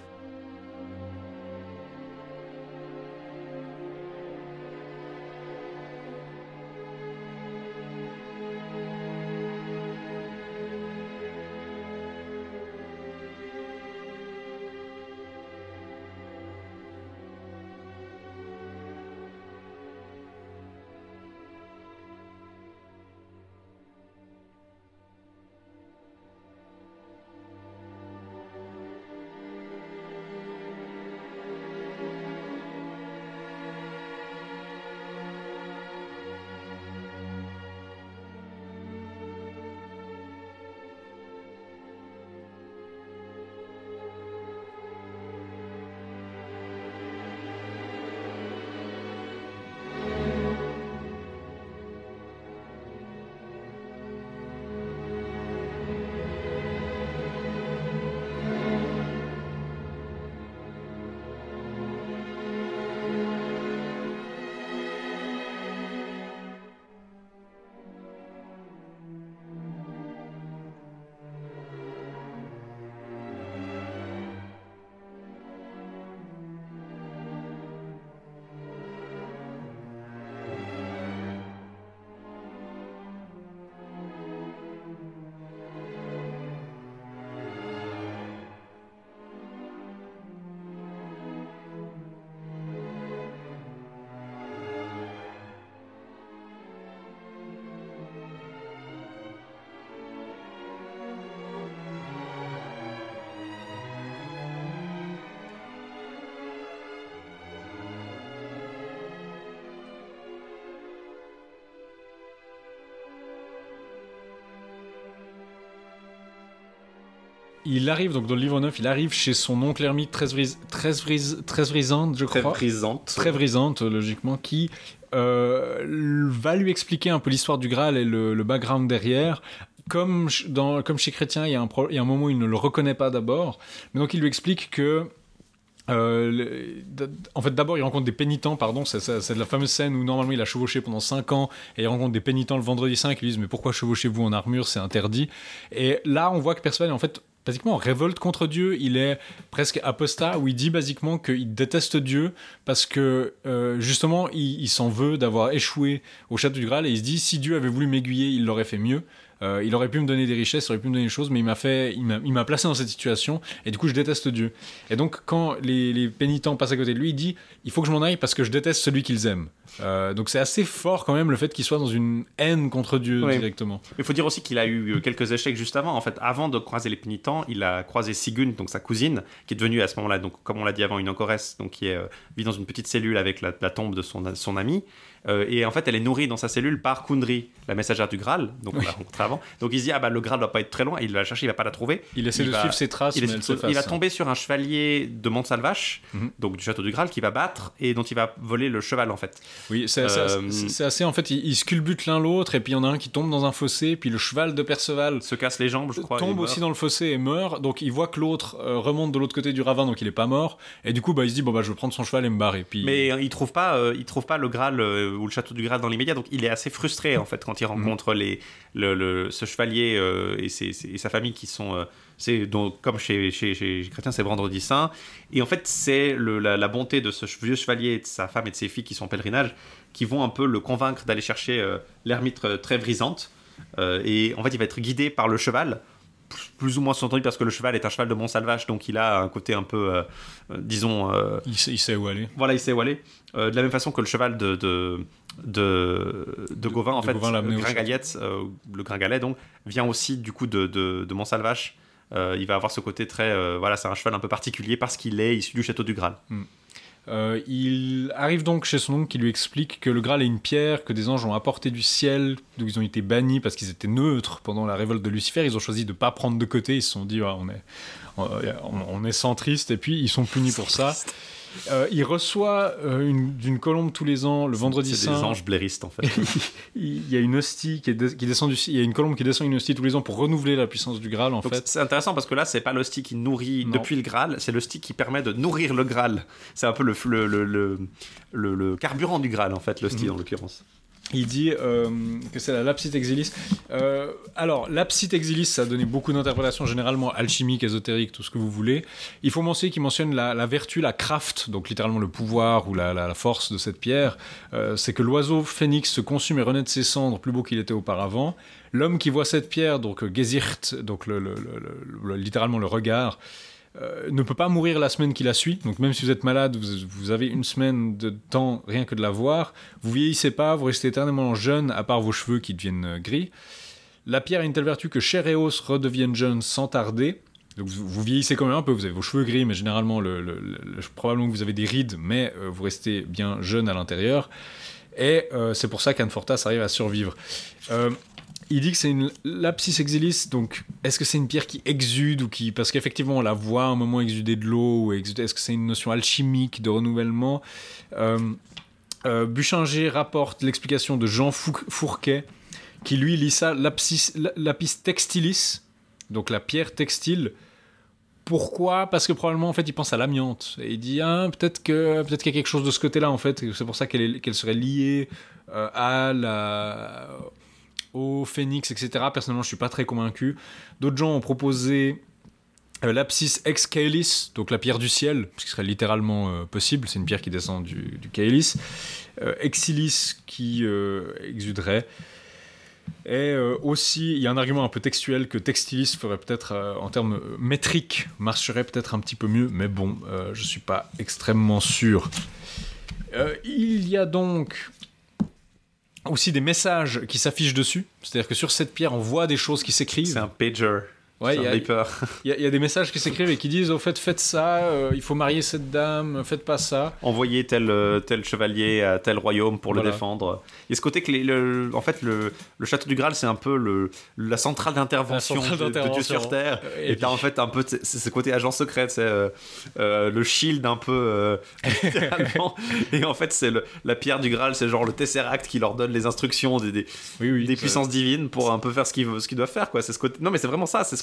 Il arrive donc dans le livre 9, il arrive chez son oncle ermite Trèsbrisante, je crois. Trèsbrisante, logiquement, qui va lui expliquer un peu l'histoire du Graal et le background derrière. Comme chez Chrétien, il y a un moment où il ne le reconnaît pas d'abord. Mais donc il lui explique que en fait d'abord il rencontre des pénitents, c'est la fameuse scène où normalement il a chevauché pendant 5 ans et il rencontre des pénitents le vendredi saint qui lui disent mais pourquoi chevauchez-vous en armure, c'est interdit. Et là on voit que Perceval est en fait pratiquement en révolte contre Dieu. Il est presque apostat, où il dit basiquement qu'il déteste Dieu parce que justement il s'en veut d'avoir échoué au château du Graal, et il se dit si Dieu avait voulu m'aiguiller, il l'aurait fait mieux. Il aurait pu me donner des richesses, il aurait pu me donner des choses, mais il m'a placé dans cette situation, et du coup je déteste Dieu. Et donc quand les pénitents passent à côté de lui, il dit il faut que je m'en aille parce que je déteste celui qu'ils aiment. Donc c'est assez fort quand même le fait qu'il soit dans une haine contre Dieu directement. Il faut dire aussi qu'il a eu quelques échecs juste avant. En fait, avant de croiser les pénitents, il a croisé Sigyn, donc sa cousine, qui est devenue à ce moment-là, donc comme on l'a dit avant, une encoresse, donc qui vit dans une petite cellule avec la tombe de son ami. Et en fait, elle est nourrie dans sa cellule par Kundry, la messagère du Graal, donc on l'a rencontré avant. Donc il se dit le Graal doit pas être très loin, il va la chercher, il va pas la trouver. Il essaie de suivre ses traces, mais elle s'efface. Il va tomber sur un chevalier de Montsalvache, donc du château du Graal, qui va battre et dont il va voler le cheval en fait. Oui, c'est assez en fait, ils sculbutent l'un l'autre, et puis il y en a un qui tombe dans un fossé, puis le cheval de Perceval se casse les jambes, je crois, tombe aussi dans le fossé et meurt. Donc il voit que l'autre remonte de l'autre côté du ravin, donc il est pas mort, et du coup il se dit je vais prendre son cheval et me barrer. Puis... Mais il trouve pas le Graal ou le château du Graal dans l'immédiat, donc il est assez frustré en fait quand il rencontre ce chevalier et sa famille qui sont donc, comme chez Chrétien, c'est Vendredi Saint, et en fait c'est la bonté de ce vieux chevalier, de sa femme et de ses filles qui sont en pèlerinage, qui vont un peu le convaincre d'aller chercher l'ermite très brisante, et en fait il va être guidé par le cheval, plus ou moins sous-entendu parce que le cheval est un cheval de Montsalvache, donc il a un côté un peu disons il sait où aller. Voilà, il sait où aller, de la même façon que le cheval de Gauvin, en fait, Gringaliette, le Gringalet donc vient aussi du coup de Montsalvache. Il va avoir ce côté très c'est un cheval un peu particulier parce qu'il est issu du château du Graal. Il arrive donc chez son oncle qui lui explique que le Graal est une pierre que des anges ont apportée du ciel, d'où ils ont été bannis parce qu'ils étaient neutres pendant la révolte de Lucifer. Ils ont choisi de ne pas prendre de côté, ils se sont dit on est centristes, et puis ils sont punis pour ça. Il reçoit d'une colombe tous les ans le vendredi saint. C'est des anges blairistes en fait. Il y a une hostie qui descend du ciel. Il y a une colombe qui descend une hostie tous les ans pour renouveler la puissance du Graal en donc fait. C'est intéressant parce que là c'est pas l'hostie qui nourrit depuis le Graal, c'est l'hostie qui permet de nourrir le Graal. C'est un peu le carburant du Graal en fait, l'hostie en l'occurrence. Il dit que c'est la lapsite exilis. Alors, lapsite exilis, ça a donné beaucoup d'interprétations, généralement alchimiques, ésotériques, tout ce que vous voulez. Il faut mentionner qu'il mentionne la vertu, la craft, donc littéralement le pouvoir ou la force de cette pierre. C'est que l'oiseau phénix se consume et renaît de ses cendres, plus beau qu'il était auparavant. L'homme qui voit cette pierre, donc Gesicht, donc littéralement le regard, ne peut pas mourir la semaine qui la suit. Donc même si vous êtes malade, vous avez une semaine de temps rien que de la voir. Vous vieillissez pas, vous restez éternellement jeune, à part vos cheveux qui deviennent gris. La pierre a une telle vertu que chair et os redeviennent jeunes sans tarder. Donc vous vieillissez quand même un peu, vous avez vos cheveux gris, mais généralement probablement que vous avez des rides, mais vous restez bien jeune à l'intérieur. Et c'est pour ça qu'Anne Fortas arrive à survivre. Il dit que c'est une lapsis exilis, donc est-ce que c'est une pierre qui exude ou qui... Parce qu'effectivement, on la voit à un moment exuder de l'eau, ou est-ce que c'est une notion alchimique de renouvellement Buchinger rapporte l'explication de Jean Fourquet, qui lui lit ça lapis textilis, donc la pierre textile. Pourquoi ? Parce que probablement, en fait, il pense à l'amiante. Et il dit, peut-être qu'il y a quelque chose de ce côté-là, en fait. C'est pour ça qu'elle serait liée au phénix, etc. Personnellement, je suis pas très convaincu. D'autres gens ont proposé l'apsis ex caelis, donc la pierre du ciel, ce qui serait littéralement possible. C'est une pierre qui descend du caelis. Exilis qui exuderait. Et aussi, il y a un argument un peu textuel que textilis ferait peut-être, en termes métriques, marcherait peut-être un petit peu mieux, mais bon, je suis pas extrêmement sûr. Il y a donc aussi des messages qui s'affichent dessus, c'est-à-dire que sur cette pierre on voit des choses qui s'écrivent. C'est un pager. Ouais, il y a des messages qui s'écrivent et qui disent au fait faites ça, il faut marier cette dame, faites pas ça. Envoyez tel chevalier à tel royaume pour le défendre. Il y a ce côté que en fait le château du Graal c'est un peu la centrale d'intervention de Dieu sur Terre. Et t'as en fait un peu c'est ce côté agent secret, c'est le shield un peu littéralement. Et en fait c'est la pierre du Graal, c'est genre le Tesseract qui leur donne les instructions des puissances divines pour un peu faire ce qu'ils doivent faire quoi. C'est ce côté. Non mais c'est vraiment ça, c'est ce côté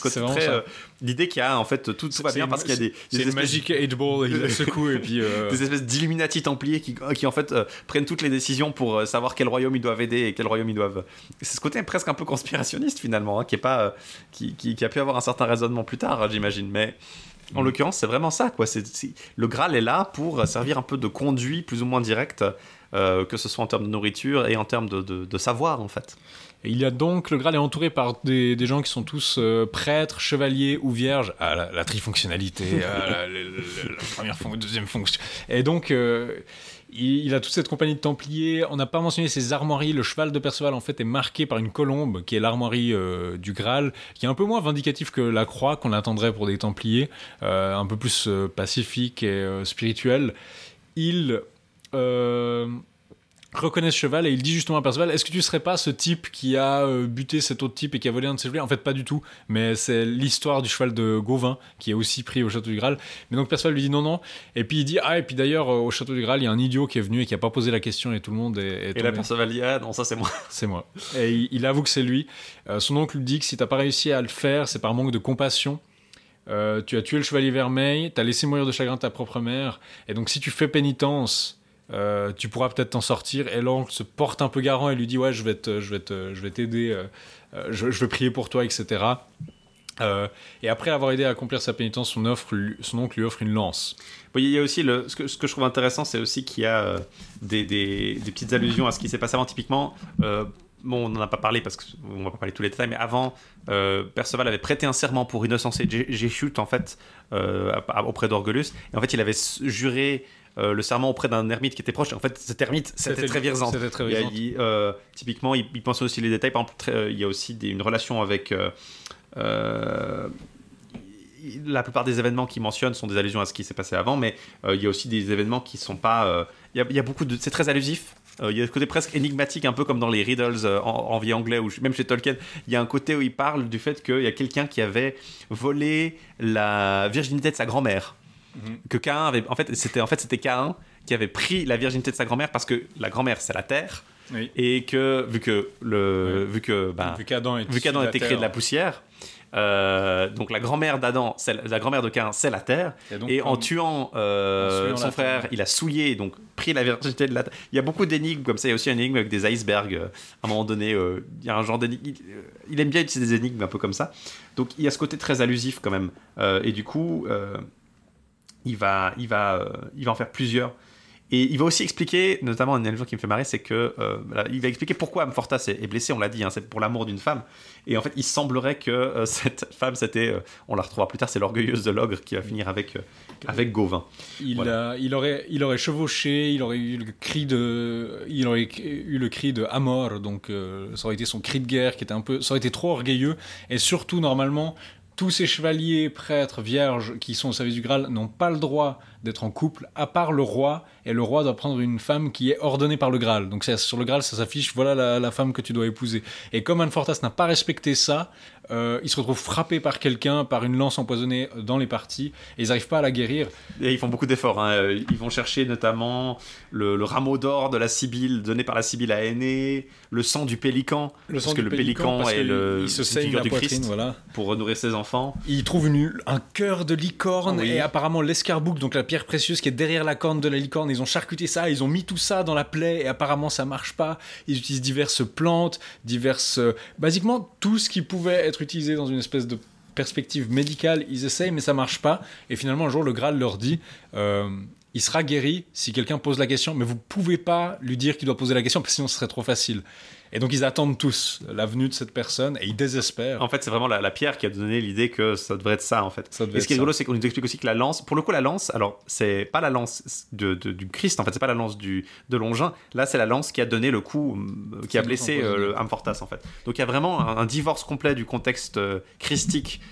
côté très l'idée qu'il y a en fait tout va bien parce qu'il y a des une Magic 8 Ball, il le secoue et puis des espèces d'Illuminati templiers qui en fait prennent toutes les décisions pour savoir quel royaume ils doivent aider et quel royaume ils doivent. C'est ce côté presque un peu conspirationniste finalement, qui est pas qui a pu avoir un certain raisonnement plus tard, j'imagine, mais en l'occurrence c'est vraiment ça quoi. Le Graal est là pour servir un peu de conduit plus ou moins direct, que ce soit en termes de nourriture et en termes de savoir en fait. Et il y a donc, le Graal est entouré par des gens qui sont tous prêtres, chevaliers ou vierges. Ah, la trifonctionnalité, la première fonction, deuxième fonction. Et donc, il a toute cette compagnie de Templiers. On n'a pas mentionné ses armoiries. Le cheval de Perceval, en fait, est marqué par une colombe, qui est l'armoirie du Graal, qui est un peu moins vindicatif que la croix qu'on attendrait pour des Templiers, un peu plus pacifique et spirituel. Il reconnaît ce cheval et il dit justement à Perceval, est-ce que tu serais pas ce type qui a buté cet autre type et qui a volé un de ses chevaliers? En fait pas du tout, mais c'est l'histoire du cheval de Gauvin qui est aussi pris au château du Graal. Mais donc Perceval lui dit non, et puis il dit et puis d'ailleurs au château du Graal il y a un idiot qui est venu et qui a pas posé la question et tout le monde est et là Perceval dit non, ça c'est moi. C'est moi. Et il avoue que c'est lui. Son oncle lui dit que si t'as pas réussi à le faire, c'est par manque de compassion. Tu as tué le chevalier vermeil, t'as laissé mourir de chagrin ta propre mère, et donc si tu fais pénitence, tu pourras peut-être t'en sortir. Et l'oncle se porte un peu garant et lui dit ouais, je vais t'aider, je vais prier pour toi, etc. Et après avoir aidé à accomplir sa pénitence, son oncle lui offre une lance. Oui, il y a aussi ce que je trouve intéressant, c'est aussi qu'il y a des petites allusions à ce qui s'est passé avant. Typiquement, on n'en a pas parlé parce qu'on va pas parler de tous les détails, mais avant, Perceval avait prêté un serment pour innocencer Géchut en fait, auprès d'Orgelus, et en fait il avait juré le serment auprès d'un ermite qui était proche. En fait, cet ermite, c'était très Vierzan. Typiquement, il pense aussi les détails. Par exemple, il y a aussi une relation avec... la plupart des événements qu'il mentionne sont des allusions à ce qui s'est passé avant, mais il y a aussi des événements qui sont pas... Il y a beaucoup de... C'est très allusif. Il y a ce côté presque énigmatique, un peu comme dans les riddles en vieux anglais, ou même chez Tolkien. Il y a un côté où il parle du fait qu'il y a quelqu'un qui avait volé la virginité de sa grand-mère. Que Caïn avait... En fait, c'était Caïn qui avait pris la virginité de sa grand-mère parce que la grand-mère, c'est la terre. Oui. Et que, vu qu'Adam était créé de la poussière, donc la grand-mère d'Adam, la grand-mère de Caïn, c'est la terre. Et en tuant son frère, il a souillé, donc pris la virginité de la terre. Il y a beaucoup d'énigmes comme ça. Il y a aussi un énigme avec des icebergs. À un moment donné, il y a un genre d'énigme. Il aime bien utiliser des énigmes un peu comme ça. Donc il y a ce côté très allusif quand même. Et du coup, il va en faire plusieurs. Et il va aussi expliquer, notamment une allusion qui me fait marrer, c'est que il va expliquer pourquoi Amfortas est blessé. On l'a dit, c'est pour l'amour d'une femme. Et en fait, il semblerait que cette femme, c'était, on la retrouvera plus tard, c'est l'orgueilleuse de l'ogre qui va finir avec Gauvin. Il aurait chevauché, il aurait eu le cri de Amor, donc ça aurait été son cri de guerre qui était ça aurait été trop orgueilleux. Et surtout, normalement, tous ces chevaliers, prêtres, vierges qui sont au service du Graal n'ont pas le droit d'être en couple, à part le roi, et le roi doit prendre une femme qui est ordonnée par le Graal. Donc sur le Graal, ça s'affiche, voilà la femme que tu dois épouser. Et comme Amfortas n'a pas respecté ça, il se retrouve frappé par quelqu'un, par une lance empoisonnée dans les parties, et ils n'arrivent pas à la guérir. Et ils font beaucoup d'efforts, Ils vont chercher notamment le rameau d'or de la Sibylle, donné par la Sibylle à Aînée, le sang du pélican, parce que le pélican est une figure du Christ, voilà, pour nourrir ses enfants. Ils trouvent un cœur de licorne, et apparemment l'escarboucle, donc la pierre précieuse qui est derrière la corne de la licorne. Ils ont charcuté ça, ils ont mis tout ça dans la plaie, et apparemment ça marche pas. Ils utilisent diverses plantes, basiquement tout ce qui pouvait être utilisé dans une espèce de perspective médicale, ils essayent, mais ça marche pas. Et finalement, un jour, le Graal leur dit il sera guéri si quelqu'un pose la question, mais vous pouvez pas lui dire qu'il doit poser la question, parce que sinon ce serait trop facile. Et donc ils attendent tous la venue de cette personne et ils désespèrent. En fait, c'est vraiment la pierre qui a donné l'idée que ça devrait être ça, en fait. Et ce qui est rigolo, c'est qu'on nous explique aussi que la lance, pour le coup, la lance, alors c'est pas la lance du Christ, en fait, c'est pas la lance de Longin. Là, c'est la lance qui a donné le coup, qui a blessé Amfortas, en fait. Donc il y a vraiment un divorce complet du contexte christique.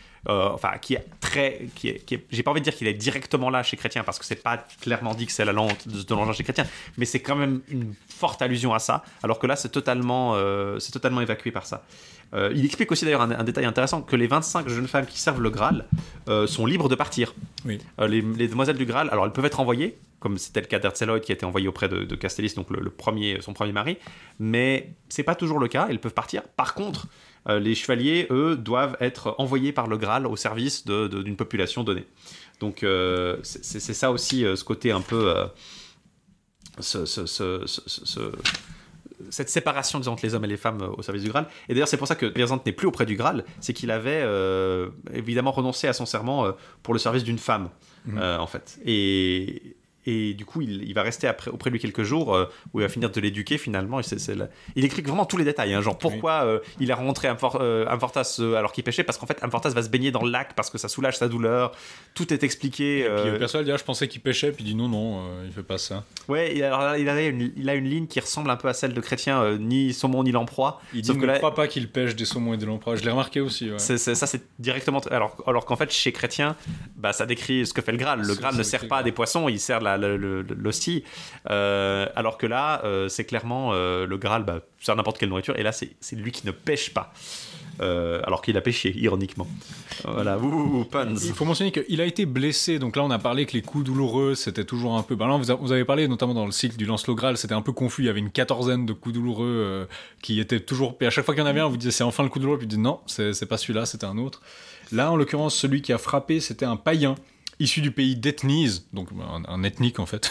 J'ai pas envie de dire qu'il est directement là chez Chrétien, parce que c'est pas clairement dit que c'est la lance de Longin chez Chrétien, mais c'est quand même une forte allusion à ça, alors que là c'est totalement évacué par ça. Il explique aussi d'ailleurs un détail intéressant, que les 25 jeunes femmes qui servent le Graal sont libres de partir. Oui. Les demoiselles du Graal, alors elles peuvent être envoyées, comme c'était le cas d'Erceloid qui a été envoyé auprès de Castellis, donc son premier mari, mais c'est pas toujours le cas, elles peuvent partir. Par contre, les chevaliers, eux, doivent être envoyés par le Graal au service d'une population donnée. Donc c'est ça aussi, ce côté un peu... cette séparation, disons, entre les hommes et les femmes au service du Graal. Et d'ailleurs, c'est pour ça que Berzant n'est plus auprès du Graal, c'est qu'il avait évidemment renoncé à son serment pour le service d'une femme, en fait. Et du coup, il va rester auprès de lui quelques jours où il va finir de l'éduquer finalement. Il explique vraiment tous les détails, hein, genre pourquoi il a rencontré Amfortas alors qu'il pêchait, parce qu'en fait Amfortas va se baigner dans le lac parce que ça soulage sa douleur. Tout est expliqué. Et puis personne dit je pensais qu'il pêchait, puis il dit non, il fait pas ça. Ouais, et alors il a une ligne qui ressemble un peu à celle de Chrétien, ni saumon ni lamproie. Il dit ne crois pas qu'il pêche des saumons et des lamproies. Je l'ai remarqué aussi. Ouais. Ça c'est directement. Alors qu'en fait chez Chrétien, ça décrit ce que fait le Graal. Le Graal ne sert pas à des poissons, il sert l'hostie. Alors que là, c'est clairement le Graal sert n'importe quelle nourriture, et là c'est lui qui ne pêche pas. Alors qu'il a pêché, ironiquement. Voilà, puns. Il faut mentionner qu'il a été blessé, donc là on a parlé que les coups douloureux c'était toujours un peu... là vous avez parlé notamment dans le cycle du Lancelot Graal, c'était un peu confus, il y avait une 14aine de coups douloureux qui étaient toujours... Et à chaque fois qu'il y en avait un, on vous disait c'est enfin le coup douloureux, puis vous dites non, c'est pas celui-là, c'était un autre. Là en l'occurrence, celui qui a frappé, c'était un païen issu du pays d'Ethnise, donc un ethnique en fait,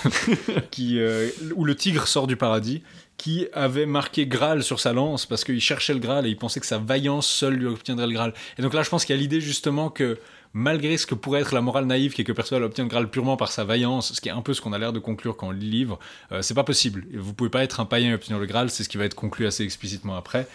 où le tigre sort du paradis, qui avait marqué Graal sur sa lance parce qu'il cherchait le Graal et il pensait que sa vaillance seule lui obtiendrait le Graal. Et donc là, je pense qu'il y a l'idée justement que malgré ce que pourrait être la morale naïve, qui est que Perceval obtient le Graal purement par sa vaillance, ce qui est un peu ce qu'on a l'air de conclure quand on lit le livre, c'est pas possible. Vous pouvez pas être un païen et obtenir le Graal, c'est ce qui va être conclu assez explicitement après.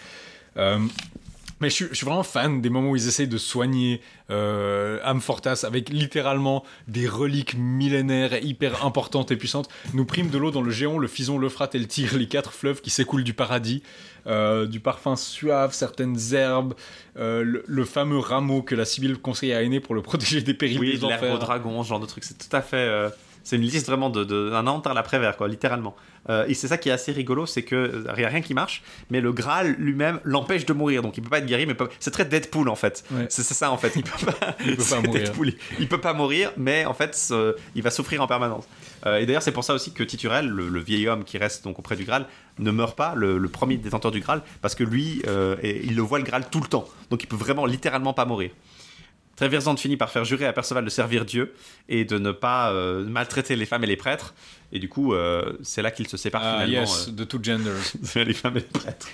Mais je suis vraiment fan des moments où ils essayent de soigner Amfortas avec littéralement des reliques millénaires hyper importantes et puissantes. Nous priment de l'eau dans le Géant, le Fison, l'Euphrate et le Tigre, les 4 fleuves qui s'écoulent du paradis, du parfum suave, certaines herbes, le fameux rameau que la Sibylle conseille à Aîné pour le protéger des périls des enfers. Oui, l'herbe au dragon, ce genre de truc, c'est tout à fait... C'est une liste vraiment d'un Antar l'après-vert, quoi, littéralement. Et c'est ça qui est assez rigolo, c'est qu'il n'y a rien qui marche, mais le Graal lui-même l'empêche de mourir. Donc il ne peut pas être guéri, mais c'est très Deadpool en fait. Ouais. C'est ça en fait. Il peut pas mourir. Il peut pas mourir, mais en fait, il va souffrir en permanence. Et d'ailleurs, c'est pour ça aussi que Titurel, le vieil homme qui reste donc auprès du Graal, ne meurt pas, le premier détenteur du Graal, parce que lui, il le voit le Graal tout le temps. Donc il peut vraiment littéralement pas mourir. Trevirzant finit par faire jurer à Perceval de servir Dieu et de ne pas maltraiter les femmes et les prêtres. Et du coup, c'est là qu'ils se séparent finalement. Yes, de two genders. Les femmes et les prêtres.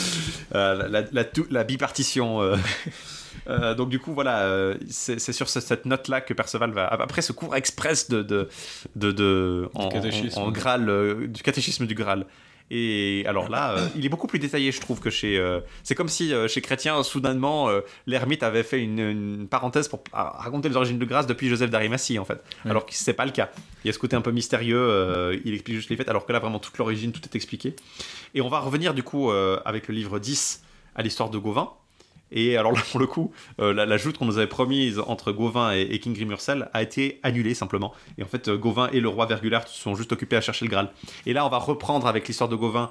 La bipartition. Donc du coup, voilà, c'est sur cette note-là que Perceval va... Après ce cours express en Graal, du catéchisme du Graal. Et alors là, il est beaucoup plus détaillé, je trouve, que chez... c'est comme si chez Chrétien, soudainement, l'ermite avait fait une parenthèse pour raconter les origines de grâce depuis Joseph d'Arimathie, en fait. Oui. Alors que c'est pas le cas. Il y a ce côté un peu mystérieux, il explique juste les faits, alors que là, vraiment, toute l'origine, tout est expliqué. Et on va revenir, du coup, avec le livre 10, à l'histoire de Gauvin. Et alors là, pour le coup, la joute qu'on nous avait promise entre Gauvin et King Grimurcel a été annulée simplement. Et en fait, Gauvin et le roi Vergulart se sont juste occupés à chercher le Graal. Et là, on va reprendre avec l'histoire de Gauvin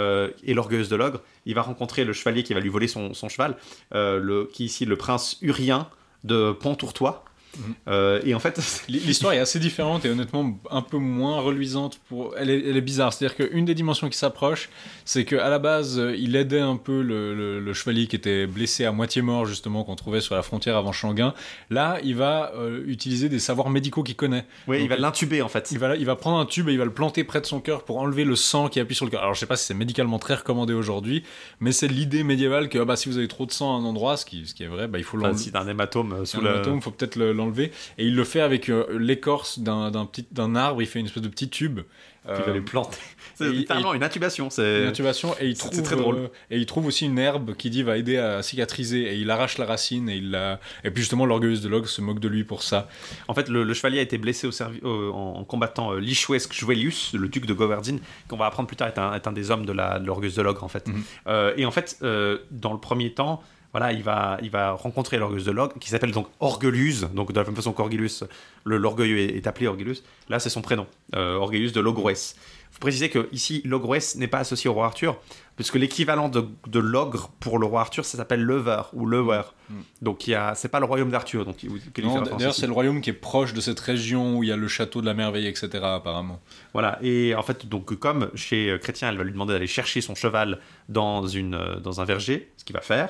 et l'orgueilleuse de l'ogre. Il va rencontrer le chevalier qui va lui voler son cheval, qui est ici le prince Urien de Pont-Tourtois. Et en fait, l'histoire est assez différente et honnêtement un peu moins reluisante. Elle est bizarre, c'est-à-dire qu'une des dimensions qui s'approche, c'est qu'à la base il aidait un peu le chevalier qui était blessé à moitié mort justement, qu'on trouvait sur la frontière avant Shanguin. Là il va utiliser des savoirs médicaux qu'il connaît. Oui, donc, il va l'intuber en fait. Il va prendre un tube et il va le planter près de son cœur pour enlever le sang qui appuie sur le cœur. Alors je sais pas si c'est médicalement très recommandé aujourd'hui, mais c'est l'idée médiévale que si vous avez trop de sang à un endroit, ce qui est vrai, il faut l'enlever. Si t'as un hématome sous il faut peut-être l'enlever, et il le fait avec l'écorce d'un arbre. Il fait une espèce de petit tube qui va lui planter. C'est littéralement une intubation. Une intubation, et c'est très drôle. Et il trouve aussi une herbe qui dit va aider à cicatriser, et il arrache la racine et puis justement l'orgueilleuse de l'ogre se moque de lui pour ça. En fait, le chevalier a été blessé en combattant Lichuesque Juelius, le duc de Govardine, qu'on va apprendre plus tard est un des hommes de l'orgueilleuse de l'ogre en fait. Et en fait, dans le premier temps, voilà, il va rencontrer l'orgueilleuse de l'ogre, qui s'appelle donc Orgeluse, donc de la même façon qu'Orgelus, l'orgueilleux est appelé Orgelus. Là, c'est son prénom, Orgelus de Logres. Il faut préciser que ici, Logres n'est pas associé au roi Arthur, puisque l'équivalent de l'ogre pour le roi Arthur, ça s'appelle Lever ou Lewer. Donc c'est pas le royaume d'Arthur. Donc d'ailleurs, c'est le royaume qui est proche de cette région où il y a le château de la merveille, etc. apparemment. Voilà. Et en fait, donc comme chez Chrétien, elle va lui demander d'aller chercher son cheval dans un verger, ce qu'il va faire.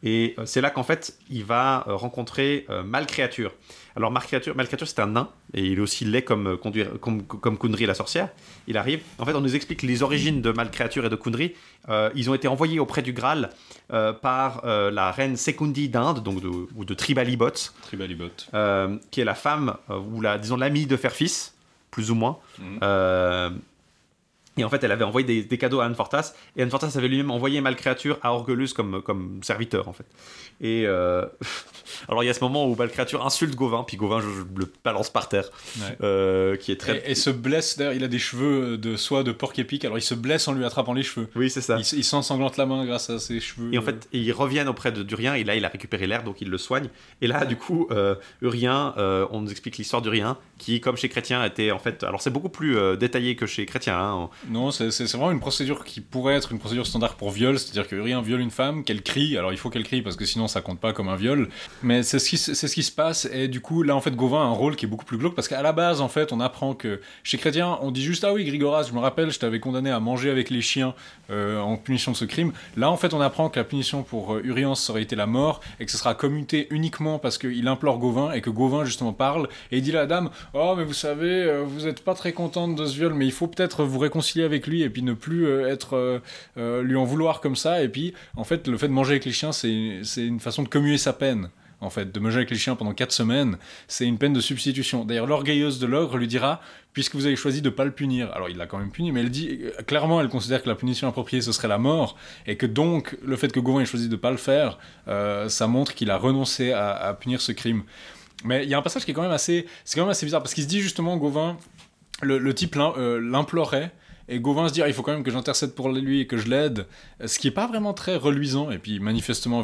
Et c'est là qu'en fait, il va rencontrer Malcréature. Alors Malcréature, c'est un nain, et il est aussi laid comme Kundry la sorcière. Il arrive. En fait, on nous explique les origines de Malcréature et de Kundry. Ils ont été envoyés auprès du Graal par la reine Secundi d'Inde, donc ou de Tribalibot, qui est la femme, ou disons l'amie de Ferfis, plus ou moins. Et en fait, elle avait envoyé des cadeaux à Anne-Fortas, et Anne-Fortas avait lui-même envoyé Malcréature à Orgelus comme serviteur, en fait. Et alors, il y a ce moment où Malcréature insulte Gauvin, puis Gauvin le balance par terre, qui est très... Et se blesse, d'ailleurs, il a des cheveux de soie de porc épic, alors il se blesse en lui attrapant les cheveux. Oui, c'est ça. Il s'ensanglante la main grâce à ses cheveux. Et en fait, ils reviennent auprès d'Urien, et là, il a récupéré l'air, donc il le soigne. Et là, du coup, Urien, on nous explique l'histoire d'Urien, qui, comme chez Chrétien, était en fait... Alors, c'est beaucoup plus détaillé que chez Chrétien, hein. Non, c'est vraiment une procédure qui pourrait être une procédure standard pour viol, c'est-à-dire que Urien viole une femme, qu'elle crie, alors il faut qu'elle crie parce que sinon ça compte pas comme un viol, mais c'est ce qui se passe, et du coup là en fait Gauvin a un rôle qui est beaucoup plus glauque, parce qu'à la base en fait on apprend que chez Chrétien on dit juste ah oui Grigoras, je me rappelle, je t'avais condamné à manger avec les chiens en punition de ce crime. Là en fait on apprend que la punition pour Urien ça aurait été la mort, et que ce sera commuté uniquement parce qu'il implore Gauvin, et que Gauvin justement parle, et il dit à la dame oh mais vous savez, vous êtes pas très contente de ce viol, mais il faut peut-être vous réconcilier avec lui, et puis ne plus lui en vouloir comme ça. Et puis en fait le fait de manger avec les chiens c'est une façon de commuer sa peine. En fait, de manger avec les chiens pendant 4 semaines, c'est une peine de substitution. D'ailleurs, l'orgueilleuse de l'ogre lui dira, puisque vous avez choisi de ne pas le punir. Alors, il l'a quand même puni, mais elle dit, clairement, elle considère que la punition appropriée, ce serait la mort, et que donc, le fait que Gauvin ait choisi de ne pas le faire, ça montre qu'il a renoncé à punir ce crime. Mais il y a un passage qui est quand même assez bizarre, parce qu'il se dit justement, Gauvin, le type l'implorait, et Gauvin se dit il faut quand même que j'intercède pour lui et que je l'aide, ce qui est pas vraiment très reluisant. Et puis manifestement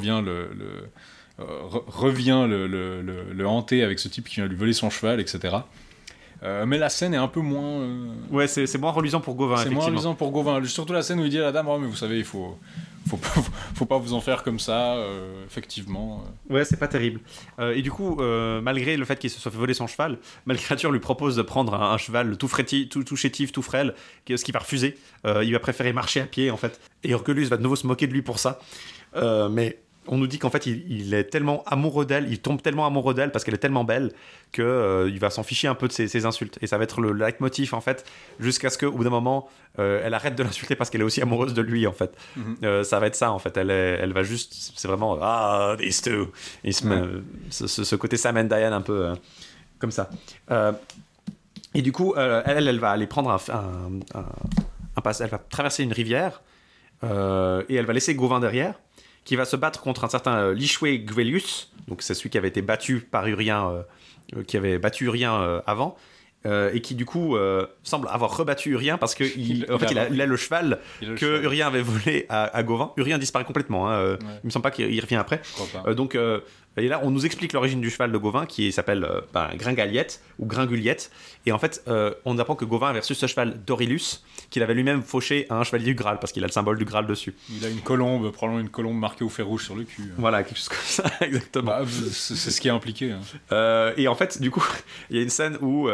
revient le hanter avec ce type qui vient lui voler son cheval, etc. Mais la scène est un peu moins... Ouais, c'est moins reluisant pour Gauvin, c'est moins reluisant pour Gauvin. Surtout la scène où il dit à la dame oh mais vous savez, il faut pas vous en faire comme ça, effectivement. Ouais, c'est pas terrible. Et du coup, malgré le fait qu'il se soit fait voler son cheval, Malcréature lui propose de prendre un cheval tout chétif, tout frêle, ce qu'il va refuser. Il va préférer marcher à pied, en fait. Et Orgelus va de nouveau se moquer de lui pour ça. Mais on nous dit qu'en fait, il est tellement amoureux d'elle, il tombe tellement amoureux d'elle parce qu'elle est tellement belle qu'il va s'en ficher un peu de ses insultes. Et ça va être le leitmotiv, en fait, jusqu'à ce qu'au bout d'un moment, elle arrête de l'insulter parce qu'elle est aussi amoureuse de lui, en fait. Ça va être ça, en fait. Elle va juste... C'est vraiment... Ah, these two. Ce côté Sam and Diane un peu comme ça. Et du coup, elle va aller prendre elle va traverser une rivière et elle va laisser Gauvin derrière, qui va se battre contre un certain Lichoué Gwelius, donc c'est celui qui avait été battu par Urien, qui avait battu Urien avant, et qui du coup semble avoir rebattu Urien parce qu'il a le cheval que Urien avait volé à Gauvin. Urien disparaît complètement, il me semble pas qu'il revient après. Et là on nous explique l'origine du cheval de Gauvin qui s'appelle Gringaliette ou Gringuliette, et en fait on apprend que Gauvin avait reçu ce cheval d'Aurelius qu'il avait lui-même fauché à un chevalier du Graal parce qu'il a le symbole du Graal dessus. Il a une colombe, probablement une colombe marquée au fer rouge sur le cul. Voilà, quelque chose comme ça, exactement. C'est ce qui est impliqué. Hein. Et en fait, du coup, il y a une scène où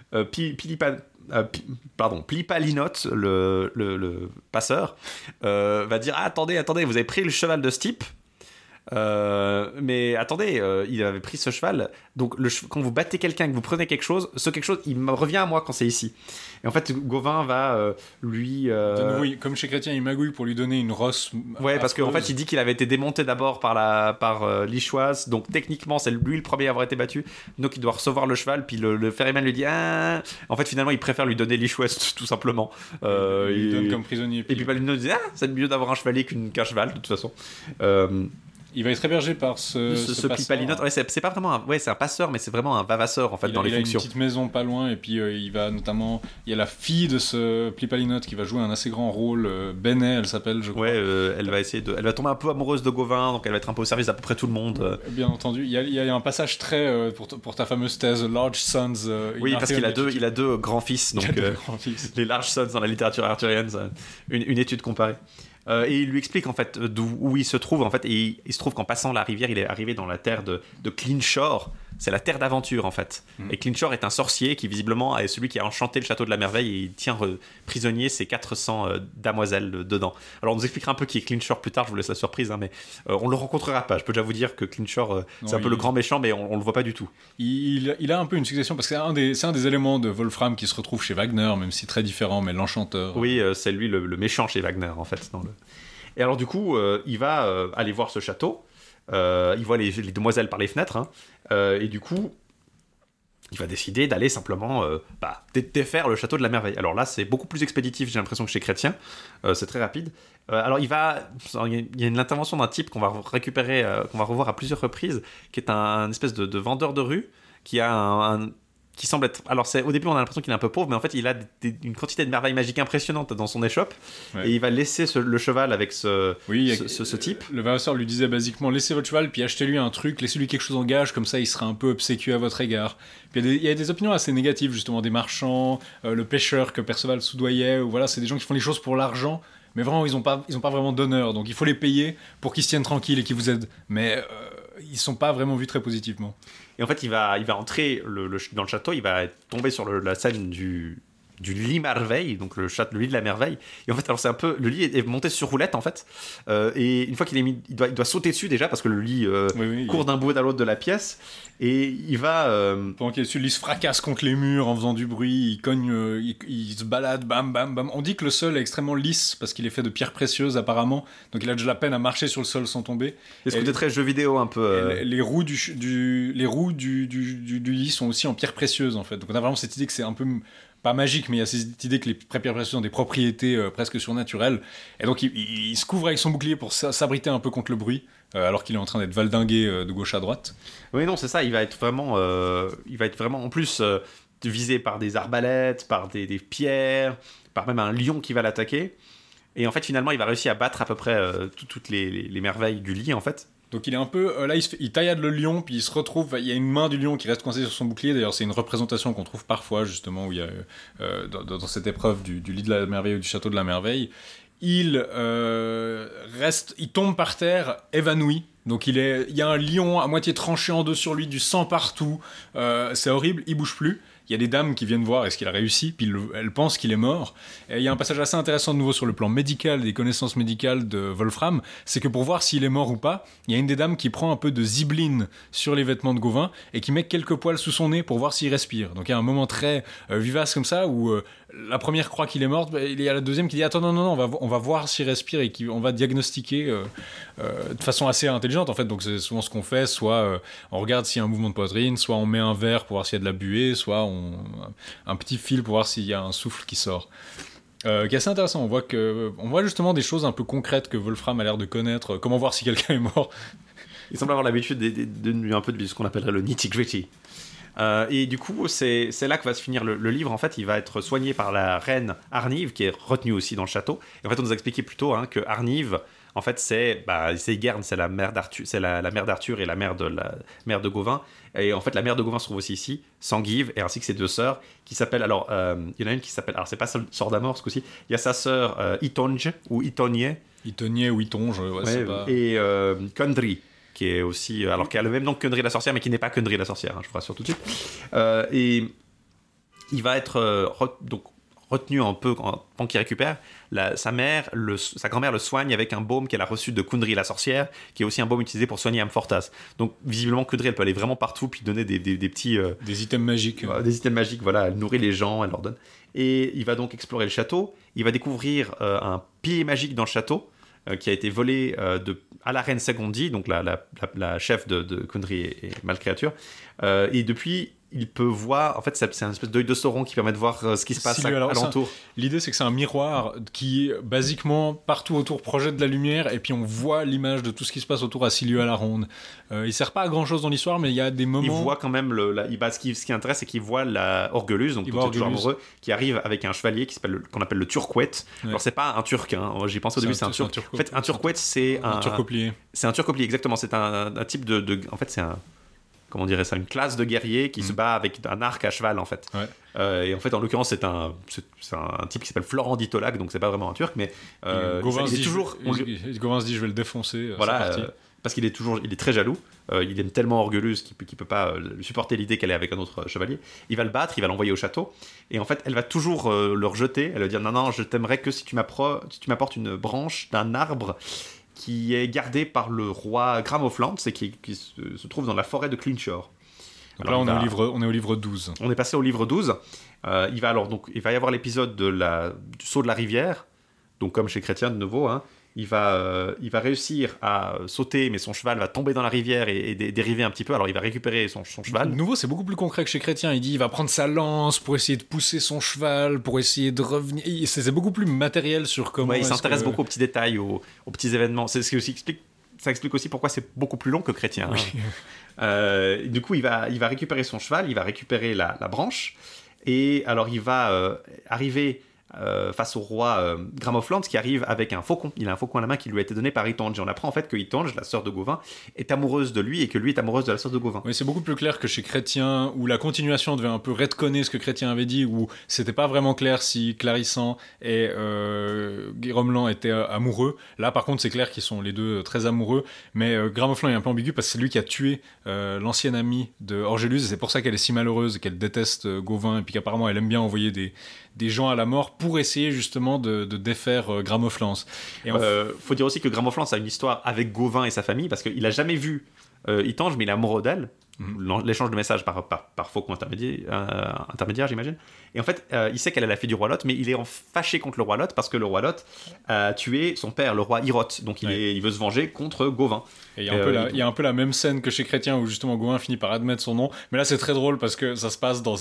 Plipalinote, le passeur, va dire attendez, vous avez pris le cheval de ce type. Mais attendez, il avait pris ce cheval. Donc quand vous battez quelqu'un, que vous prenez quelque chose, ce quelque chose, il me revient à moi quand c'est ici. Et en fait, Gauvin va lui... De nouveau, comme chez Chrétien, il magouille pour lui donner une rosse. Ouais, parce qu'en fait, il dit qu'il avait été démonté d'abord par Lichoise. Donc techniquement, c'est lui le premier à avoir été battu. Donc il doit recevoir le cheval. Puis le ferryman lui dit ah. En fait, finalement, il préfère lui donner Lichoise tout simplement. Il donne comme prisonnier. Et puis Palino dit c'est mieux d'avoir un chevalier qu'un cheval de toute façon. Il va être hébergé par ce Plipalinote. Ouais, c'est pas vraiment c'est un passeur, mais c'est vraiment un vavasseur en fait dans les fonctions. Il a une petite maison pas loin, et puis il va notamment, il y a la fille de ce Plipalinote qui va jouer un assez grand rôle, Benet, elle s'appelle, je crois. Ouais, elle va tomber un peu amoureuse de Gauvin, donc elle va être un peu au service d'à peu près tout le monde. Bien entendu, il y a un passage très pour ta fameuse thèse Large Sons. Oui, parce qu'il a deux grands-fils, donc les Large Sons dans la littérature arthurienne, une étude comparée. Et il lui explique en fait où il se trouve en fait, et il se trouve qu'en passant la rivière il est arrivé dans la terre de Clean Shore, c'est la terre d'aventure en fait. Et Clinchor est un sorcier qui visiblement est celui qui a enchanté le château de la merveille et il tient prisonnier ses 400 damoiselles dedans. Alors on nous expliquera un peu qui est Clinchor plus tard, je vous laisse la surprise, mais on le rencontrera pas. Je peux déjà vous dire que Clinchor c'est un peu le grand méchant, mais on le voit pas du tout. Il a un peu une succession parce que c'est un des éléments de Wolfram qui se retrouve chez Wagner, même si très différent, mais l'enchanteur. Oui, c'est lui le méchant chez Wagner en fait. Et alors du coup, il va aller voir ce château. Il voit les demoiselles par les fenêtres, et du coup, il va décider d'aller simplement défaire le château de la merveille. Alors là, c'est beaucoup plus expéditif, j'ai l'impression, que chez Chrétien. C'est très rapide. Alors il y a une intervention d'un type qu'on va récupérer, qu'on va revoir à plusieurs reprises, qui est un espèce de vendeur de rue qui a qui semble être... Alors, au début, on a l'impression qu'il est un peu pauvre, mais en fait, il a une quantité de merveilles magiques impressionnantes dans son échoppe. Ouais. Et il va laisser le cheval avec ce type. Le Vasseur lui disait basiquement, laissez votre cheval, puis achetez-lui un truc, laissez-lui quelque chose en gage, comme ça, il sera un peu obséquieux à votre égard. Puis il y a des opinions assez négatives, justement, des marchands, le pêcheur que Perceval soudoyait, ou voilà, c'est des gens qui font les choses pour l'argent, mais vraiment, ils ont pas vraiment d'honneur, donc il faut les payer pour qu'ils se tiennent tranquilles et qu'ils vous aident. Mais ils sont pas vraiment vus très positivement. Et en fait, il va entrer dans le château, il va tomber sur la scène du lit merveille, donc le lit de la merveille. Et en fait, alors c'est un peu, le lit est monté sur roulette en fait. Et une fois qu'il est mis, il doit sauter dessus déjà parce que le lit court d'un bout à l'autre de la pièce. Et il va pendant qu'il est dessus, il se fracasse contre les murs en faisant du bruit. Il cogne, il se balade, bam, bam, bam. On dit que le sol est extrêmement lisse parce qu'il est fait de pierres précieuses apparemment. Donc il a déjà la peine à marcher sur le sol sans tomber. Et ce côté très jeu vidéo un peu. Les roues du lit sont aussi en pierres précieuses en fait. Donc on a vraiment cette idée que c'est un peu pas magique, mais il y a cette idée que les pierres précieuses ont des propriétés presque surnaturelles. Et donc il se couvre avec son bouclier pour s'abriter un peu contre le bruit, alors qu'il est en train d'être valdingué de gauche à droite. Oui, non, c'est ça. Il va être vraiment en plus visé par des arbalètes, par des pierres, par même un lion qui va l'attaquer. Et en fait, finalement, il va réussir à battre à peu près toutes les merveilles du lit, en fait. Donc il est un peu... là, il taillade le lion, puis il se retrouve... Il y a une main du lion qui reste coincée sur son bouclier. D'ailleurs, c'est une représentation qu'on trouve parfois, justement, où il y a dans cette épreuve du lit de la merveille ou du château de la merveille. Il tombe par terre, évanoui. Donc il y a un lion à moitié tranché en deux sur lui, du sang partout. C'est horrible, il bouge plus. Il y a des dames qui viennent voir est-ce qu'il a réussi, puis elles pensent qu'il est mort. Et il y a un passage assez intéressant de nouveau sur le plan médical, des connaissances médicales de Wolfram, c'est que pour voir s'il est mort ou pas, il y a une des dames qui prend un peu de zibeline sur les vêtements de Gauvin et qui met quelques poils sous son nez pour voir s'il respire. Donc il y a un moment très vivace comme ça où la première croit qu'il est mort, il y a la deuxième qui dit attends non, on va voir s'il respire et on va diagnostiquer de façon assez intelligente en fait. Donc c'est souvent ce qu'on fait, soit on regarde s'il y a un mouvement de poitrine, soit on met un verre pour voir s'il y a de la buée, soit un petit fil pour voir s'il y a un souffle qui sort. Qui est assez intéressant. On voit justement des choses un peu concrètes que Wolfram a l'air de connaître. Comment voir si quelqu'un est mort. Il semble avoir l'habitude un peu de ce qu'on appellerait le nitty-gritty. Et du coup, c'est là que va se finir le livre. En fait, il va être soigné par la reine Arnive, qui est retenue aussi dans le château. Et en fait, on nous a expliqué plus tôt que Arnive, en fait, c'est Guerne, c'est la mère d'Arthur, c'est la mère d'Arthur et la mère de Gauvin. Et en fait, la mère de Gauvin se trouve aussi ici, Sanguive, et ainsi que ses deux sœurs, qui s'appellent, alors, il y en a une qui s'appelle, alors c'est pas Sœur d'Amour ce coup-ci, il y a sa sœur Itonge, ou Itonje. Itonje ou Itonge, c'est pas... Et Kundry, qui est aussi, alors qui a le même nom que Kundry la sorcière, mais qui n'est pas Kundry la sorcière, je vous rassure tout de suite. Et il va être retenu un peu pendant qu'il récupère. Sa grand-mère le soigne avec un baume qu'elle a reçu de Kundry la sorcière, qui est aussi un baume utilisé pour soigner Amfortas. Donc visiblement Kundry, elle peut aller vraiment partout puis donner des petits... des items magiques. Des items magiques, voilà. Elle nourrit les gens, elle leur donne. Et il va donc explorer le château. Il va découvrir un pilier magique dans le château qui a été volé à la reine Segondi, donc la chef de Kundry et Malcréature. Et depuis... il peut voir, en fait c'est un espèce d'œil de Sauron qui permet de voir ce qui se passe alentour. L'idée c'est que c'est un miroir qui basiquement partout autour projette de la lumière et puis on voit l'image de tout ce qui se passe autour à 6 lieues à la ronde. Il sert pas à grand chose dans l'histoire mais il y a des moments... Il voit quand même, ce qui intéresse c'est qu'il voit la Orgelus, donc tout toujours amoureux, qui arrive avec un chevalier qu'on appelle le Turquette. Ouais. Alors c'est pas un turc, j'ai pensé au début c'est un turc. En fait un Turquette c'est un turcoplier. C'est un turcoplier exactement, c'est un type de... En fait c'est un... Comment on dirait ça, une classe de guerriers qui se bat avec un arc à cheval en fait. Ouais. Et en fait en l'occurrence c'est un type qui s'appelle Florent d'Itolac, donc c'est pas vraiment un turc mais Gauvin se dit je vais le défoncer. Voilà, parce qu'il est très jaloux. Il aime tellement Orgueilleuse qu'il peut pas supporter l'idée qu'elle est avec un autre chevalier. Il va le battre, il va l'envoyer au château. Et en fait, elle va toujours le rejeter. Elle va dire non, je t'aimerais que si tu m'apportes une branche d'un arbre qui est gardé par le roi Graham of Lands et qui se trouve dans la forêt de Clinshore. Donc là, on est au livre 12. On est passé au livre 12. Il va y avoir l'épisode du saut de la rivière. Donc comme chez Chrétien de nouveau, hein, il va réussir à sauter, mais son cheval va tomber dans la rivière et dériver un petit peu. Alors il va récupérer son cheval. De nouveau, c'est beaucoup plus concret que chez Chrétien. Il dit il va prendre sa lance pour essayer de pousser son cheval, pour essayer de revenir. C'est beaucoup plus matériel sur comment. Ouais, il s'intéresse beaucoup aux petits détails, aux petits événements. C'est ce qui aussi ça explique aussi pourquoi c'est beaucoup plus long que Chrétien. Oui. Hein. Du coup, il va récupérer son cheval, il va récupérer la branche, et alors il va arriver face au roi Graham of Lands qui arrive avec un faucon. Il a un faucon à la main qui lui a été donné par Itange. Et on apprend en fait que Itange, la sœur de Gauvin, est amoureuse de lui et que lui est amoureuse de la sœur de Gauvin. Oui, c'est beaucoup plus clair que chez Chrétien, où la continuation devait un peu retconner ce que Chrétien avait dit, où c'était pas vraiment clair si Clarissan et Guy-Romelan étaient amoureux. Là, par contre, c'est clair qu'ils sont les deux très amoureux, mais Graham of Lands est un peu ambigu parce que c'est lui qui a tué l'ancienne amie de Orgeluse, et c'est pour ça qu'elle est si malheureuse et qu'elle déteste Gauvin, et puis qu'apparemment elle aime bien envoyer des gens à la mort pour essayer justement de défaire Graham of Lands. Et faut dire aussi que Graham of Lands a une histoire avec Gauvin et sa famille, parce qu'il a jamais vu Itange, mais il est amoureux d'elle. L'échange de messages par faucon intermédiaire, j'imagine. Et en fait, il sait qu'elle est la fille du roi Lot, mais il est fâché contre le roi Lot parce que le roi Lot a tué son père, le roi Iroth. Donc il veut se venger contre Gauvin. Et il y a un peu la même scène que chez Chrétien où justement Gauvin finit par admettre son nom. Mais là, c'est très drôle parce que ça se passe dans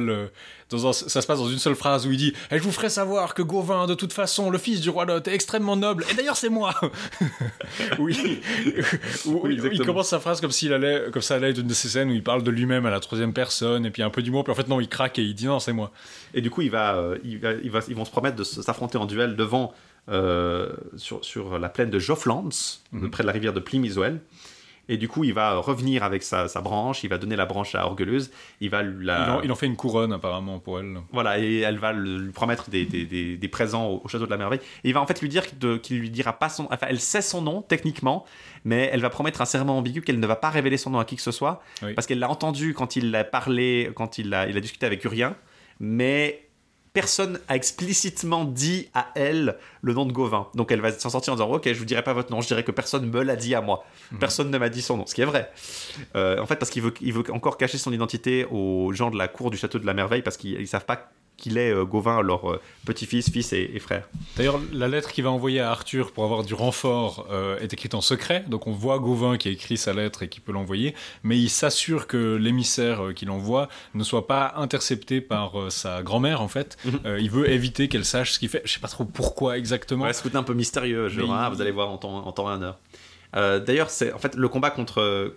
ça se passe dans une seule phrase où il dit « Et je vous ferai savoir que Gauvin, de toute façon, le fils du roi Lot, est extrêmement noble. Et d'ailleurs, c'est moi !» Oui, il commence sa phrase comme ça allait être une de ces scènes où il parle de lui-même à la troisième personne et puis un peu d'humour. Puis en fait, non, il craque et il dit « Non, c'est moi !» Et du coup, ils vont se promettre de s'affronter en duel devant sur la plaine de Jofflands, près de la rivière de Plimisuel. Et du coup, il va revenir avec sa branche, il va donner la branche à Orgueilleuse, il en fait une couronne apparemment pour elle. Voilà, et elle va lui promettre des présents au château de la merveille. Et il va en fait lui dire qu'il lui dira pas son... Enfin, elle sait son nom, techniquement, mais elle va promettre un serment ambigu qu'elle ne va pas révéler son nom à qui que ce soit, parce qu'elle l'a entendu quand il a parlé, quand il a discuté avec Urien, mais... personne a explicitement dit à elle le nom de Gauvin. Donc elle va s'en sortir en disant « Ok, je vous dirai pas votre nom, je dirai que personne me l'a dit à moi. Personne ne m'a dit son nom. » Ce qui est vrai. En fait, parce qu'il veut encore cacher son identité aux gens de la cour du château de la merveille, parce qu'ils savent pas qu'il est Gauvin, leur petit-fils, fils et frère. D'ailleurs, la lettre qu'il va envoyer à Arthur pour avoir du renfort est écrite en secret, donc on voit Gauvin qui a écrit sa lettre et qui peut l'envoyer, mais il s'assure que l'émissaire qu'il envoie ne soit pas intercepté par sa grand-mère, en fait. Il veut éviter qu'elle sache ce qu'il fait. Je sais pas trop pourquoi exactement. Ouais, ce côté un peu mystérieux, vous allez voir en temps et en heure. D'ailleurs, c'est en fait le combat contre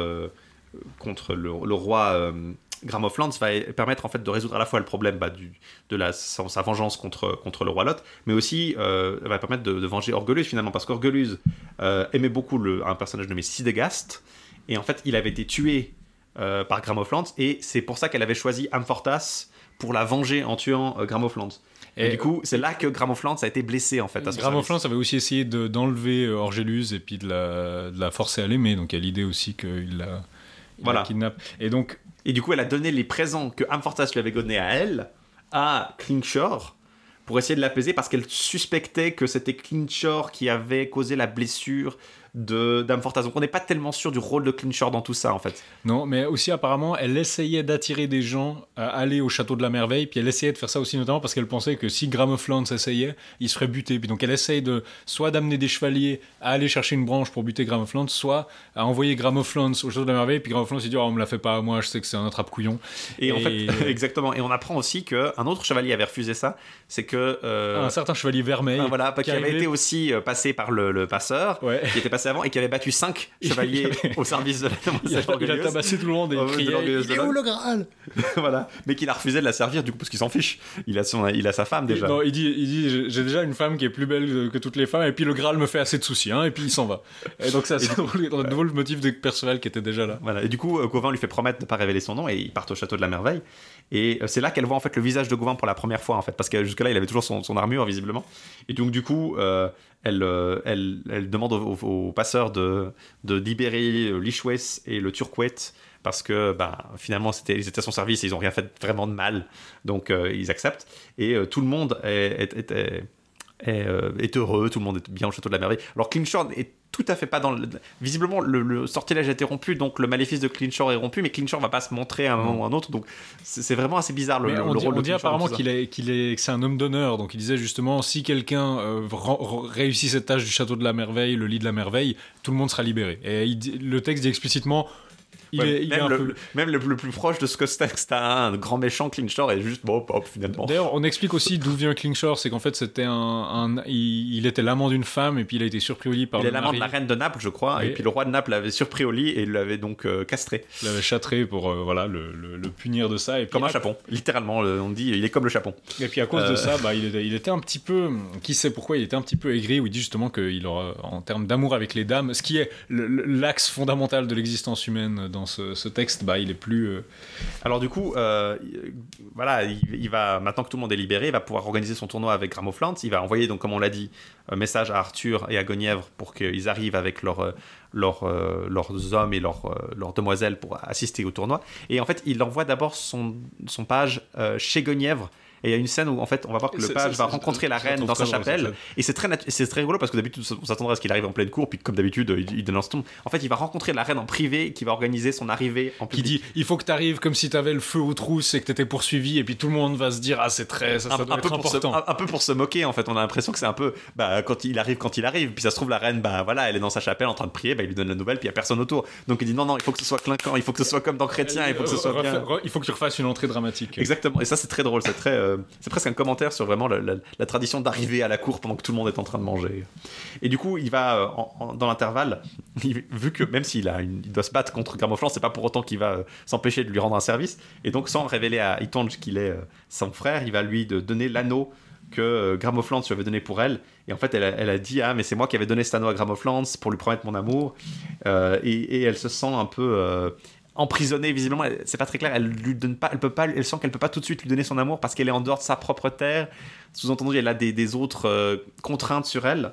le roi... Graham of Lands va permettre en fait de résoudre à la fois le problème de sa vengeance contre le roi Lot, mais aussi va permettre de venger Orgueilleuse finalement, parce qu'Orgueilleuse aimait beaucoup un personnage nommé Sidegast, et en fait il avait été tué par Graham of Lands, et c'est pour ça qu'elle avait choisi Amfortas pour la venger en tuant Graham of Lands. Et du coup, c'est là que Graham of Lands a été blessé en fait. Graham of Lands avait aussi essayé d'enlever Orgeluse et puis de la forcer à l'aimer, donc il y a l'idée aussi qu'il la kidnappe. Et du coup, elle a donné les présents que Amfortas lui avait donnés à elle, à Clinshore, pour essayer de l'apaiser, parce qu'elle suspectait que c'était Clinshore qui avait causé la blessure d'Amfortas. Donc on n'est pas tellement sûr du rôle de Clinshore dans tout ça, en fait. Non, mais aussi apparemment, elle essayait d'attirer des gens à aller au château de la merveille, puis elle essayait de faire ça aussi notamment parce qu'elle pensait que si Graham of Lands essayait, il se ferait buter. Puis donc elle essaye soit d'amener des chevaliers à aller chercher une branche pour buter Graham of Lands, soit à envoyer Graham of Lands au château de la merveille, puis Graham of Lands il dit « Oh, on me la fait pas à moi, je sais que c'est un attrape-couillon. » Et en fait, exactement. Et on apprend aussi qu'un autre chevalier avait refusé ça, c'est que... un certain chevalier Vermeil. Qui avait été aussi passé par le passeur, qui était passé avant, et qui avait battu 5 chevaliers au service de la demoiselle Orgueilleuse. Il a tabassé tout le monde et il criait « Il est où le Graal ?» Voilà. Mais qu'il a refusé de la servir, du coup, parce qu'il s'en fiche. Il a sa femme déjà. Non, il dit j'ai déjà une femme qui est plus belle que toutes les femmes, et puis le Graal me fait assez de soucis, et puis il s'en va. Et donc ça, c'est de nouveau le motif de Perceval qui était déjà là. Voilà. Et du coup, Gauvin lui fait promettre de ne pas révéler son nom, et ils partent au château de la merveille. Et c'est là qu'elle voit en fait le visage de Gauvin pour la première fois, en fait, parce que jusque-là, il avait toujours son armure, visiblement. Et donc, du coup, elle demande aux passeurs de libérer l'Ishwes et le Turquette parce que finalement ils étaient à son service et ils n'ont rien fait vraiment de mal, donc ils acceptent, et tout le monde est heureux, tout le monde est bien au château de la merveille. Alors Klingshor est tout à fait pas dans visiblement le sortilège a été rompu, donc le maléfice de Klingshor est rompu, mais Klingshor va pas se montrer à un moment ou à un autre, donc c'est vraiment assez bizarre le rôle de Klingshor. On dit apparemment que c'est un homme d'honneur, donc il disait justement si quelqu'un réussit cette tâche du château de la merveille, le lit de la merveille, tout le monde sera libéré. Et le texte dit explicitement même le plus proche de ce que c'est un grand méchant, Klingshor est juste finalement. D'ailleurs, on explique aussi d'où vient Klingshor, c'est qu'en fait c'était il était l'amant d'une femme et puis il a été surpris au lit par il est l'amant de la reine de Naples, je crois, et puis le roi de Naples l'avait surpris au lit et l'avait donc castré. Il l'avait châtré pour le punir de ça, et puis comme un chapon, littéralement, on dit il est comme le chapon. Et puis à cause de ça, il était un petit peu, qui sait pourquoi, il était un petit peu aigri, où il dit justement qu'il aura, en termes d'amour avec les dames, ce qui est l'axe fondamental de l'existence humaine dans ce texte, il est plus... Alors du coup, il va, maintenant que tout le monde est libéré, il va pouvoir organiser son tournoi avec Gramoflante. Il va envoyer, donc, comme on l'a dit, un message à Arthur et à Guenièvre pour qu'ils arrivent avec leurs hommes et leurs demoiselles pour assister au tournoi. Et en fait, il envoie d'abord son page chez Guenièvre. Et il y a une scène où en fait on va voir que le page va rencontrer la reine dans sa chapelle, et c'est très rigolo parce que d'habitude on s'attendrait à ce qu'il arrive en pleine cour, puis comme d'habitude il donne un ton. En fait il va rencontrer la reine en privé qui va organiser son arrivée en public. Qui dit il faut que tu arrives comme si tu avais le feu aux trousses et que tu étais poursuivi, et puis tout le monde va se dire ça doit être important. Un peu pour se moquer en fait, on a l'impression que c'est un peu quand il arrive, puis ça se trouve la reine elle est dans sa chapelle en train de prier, il lui donne la nouvelle, puis il y a personne autour, donc il dit non il faut que ce soit clinquant, il faut que ce soit comme dans Chrétien, il faut que ce soit bien, il faut que tu refasses une entrée dramatique. Exactement, et ça c'est très drôle, c'est presque un commentaire sur vraiment la tradition d'arriver à la cour pendant que tout le monde est en train de manger. Et du coup, il va dans l'intervalle, vu que même il doit se battre contre Gramoflante, c'est pas pour autant qu'il va s'empêcher de lui rendre un service. Et donc, sans révéler à Itonge qu'il est son frère, il va lui donner l'anneau que Gramoflante lui avait donné pour elle. Et en fait, elle a dit mais c'est moi qui avais donné cet anneau à Gramoflante pour lui promettre mon amour. Et elle se sent un peu emprisonnée, visiblement, c'est pas très clair, elle sent qu'elle peut pas tout de suite lui donner son amour parce qu'elle est en dehors de sa propre terre, sous-entendu elle a des autres contraintes sur elle,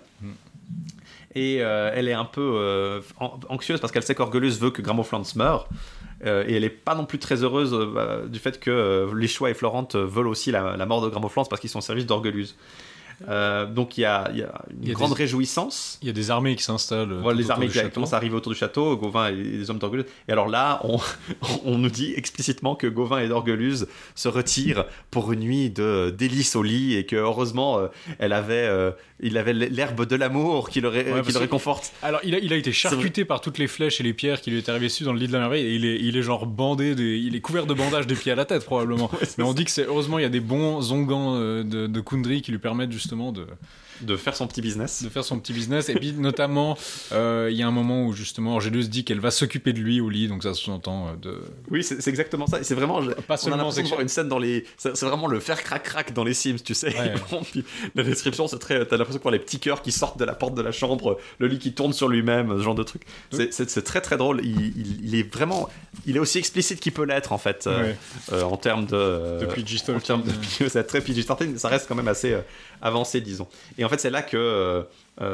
et elle est un peu anxieuse parce qu'elle sait qu'Orgelus veut que Gramoflante meure, et elle est pas non plus très heureuse du fait que Lichois et Florente veulent aussi la mort de Gramoflante parce qu'ils sont au service d'Orgelus. Donc il y a une grande réjouissance. Il y a des armées qui s'installent. Les armées qui commencent à arriver autour du château, Gauvin et les hommes d'Orgelus. Et alors là, on nous dit explicitement que Gauvin et Orgelus se retirent pour une nuit de délices au lit, et que heureusement il avait l'herbe de l'amour qui le réconforte. Alors il a été charcuté par toutes les flèches et les pierres qui lui étaient arrivées dessus dans le lit de la merveille, et il est genre bandé, il est couvert de bandages des pieds à la tête probablement. Mais on dit que heureusement il y a des bons onguents de Kundry qui lui permettent justement de faire son petit business. Et puis notamment il y a un moment où justement Orgelus dit qu'elle va s'occuper de lui au lit, donc ça se sous-entend Oui, c'est exactement ça, et c'est vraiment pas seulement on a l'impression de voir une scène c'est vraiment le faire crac dans les Sims, tu sais. Puis la description c'est très, t'as l'impression de voir les petits cœurs qui sortent de la porte de la chambre, le lit qui tourne sur lui-même, ce genre de truc. C'est très très drôle. Il est vraiment, il est aussi explicite qu'il peut l'être en fait, en termes de PG-13. C'est très PG-13, ça reste quand même assez avancé, disons. Et en fait c'est là que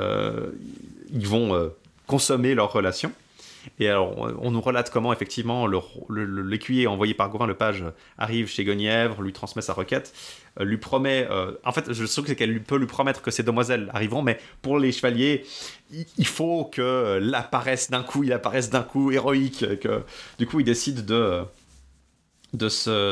ils vont consommer leur relation. Et alors on nous relate comment effectivement l'écuyer envoyé par Gauvin, le page, arrive chez Guenièvre, lui transmet sa requête, lui promet, en fait je trouve que c'est qu'elle peut lui promettre que ces demoiselles arriveront, mais pour les chevaliers il faut que il apparaisse d'un coup héroïque, que du coup il décide de tous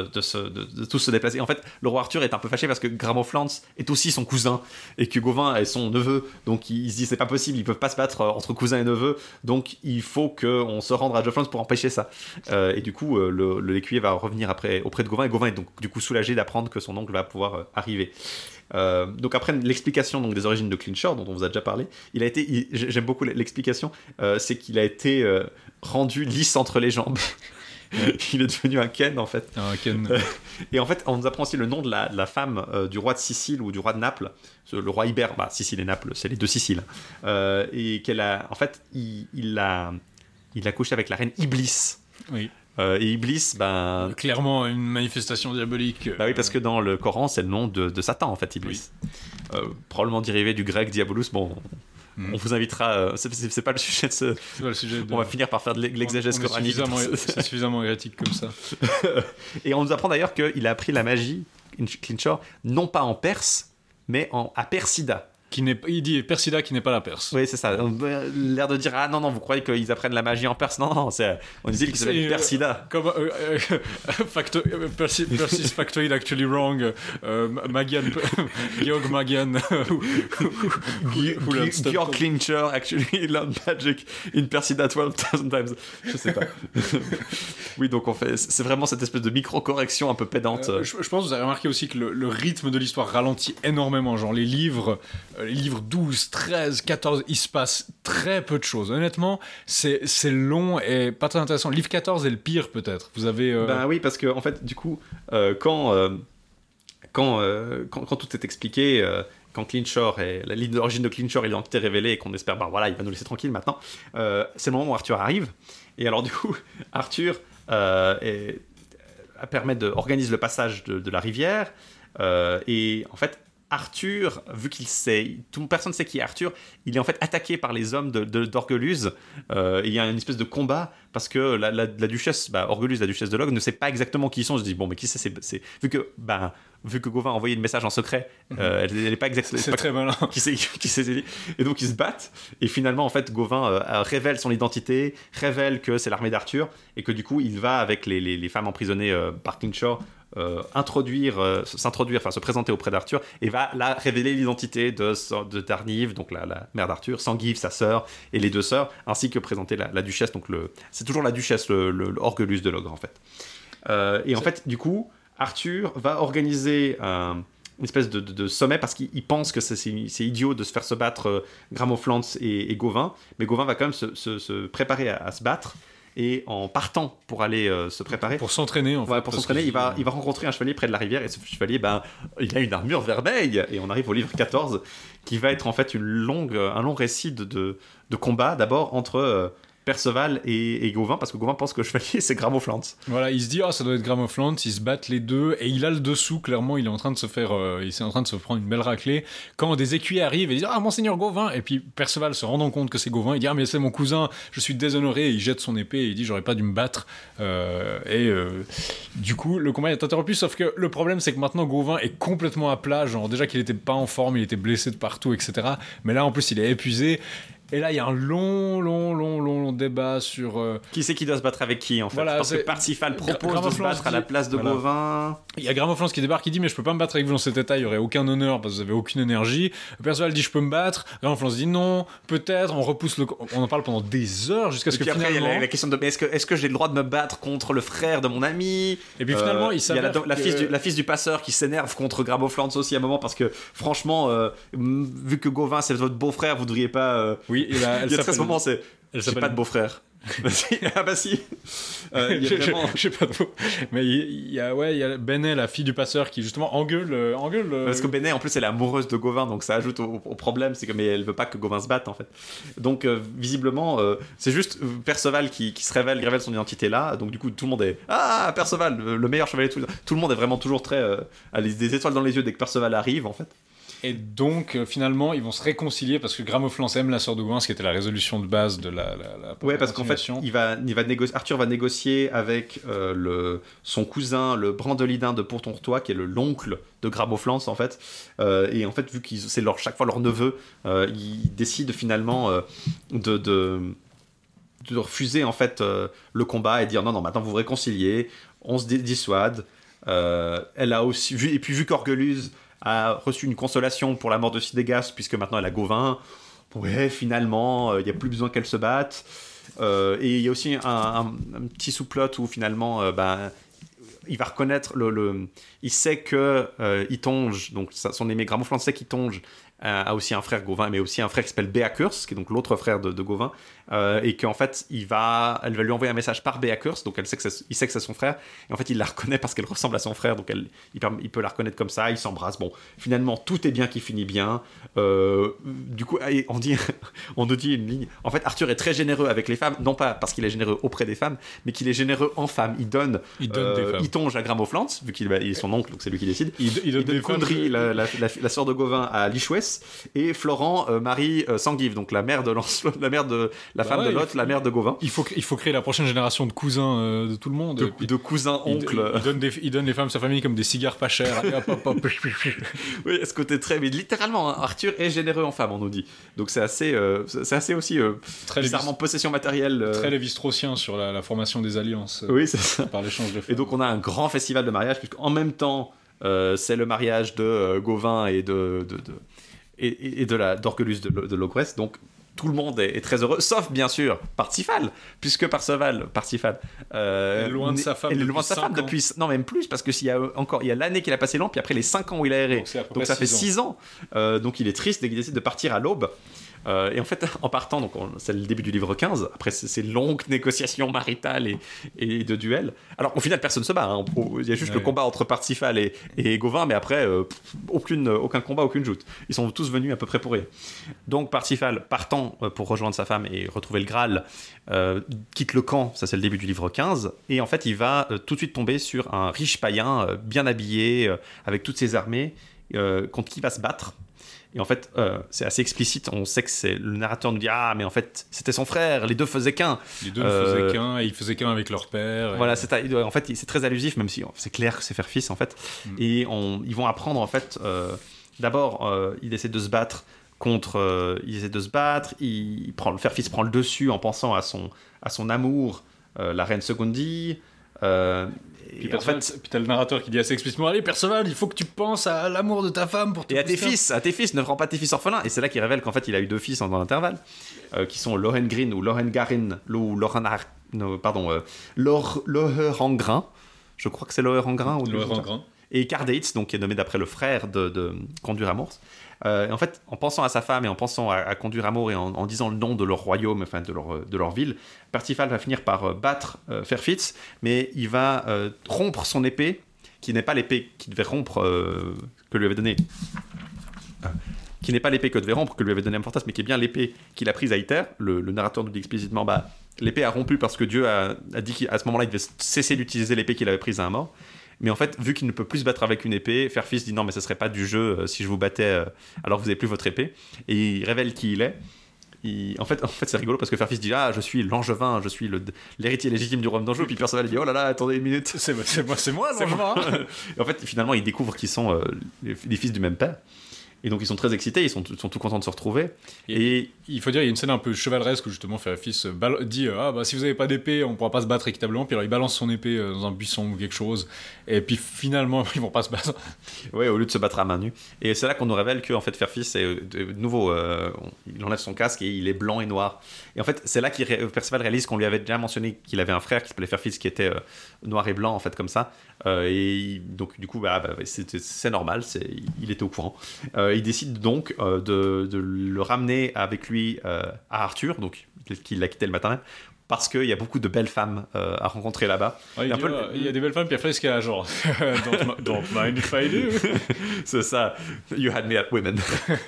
se déplacer. En fait, le roi Arthur est un peu fâché parce que Gramoflante est aussi son cousin et que Gauvin est son neveu, donc il se dit c'est pas possible, ils peuvent pas se battre entre cousins et neveux, donc il faut qu'on se rende à Geoffrance pour empêcher ça. Et du coup, l'écuyer va revenir après auprès de Gauvin, et Gauvin est donc du coup soulagé d'apprendre que son oncle va pouvoir arriver. Donc après l'explication donc des origines de Klingshor dont on vous a déjà parlé, j'aime beaucoup l'explication, c'est qu'il a été rendu lisse entre les jambes. Il est devenu un Ken en fait. Ken. Et en fait on nous apprend aussi le nom de la femme du roi de Sicile ou du roi de Naples, le roi Ibère, Sicile et Naples c'est les deux Siciles, et qu'elle a en fait il a couché avec la reine Iblis. Oui. Et Iblis, clairement une manifestation diabolique. Bah oui, parce que dans le Coran, c'est le nom de Satan, en fait, Iblis. Oui. Probablement dérivé du grec diabolus. Bon, on vous invitera. C'est pas le sujet de ce. C'est pas le sujet de... On va finir par faire de l'exégèse coranique. C'est suffisamment hérétique comme ça. Et on nous apprend d'ailleurs qu'il a appris la magie, Clinchor, non pas en perse, mais à Persida. Il dit Persida qui n'est pas la Perse. Oui, c'est ça. L'air de dire ah non, vous croyez qu'ils apprennent la magie en Perse? Non, on disait qu'ils s'appellent Persida. Comme Persis factoid actually wrong. Magian, Georg Magian. Georg Clincher actually learned magic in Persida 12,000 times. Je sais pas. Oui, donc c'est vraiment cette espèce de micro-correction un peu pédante. Je pense que vous avez remarqué aussi que le rythme de l'histoire ralentit énormément. Genre les livres 12, 13, 14, il se passe très peu de choses. Honnêtement, c'est long et pas très intéressant. Livre 14 est le pire peut-être. Vous avez... Ben oui, parce que en fait, du coup, quand tout est expliqué, quand Clinchor et la ligne d'origine de Clinchor et l'identité révélée et qu'on espère, voilà, il va nous laisser tranquille maintenant, c'est le moment où Arthur arrive. Et alors du coup, Arthur organise le passage de la rivière et en fait, Arthur, vu qu'il sait, personne ne sait qui est Arthur, il est en fait attaqué par les hommes d'Orgeluse. Il y a une espèce de combat parce que la duchesse, Orgeluse, la duchesse de Log, ne sait pas exactement qui ils sont. Je dis bon, mais qui c'est vu que Gauvin a envoyé le message en secret, elle n'est pas exactement. C'est très malin. Qui c'est et donc ils se battent. Et finalement, en fait, Gauvin révèle son identité, révèle que c'est l'armée d'Arthur et que du coup, il va avec les femmes emprisonnées par Clinchor. Se présenter auprès d'Arthur et va là révéler l'identité de Darnive, donc la mère d'Arthur, Sanguive, sa sœur et les deux sœurs, ainsi que présenter la duchesse, donc c'est toujours la duchesse, le Orgelus de l'ogre en fait. En fait, du coup, Arthur va organiser une espèce de sommet parce qu'il pense que c'est idiot de se faire se battre Gramoflans et Gauvin, mais Gauvin va quand même se préparer à se battre. Et en partant pour aller se préparer... Pour s'entraîner, en fait. Pour s'entraîner, il va rencontrer un chevalier près de la rivière. Et ce chevalier, il a une armure vermeille. Et on arrive au livre 14, qui va être en fait un long récit de combat, d'abord entre Perceval et Gauvin, parce que Gauvin pense que le chevalier, c'est Gramoflans. Voilà, il se dit, ça doit être Gramoflans, ils se battent les deux, et il a le dessous, clairement, il est en train de se prendre une belle raclée, quand des écuyers arrivent et disent, monseigneur Gauvin, et puis Perceval, se rendant compte que c'est Gauvin, il dit, mais c'est mon cousin, je suis déshonoré, et il jette son épée, et il dit, j'aurais pas dû me battre, du coup, le combat est interrompu, sauf que le problème, c'est que maintenant, Gauvin est complètement à plat, genre, déjà qu'il était pas en forme, il était blessé de partout, etc., mais là, en plus, il est épuisé. Et là, il y a un long débat sur... Qui c'est qui doit se battre avec qui, en fait? Voilà, parce que Parsifal propose de se battre à la place de Gauvin. Il y a Gramoflans qui débarque, qui dit, mais je peux pas me battre avec vous dans cet état, il y aurait aucun honneur parce que vous avez aucune énergie. Perceval dit, je peux me battre. Gramoflans dit, non, peut-être, on repousse on en parle pendant des heures jusqu'à ce que après, finalement... il y a la question de, mais est-ce que j'ai le droit de me battre contre le frère de mon ami? Et puis finalement, il y a la fille du passeur qui s'énerve contre Gramoflans aussi à un moment parce que, franchement, vu que Gauvin, c'est votre beau-frère, vous devriez pas... Oui, et là, elle s'appelle... ce moment, j'ai pas de beau-frère. Ah bah si. J'ai pas de mots. Mais il y a Benet, la fille du passeur, qui justement engueule. Parce que Benet, en plus, elle est amoureuse de Gauvin, donc ça ajoute au problème, c'est que mais elle veut pas que Gauvin se batte en fait. Donc visiblement, c'est juste Perceval qui se révèle son identité là. Donc du coup, tout le monde est Perceval, le meilleur chevalier de tout le monde est vraiment toujours très des étoiles dans les yeux dès que Perceval arrive en fait. Et donc, finalement, ils vont se réconcilier parce que Gramoflans aime la sœur de Gauvin, ce qui était la résolution de base de la ouais, parce qu'en fait, Arthur va négocier avec son cousin, le Brandelidin de Pontortois, qui est l'oncle de Gramoflans, en fait. Et en fait, vu que c'est chaque fois leur neveu, ils décident finalement de refuser, en fait, le combat et dire non, maintenant vous vous réconciliez, on se dissuade. Elle a aussi vu qu'Orgeluse a reçu une consolation pour la mort de Sidégas, puisque maintenant elle a Gauvin. Ouais, finalement, il n'y a plus besoin qu'elle se batte. Et il y a aussi un petit sous-plot où finalement, il va reconnaître il sait que Itonge, donc son aimé Gramoflans sait qu'Itonge a aussi un frère Gauvin, mais aussi un frère qui s'appelle Beacurs, qui est donc l'autre frère de Gauvin, et qu'en fait, elle va lui envoyer un message par Beacurs, donc il sait que c'est son frère, et en fait, il la reconnaît parce qu'elle ressemble à son frère, donc il peut la reconnaître comme ça, ils s'embrassent. Bon, finalement, tout est bien qui finit bien. Du coup, on nous dit une ligne. En fait, Arthur est très généreux avec les femmes, non pas parce qu'il est généreux auprès des femmes, mais qu'il est généreux en femmes. Il donne des femmes. Il tonge à Gramoflante, vu qu'il est son oncle, donc c'est lui qui décide. Il donne Condry, la sœur de Gauvin, à Lichouès, et Florent marie Sanguive, donc la mère de la femme de Lot, la mère de Gauvin. Il faut créer la prochaine génération de cousins de tout le monde. De cousins, oncles. Il donne les femmes de sa famille comme des cigares pas chers. Oui, ce côté très... Mais littéralement, Arthur est généreux en femmes, on nous dit. Donc c'est assez aussi très bizarrement possession matérielle. Très lévi-straussien sur la formation des alliances. Oui, c'est ça. Par l'échange de femmes. Et donc on a un grand festival de mariage, puisqu'en même temps, c'est le mariage de Gauvin et d'Orgelus de Logresse. Donc tout le monde est très heureux, sauf bien sûr Parsifal, puisque Parsifal est loin de sa femme depuis non, même plus, parce que il y a l'année qu'il a passé lent, puis après les 5 ans où il a erré, donc ça fait 6 ans. Donc il est triste et il décide de partir à l'aube. Et en fait, en partant, donc c'est le début du livre 15, après ces longues négociations maritales et de duels. Alors au final, personne ne se bat, hein. Il y a juste le combat entre Parsifal et Gauvin, mais après, aucun combat, aucune joute. Ils sont tous venus à peu près pour rien. Donc Parsifal, partant pour rejoindre sa femme et retrouver le Graal, quitte le camp, ça c'est le début du livre 15, et en fait il va tout de suite tomber sur un riche païen, bien habillé, avec toutes ses armées, contre qui il va se battre. Et en fait, c'est assez explicite. On sait que le narrateur nous dit mais en fait, c'était son frère. Les deux faisaient qu'un. Les deux ne faisaient qu'un, et ils faisaient qu'un avec leur père. Voilà, en fait, c'est très allusif, même si c'est clair que c'est faire-fils en fait. Et ils vont apprendre en fait. D'abord, il essaie de se battre contre. Le faire-fils prend le dessus en pensant à son amour, la reine Segondie. Puis t'as le narrateur qui dit assez explicitement: allez Perceval, il faut que tu penses à l'amour de ta femme pour et à tes fils, ne rends pas tes fils orphelins. Et c'est là qu'il révèle qu'en fait il a eu 2 fils dans l'intervalle, qui sont Lohengrin ou Lohengarin ou Lohengrin. Je crois que c'est Lohengrin ou Lohengrin. Et Cardates, donc qui est nommé d'après le frère de Condur Amour. En fait, en pensant à sa femme et en pensant à Condur Amour et en disant le nom de leur royaume, enfin de leur ville, Parsifal va finir par battre Fairfitz, mais il va rompre son épée, qui n'est pas l'épée qu'il devait rompre, que lui avait donné. Qui n'est pas l'épée que devait rompre, que lui avait donné Amfortas, mais qui est bien l'épée qu'il a prise à Iter. Le narrateur nous dit explicitement l'épée a rompu parce que Dieu a dit qu'à ce moment-là, il devait cesser d'utiliser l'épée qu'il avait prise à un mort. Mais en fait, vu qu'il ne peut plus se battre avec une épée, Fairfist dit non, mais ce serait pas du jeu si je vous battais alors que vous n'avez plus votre épée. Et il révèle qui il est. En fait, c'est rigolo parce que Fairfist dit je suis l'Angevin, je suis l'héritier légitime du royaume d'Anjou. Et puis Perceval dit oh là là, attendez une minute, c'est moi l'Angevin. Et en fait, finalement, ils découvrent qu'ils sont les fils du même père. Et donc ils sont très excités, ils sont tout contents de se retrouver. Et il faut dire, il y a une scène un peu chevaleresque où justement Fairfist dit si vous n'avez pas d'épée, on ne pourra pas se battre équitablement. Puis alors il balance son épée dans un buisson ou quelque chose. Et puis finalement, ils vont pas se battre. Ouais, au lieu de se battre à main nue. Et c'est là qu'on nous révèle que en fait Fairfist, c'est de nouveau, il enlève son casque et il est blanc et noir. Et en fait, c'est là que Perceval réalise qu'on lui avait déjà mentionné qu'il avait un frère qui s'appelait Fairfist qui était noir et blanc en fait comme ça. Et donc du coup, c'est normal, il était au courant. Il décide donc de le ramener avec lui à Arthur, donc qu'il a quitté le matin même, parce qu'il y a beaucoup de belles femmes à rencontrer là-bas. Il y a des belles femmes, puis après, ce qu'il y a genre don't mind if I do. C'est ça, you had me at women.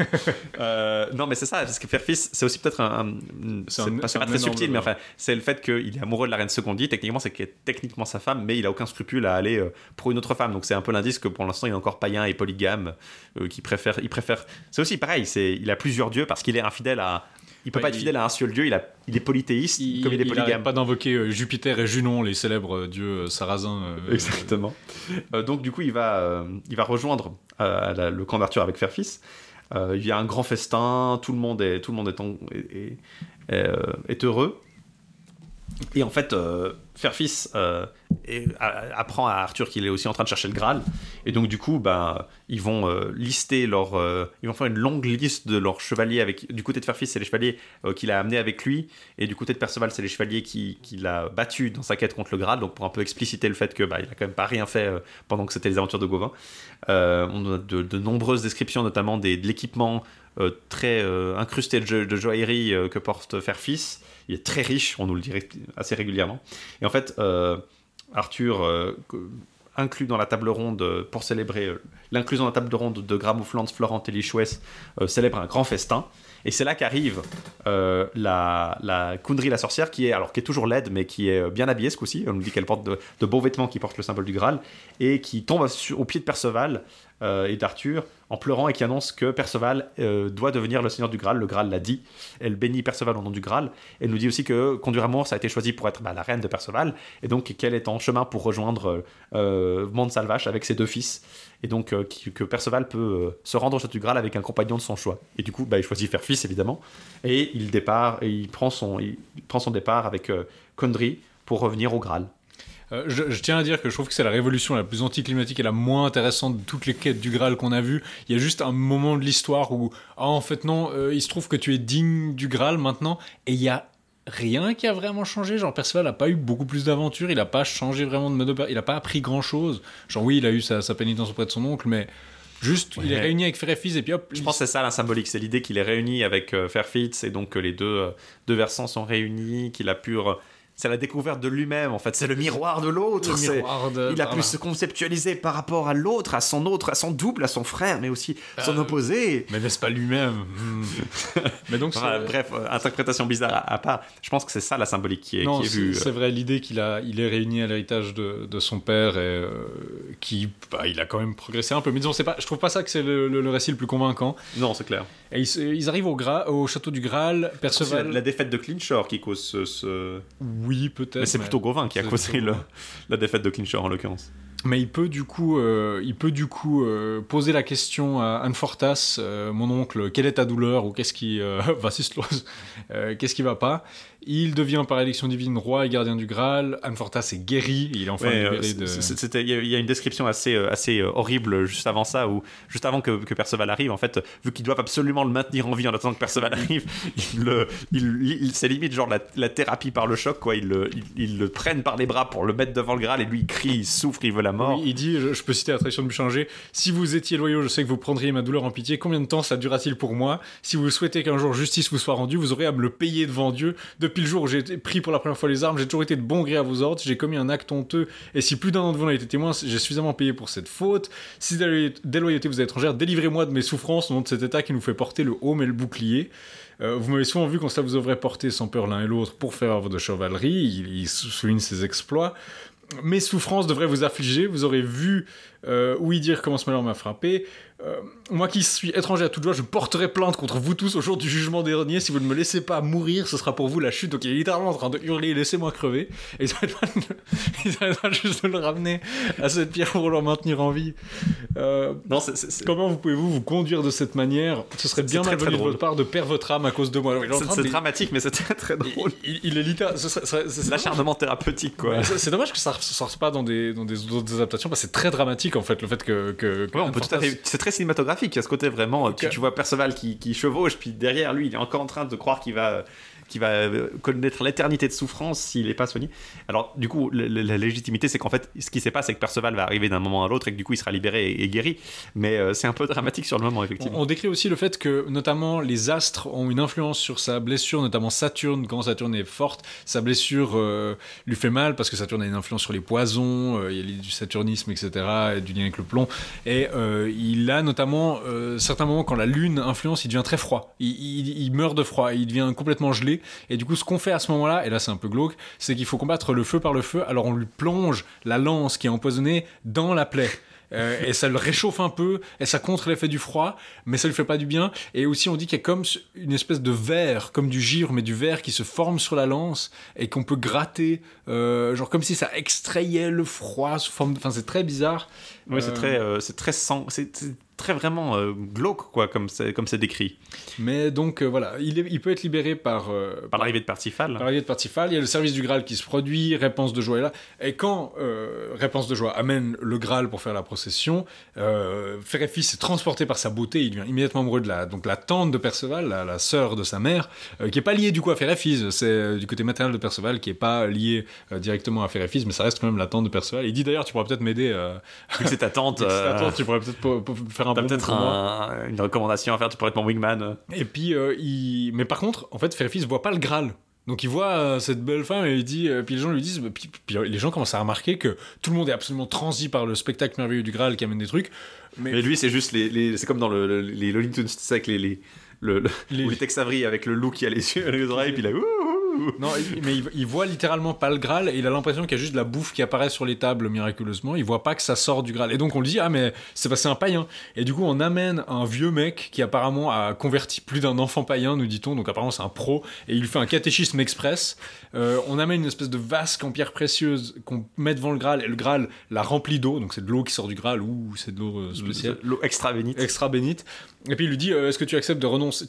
Non, mais c'est ça, parce que Fairfist, c'est aussi peut-être c'est pas très subtil, mais enfin, c'est le fait qu'il est amoureux de la reine Segondie. Techniquement, c'est techniquement sa femme, mais il a aucun scrupule à aller pour une autre femme. Donc c'est un peu l'indice que pour l'instant, il est encore païen et polygame, il préfère. C'est aussi pareil, il a plusieurs dieux parce qu'il est infidèle à. Il peut pas être fidèle à un seul dieu, il est polythéiste, comme il est polygame. Il n'arrête pas d'invoquer Jupiter et Junon, les célèbres dieux sarrasins. Exactement. Donc du coup, il va rejoindre le camp d'Arthur avec Fairfist. Il y a un grand festin, tout le monde est heureux. Et en fait, Faire-Fils apprend à Arthur qu'il est aussi en train de chercher le Graal, et donc du coup ils vont lister ils vont faire une longue liste de leurs chevaliers. Du côté de Faire-Fils, c'est les chevaliers qu'il a amenés avec lui, et du côté de Perceval, c'est les chevaliers qu'il a battus dans sa quête contre le Graal, donc pour un peu expliciter le fait que il a quand même pas rien fait pendant que c'était les aventures de Gauvin. On a de nombreuses descriptions, notamment de l'équipement très incrusté de joaillerie que porte Faire-Fils. Il est très riche, on nous le dirait assez régulièrement. Et en fait, Arthur inclut dans la table ronde, pour célébrer l'inclusion dans la table ronde de Gramouflans, Florent et Lichouès, célèbre un grand festin. Et c'est là qu'arrive la Kundry, la sorcière, qui est toujours laide, mais qui est bien habillée ce coup-ci. On nous dit qu'elle porte de beaux vêtements qui portent le symbole du Graal, et qui tombe au pied de Perceval et d'Arthur en pleurant, et qui annonce que Perceval doit devenir le seigneur du Graal. Le Graal l'a dit. Elle bénit Perceval au nom du Graal. Elle nous dit aussi que Condur-Amour, ça a été choisi pour être la reine de Perceval, et donc qu'elle est en chemin pour rejoindre Monde-Salvache avec ses 2 fils, et donc que Perceval peut se rendre au château du Graal avec un compagnon de son choix. Et du coup, il choisit Faire-Fils, évidemment, et il prend son départ avec Kundry pour revenir au Graal. Je tiens à dire que je trouve que c'est la révolution la plus anticlimatique et la moins intéressante de toutes les quêtes du Graal qu'on a vues. Il y a juste un moment de l'histoire où, en fait non, il se trouve que tu es digne du Graal maintenant, et il y a rien qui a vraiment changé. Genre Perceval n'a pas eu beaucoup plus d'aventures, il n'a pas changé vraiment de mode opératoire, il n'a pas appris grand chose. Genre oui, il a eu sa pénitence auprès de son oncle, mais juste il est réuni avec Faire-Fils, et puis hop. Je pense que c'est ça la symbolique, c'est l'idée qu'il est réuni avec Faire-Fils, et donc que les deux versants sont réunis, qu'il a pu c'est la découverte de lui-même, en fait. C'est le miroir de l'autre. Il a pu se conceptualiser par rapport à l'autre, à son double, à son frère, mais aussi son opposé. Mais n'est-ce pas lui-même? Mais donc, bref, interprétation bizarre à part. Je pense que c'est ça la symbolique qui est vue. C'est vrai, l'idée qu'il est réuni à l'héritage de son père, et il a quand même progressé un peu. Mais disons, je trouve pas ça que c'est le récit le plus convaincant. Non, c'est clair. Et ils arrivent au château du Graal. Perceval. C'est la défaite de Clinchor qui cause ce... Oui, peut-être. Mais c'est plutôt Gauvin qui a causé la défaite de Clinchor en l'occurrence. Mais il peut du coup poser la question à Anne Fortas, mon oncle, quelle est ta douleur, ou qu'est-ce qui qu'est-ce qui va pas. Il devient par élection divine roi et gardien du Graal. Anne Fortas est guéri, il est enfin libéré de... Il y a une description assez horrible juste avant ça, ou juste avant que Perceval arrive. En fait, vu qu'ils doivent absolument le maintenir en vie en attendant que Perceval arrive, c'est limite genre la thérapie par le choc, quoi. Ils le prennent par les bras pour le mettre devant le Graal, et lui il crie, il souffre, il veut la mort. Oui, il dit, je peux citer la tradition de Buchanger: si vous étiez loyaux, je sais que vous prendriez ma douleur en pitié. Combien de temps ça durera-t-il pour moi? Si vous souhaitez qu'un jour justice vous soit rendue, vous aurez à me le payer devant Dieu. Depuis le jour où j'ai pris pour la première fois les armes, j'ai toujours été de bon gré à vos ordres. J'ai commis un acte honteux, et si plus d'un d'entre vous en a été témoin, j'ai suffisamment payé pour cette faute. Si déloyauté vous êtes étrangère, délivrez-moi de mes souffrances au nom de cet état qui nous fait porter le aume et le bouclier. Vous m'avez souvent vu quand cela vous aurait porté sans peur l'un et l'autre pour faire œuvre de chevalerie. Il souligne ses exploits. Mes souffrances devraient vous affliger, vous aurez vu ouï dire comment ce malheur m'a frappé. Moi qui suis étranger à toute joie, je porterai plainte contre vous tous au jour du jugement dernier. Si vous ne me laissez pas mourir, ce sera pour vous la chute. Donc il est littéralement en train de hurler: laissez-moi crever. Et ils arrêtent pas juste de le ramener à cette pierre pour le maintenir en vie. Non, Comment pouvez-vous vous conduire de cette manière? Ce serait bien malvenu de votre part de perdre votre âme à cause de moi. C'est dramatique, mais c'est très très drôle. Il est littéralement... L'acharnement thérapeutique, quoi. C'est dommage que ça ne sorte pas dans des autres adaptations, parce que c'est très dramatique, en fait, le fait que on peut tout à fait... C'est très cinématographique, il y a ce côté vraiment, tu vois Perceval qui chevauche, puis derrière lui il est encore en train de croire qu'il va connaître l'éternité de souffrance s'il n'est pas soigné. Alors du coup la légitimité, c'est qu'en fait ce qui se passe, c'est que Perceval va arriver d'un moment à l'autre, et que du coup il sera libéré et guéri, mais c'est un peu dramatique sur le moment, effectivement. On décrit aussi le fait que notamment les astres ont une influence sur sa blessure, notamment Saturne. Quand Saturne est forte, sa blessure lui fait mal, parce que Saturne a une influence sur les poisons, il y a du saturnisme, etc., et du lien avec le plomb, et il a notamment certains moments quand la lune influence, il devient très froid, il meurt de froid, il devient complètement gelé. Et du coup, ce qu'on fait à ce moment-là, et là c'est un peu glauque, c'est qu'il faut combattre le feu par le feu. Alors on lui plonge la lance qui est empoisonnée dans la plaie. Et ça le réchauffe un peu, et ça contre l'effet du froid, mais ça lui fait pas du bien. Et aussi on dit qu'il y a comme une espèce de verre, comme du givre, mais du verre qui se forme sur la lance, et qu'on peut gratter, genre comme si ça extrayait le froid sous forme... Enfin, c'est très bizarre. Oui, c'est très très vraiment glauque, quoi, comme c'est décrit. Mais donc, voilà, il peut être libéré par l'arrivée de Parsifal. Par l'arrivée de Parsifal, il y a le service du Graal qui se produit, Réponse de Joie est là. Et quand Réponse de Joie amène le Graal pour faire la procession, Ferefis est transporté par sa beauté, il devient immédiatement amoureux de la tante de Perceval, la sœur de sa mère, qui est pas liée du coup à Ferefis, c'est du côté maternel de Perceval, qui est pas liée directement à Ferefis, mais ça reste quand même la tante de Perceval. Il dit d'ailleurs, tu pourras peut-être m'aider. Vu que c'est ta tante, tu pourrais peut-être faire un bon peut-être une recommandation à faire, tu pourrais être mon wingman. Et puis, mais par contre, en fait, Ferefis voit pas le Graal. Donc il voit cette belle femme et il dit, puis les gens lui disent, puis les gens commencent à remarquer que tout le monde est absolument transi par le spectacle merveilleux du Graal qui amène des trucs. Mais lui, c'est juste c'est comme dans les Looney Tunes, c'est avec les Tex Avery avec le loup qui a les yeux et les oreilles, puis là, non, mais il voit littéralement pas le Graal et il a l'impression qu'il y a juste de la bouffe qui apparaît sur les tables miraculeusement. Il voit pas que ça sort du Graal. Et donc on lui dit, ah mais c'est passé un païen. Et du coup on amène un vieux mec qui apparemment a converti plus d'un enfant païen, nous dit-on. Donc apparemment c'est un pro et il lui fait un catéchisme express. On amène une espèce de vasque en pierre précieuse qu'on met devant le Graal et le Graal la remplit d'eau. Donc c'est de l'eau qui sort du Graal ou c'est de l'eau spéciale. L'eau extra bénite. Extra bénite. Et puis il lui dit, est-ce que tu acceptes de renoncer,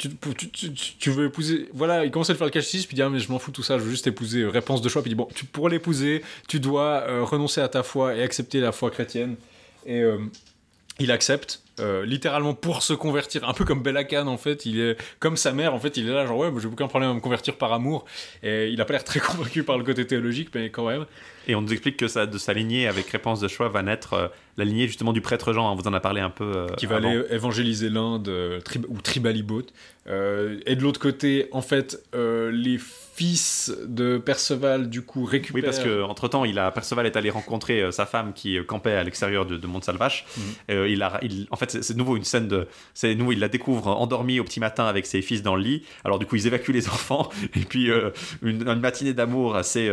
tu veux épouser. Voilà, il commence à lui faire le catéchisme, puis il dit, ah mais je m'en fous tout ça, je veux juste épouser. Réponse de Choix, puis il dit, bon, pour l'épouser, tu dois renoncer à ta foi et accepter la foi chrétienne. Et il accepte, littéralement pour se convertir, un peu comme Bella Khan en fait, il est comme sa mère en fait, il est là genre ouais, j'ai aucun problème à me convertir par amour, et il a pas l'air très convaincu par le côté théologique, mais quand même. Et on nous explique que de sa lignée avec Réponse de Choix va naître la lignée justement du prêtre Jean, on vous en a parlé un peu qui va aller évangéliser l'Inde ou Tribalibot, et de l'autre côté en fait les fils de Perceval du coup récupèrent. Oui, parce que entre temps Perceval est allé rencontrer sa femme qui campait à l'extérieur de Mont-Salvache. En fait c'est nouveau une scène il la découvre endormie au petit matin avec ses fils dans le lit. Alors du coup ils évacuent les enfants et puis une matinée d'amour assez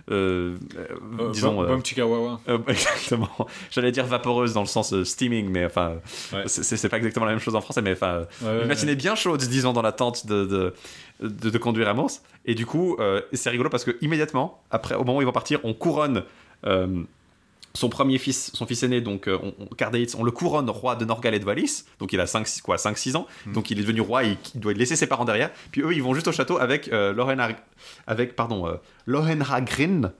disons exactement, j'allais dire vaporeuse dans le sens steaming, mais enfin ouais. c'est pas exactement la même chose en français, mais enfin une matinée bien chaude disons dans l'attente de conduire Amos. Et du coup c'est rigolo parce que immédiatement après, au moment où ils vont partir, on couronne son fils aîné, donc Cardaït, on le couronne roi de Norgal et de Valis, donc il a 5-6 ans, donc il est devenu roi, il doit laisser ses parents derrière, puis eux ils vont juste au château avec Lohenragrin,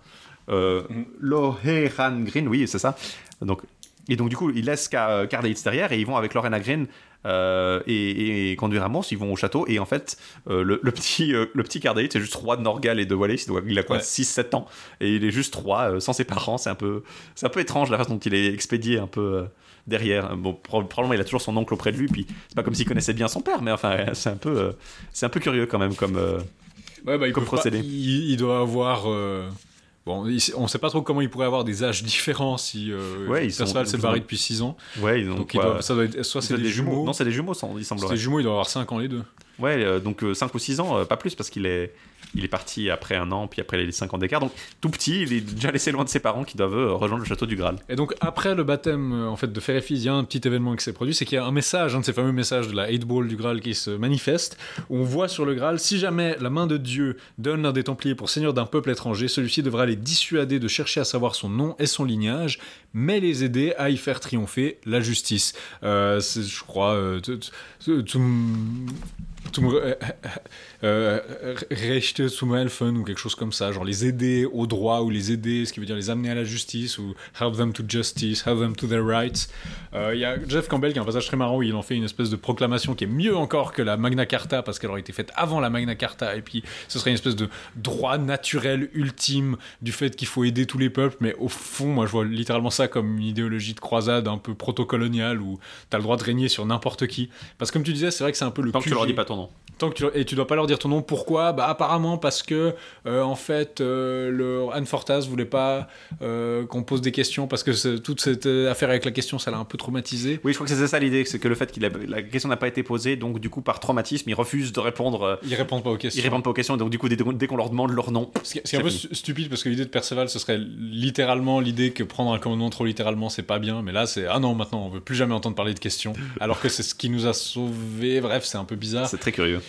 oui c'est ça, et donc du coup ils laissent Cardaït derrière et ils vont avec Lohenragrin et conduire Amos, ils vont au château et en fait le petit Cardaït c'est juste roi de Norgal et de Valis, il a 6-7 ans et il est juste roi sans ses parents. C'est un peu étrange la façon dont il est expédié un peu derrière. Bon, probablement il a toujours son oncle auprès de lui, puis c'est pas comme s'il connaissait bien son père, mais enfin c'est un peu curieux quand même comme procédé. Il doit avoir bon, on sait pas trop comment il pourrait avoir des âges différents si Perceval s'est barré depuis 6 ans. Ouais, donc ça doit être soit c'est des jumeaux. Non, c'est des jumeaux, il semblerait. C'est des jumeaux, il doit avoir 5 ans les deux. Ouais, donc 5 ou 6 ans, pas plus, parce qu'il est parti après 1 an, puis après les 5 ans d'écart. Donc tout petit, il est déjà laissé loin de ses parents qui doivent rejoindre le château du Graal. Et donc après le baptême en fait de Ferefis, il y a un petit événement qui s'est produit, c'est qu'il y a un message, un de ces fameux messages de la 8 Ball du Graal qui se manifeste, où on voit sur le Graal, si jamais la main de Dieu donne l'un des Templiers pour seigneur d'un peuple étranger, celui-ci devra les dissuader de chercher à savoir son nom et son lignage, mais les aider à y faire triompher la justice. C'est, je crois, Rechte zum Helfen ou quelque chose comme ça, genre les aider au droit ou les aider, ce qui veut dire les amener à la justice, ou help them to justice, help them to their rights. Il y a Jeff Campbell qui a un passage très marrant où il en fait une espèce de proclamation qui est mieux encore que la Magna Carta parce qu'elle aurait été faite avant la Magna Carta, et puis ce serait une espèce de droit naturel ultime du fait qu'il faut aider tous les peuples, mais au fond moi je vois littéralement ça comme une idéologie de croisade un peu proto-coloniale où t'as le droit de régner sur n'importe qui, parce que comme tu disais c'est vrai que c'est un peu le tant que tu leur dis pas ton nom. Et tu dois pas leur dire ton nom. Pourquoi ? Bah apparemment parce que en fait le Anne Fortas voulait pas qu'on pose des questions parce que toute cette affaire avec la question ça l'a un peu traumatisé. Oui, je crois que c'est ça l'idée, c'est que le fait la question n'a pas été posée, donc du coup par traumatisme ils refusent de répondre. Ils répondent pas aux questions. Donc du coup dès qu'on leur demande leur nom. C'est un peu stupide parce que l'idée de Perceval ce serait littéralement l'idée que prendre un commandement trop littéralement c'est pas bien, mais là c'est non, maintenant on veut plus jamais entendre parler de questions alors que c'est ce qui nous a sauvés. Bref, c'est un peu bizarre. C'est très curieux.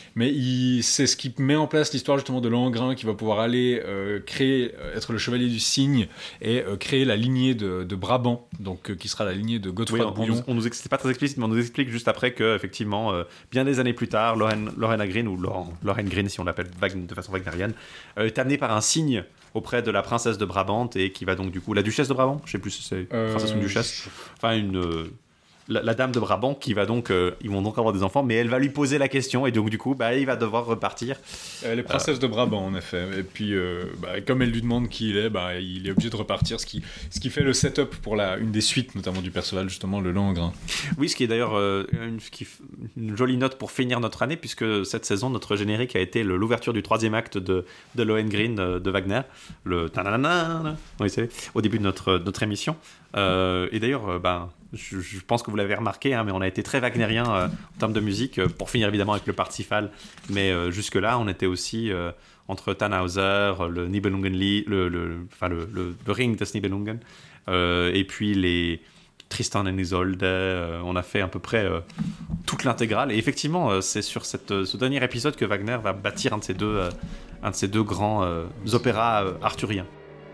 mais c'est ce qui met en place l'histoire justement de Langrin qui va pouvoir aller être le chevalier du cygne et créer la lignée de Brabant, donc qui sera la lignée de Godefroy de Bouillon. C'est pas très explicite, mais on nous explique juste après que effectivement, bien des années plus tard, Lorena Green, ou Lorraine Green si on l'appelle de façon wagnérienne, est amenée par un cygne auprès de la princesse de Brabant et qui va donc du coup la duchesse de Brabant, je sais plus si c'est princesse ou duchesse, enfin la dame de Brabant qui va donc ils vont donc avoir des enfants, mais elle va lui poser la question et donc du coup il va devoir repartir. Elle est princesse de Brabant en effet, et puis comme elle lui demande qui il est, il est obligé de repartir, ce qui fait le setup pour une des suites notamment du Perceval, justement le Langrin. Oui, ce qui est d'ailleurs une jolie note pour finir notre année, puisque cette saison notre générique a été l'ouverture du 3e acte de Lohengrin de Wagner, le tananana, oui, au début de notre émission. Et d'ailleurs, je pense que vous l'avez remarqué, mais on a été très wagnérien en termes de musique, pour finir évidemment avec le Parsifal, mais jusque-là on était aussi entre Tannhauser, le Nibelungenlied, le Ring des Nibelungen, et puis les Tristan et Isolde, on a fait à peu près toute l'intégrale, et effectivement c'est sur ce dernier épisode que Wagner va bâtir un de ces deux grands opéras arthuriens.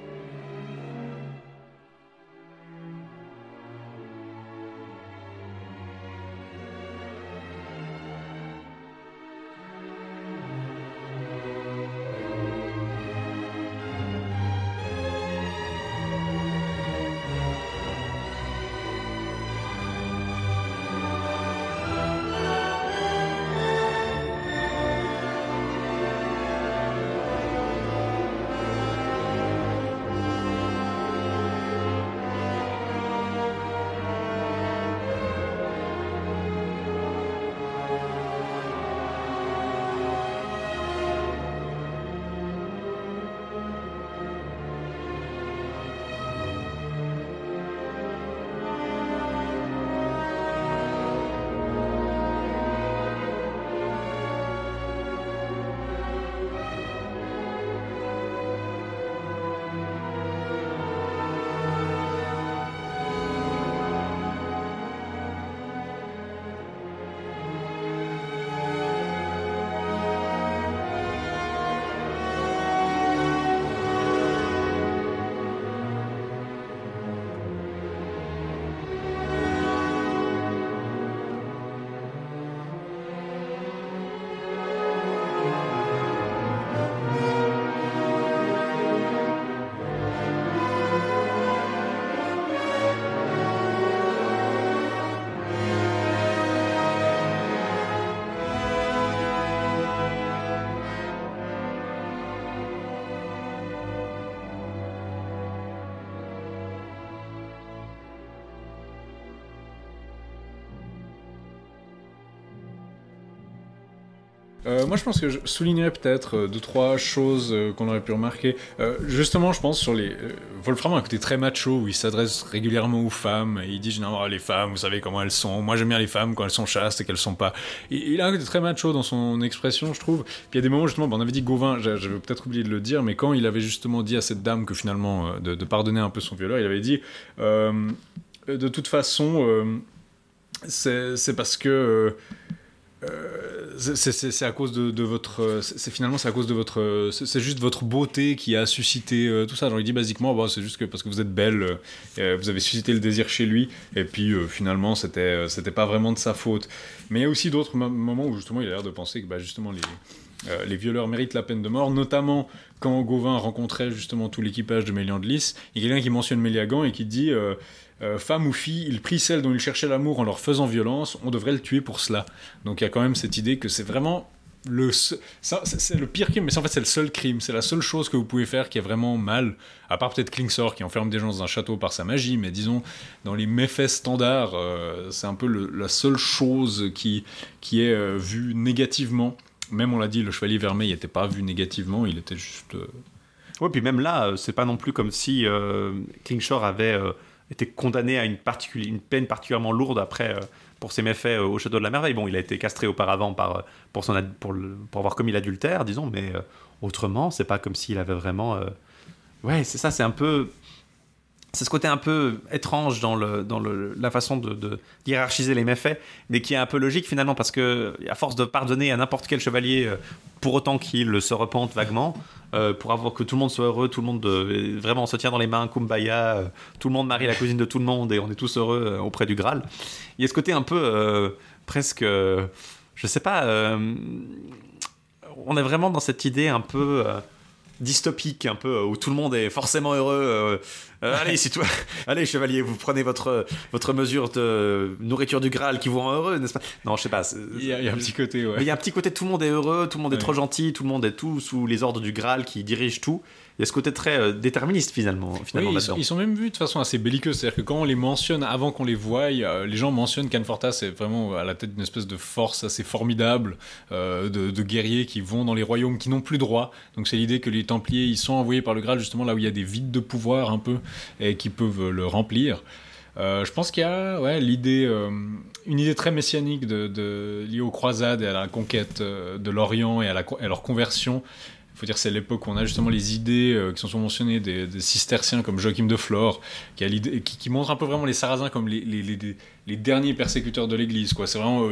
Moi je pense que je soulignerais peut-être 2-3 choses qu'on aurait pu remarquer. Justement je pense sur les... Wolfram a un côté très macho où il s'adresse régulièrement aux femmes et il dit généralement les femmes, vous savez comment elles sont, moi j'aime bien les femmes quand elles sont chastes et qu'elles sont pas... Il a un côté très macho dans son expression je trouve. Puis il y a des moments justement, on avait dit Gauvin, j'avais peut-être oublié de le dire, mais quand il avait justement dit à cette dame que finalement de pardonner un peu son violeur, il avait dit de toute façon c'est parce que... c'est à cause de votre c'est à cause de votre c'est juste votre beauté qui a suscité tout ça. Genre il dit basiquement c'est juste que parce que vous êtes belle vous avez suscité le désir chez lui et puis finalement c'était pas vraiment de sa faute. Mais il y a aussi d'autres moments où justement il a l'air de penser que justement les violeurs méritent la peine de mort, notamment quand Gauvin rencontrait justement tout l'équipage de Mélian de Lys. Il y a quelqu'un qui mentionne Méliagan et qui dit femme ou fille, il prit celle dont il cherchait l'amour en leur faisant violence, on devrait le tuer pour cela. Donc il y a quand même cette idée que c'est vraiment c'est le pire crime, mais en fait c'est le seul crime, c'est la seule chose que vous pouvez faire qui est vraiment mal, à part peut-être Klingsor qui enferme des gens dans un château par sa magie, mais disons dans les méfaits standards c'est un peu la seule chose qui est vue négativement. Même on l'a dit, le chevalier Vermeil n'était pas vu négativement, il était juste... Ouais, puis même là, c'est pas non plus comme si Klingsor avait été condamné à une peine particulièrement lourde après pour ses méfaits au Château de la Merveille. Bon, il a été castré auparavant pour avoir commis l'adultère, disons, mais autrement, c'est pas comme s'il avait vraiment... Ouais, c'est ça, c'est un peu... c'est ce côté un peu étrange dans la façon de hiérarchiser les méfaits, mais qui est un peu logique finalement, parce que à force de pardonner à n'importe quel chevalier, pour autant qu'il se repente vaguement, pour avoir que tout le monde soit heureux, tout le monde vraiment se tient dans les mains, kumbaya, tout le monde marie la cousine de tout le monde et on est tous heureux auprès du Graal. Il y a ce côté un peu presque, je sais pas, on est vraiment dans cette idée un peu dystopique, un peu où tout le monde est forcément heureux. Allez chevalier, vous prenez votre mesure de nourriture du Graal qui vous rend heureux, n'est-ce pas? Non, je sais pas. Il y a un petit côté, ouais. Il y a un petit côté, tout le monde est heureux, tout le monde est trop gentil, tout le monde est tout sous les ordres du Graal qui dirige tout. Il y a ce côté très déterministe finalement oui, là-dedans. Ils sont même vus de façon assez belliqueuse, c'est-à-dire que quand on les mentionne avant qu'on les voie, les gens mentionnent Canfortas c'est vraiment à la tête d'une espèce de force assez formidable de guerriers qui vont dans les royaumes qui n'ont plus droit. Donc c'est l'idée que les Templiers ils sont envoyés par le Graal justement là où il y a des vides de pouvoir un peu et qui peuvent le remplir. Je pense qu'il y a une idée très messianique liée aux croisades et à la conquête de l'Orient et à leur conversion. Il faut dire que c'est l'époque où on a justement les idées qui sont souvent mentionnées des cisterciens comme Joachim de Flore qui montrent un peu vraiment les Sarrasins comme les derniers persécuteurs de l'Église, quoi. C'est vraiment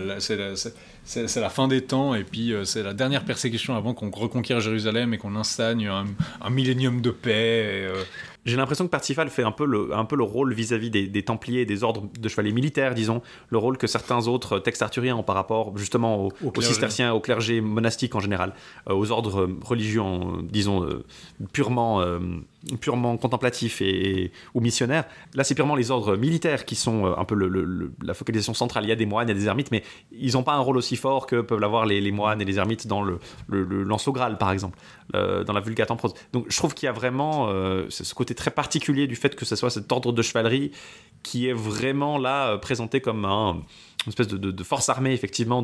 c'est la fin des temps et puis c'est la dernière persécution avant qu'on reconquiert Jérusalem et qu'on instagne un millénium de paix. J'ai l'impression que Parsifal fait un peu le rôle vis-à-vis des Templiers et des ordres de chevaliers militaires, disons, le rôle que certains autres textes arthuriens ont par rapport justement aux cisterciens, au clergé monastique en général, aux ordres religieux, disons, purement contemplatifs ou missionnaires. Là, c'est purement les ordres militaires qui sont un peu la focalisation centrale. Il y a des moines, il y a des ermites, mais ils n'ont pas un rôle aussi fort que peuvent l'avoir les moines et les ermites dans le Lanceau Graal, par exemple, dans la Vulgate en prose. Donc, je trouve qu'il y a vraiment ce côté très particulier du fait que ce soit cet ordre de chevalerie qui est vraiment là présenté comme une espèce de force armée effectivement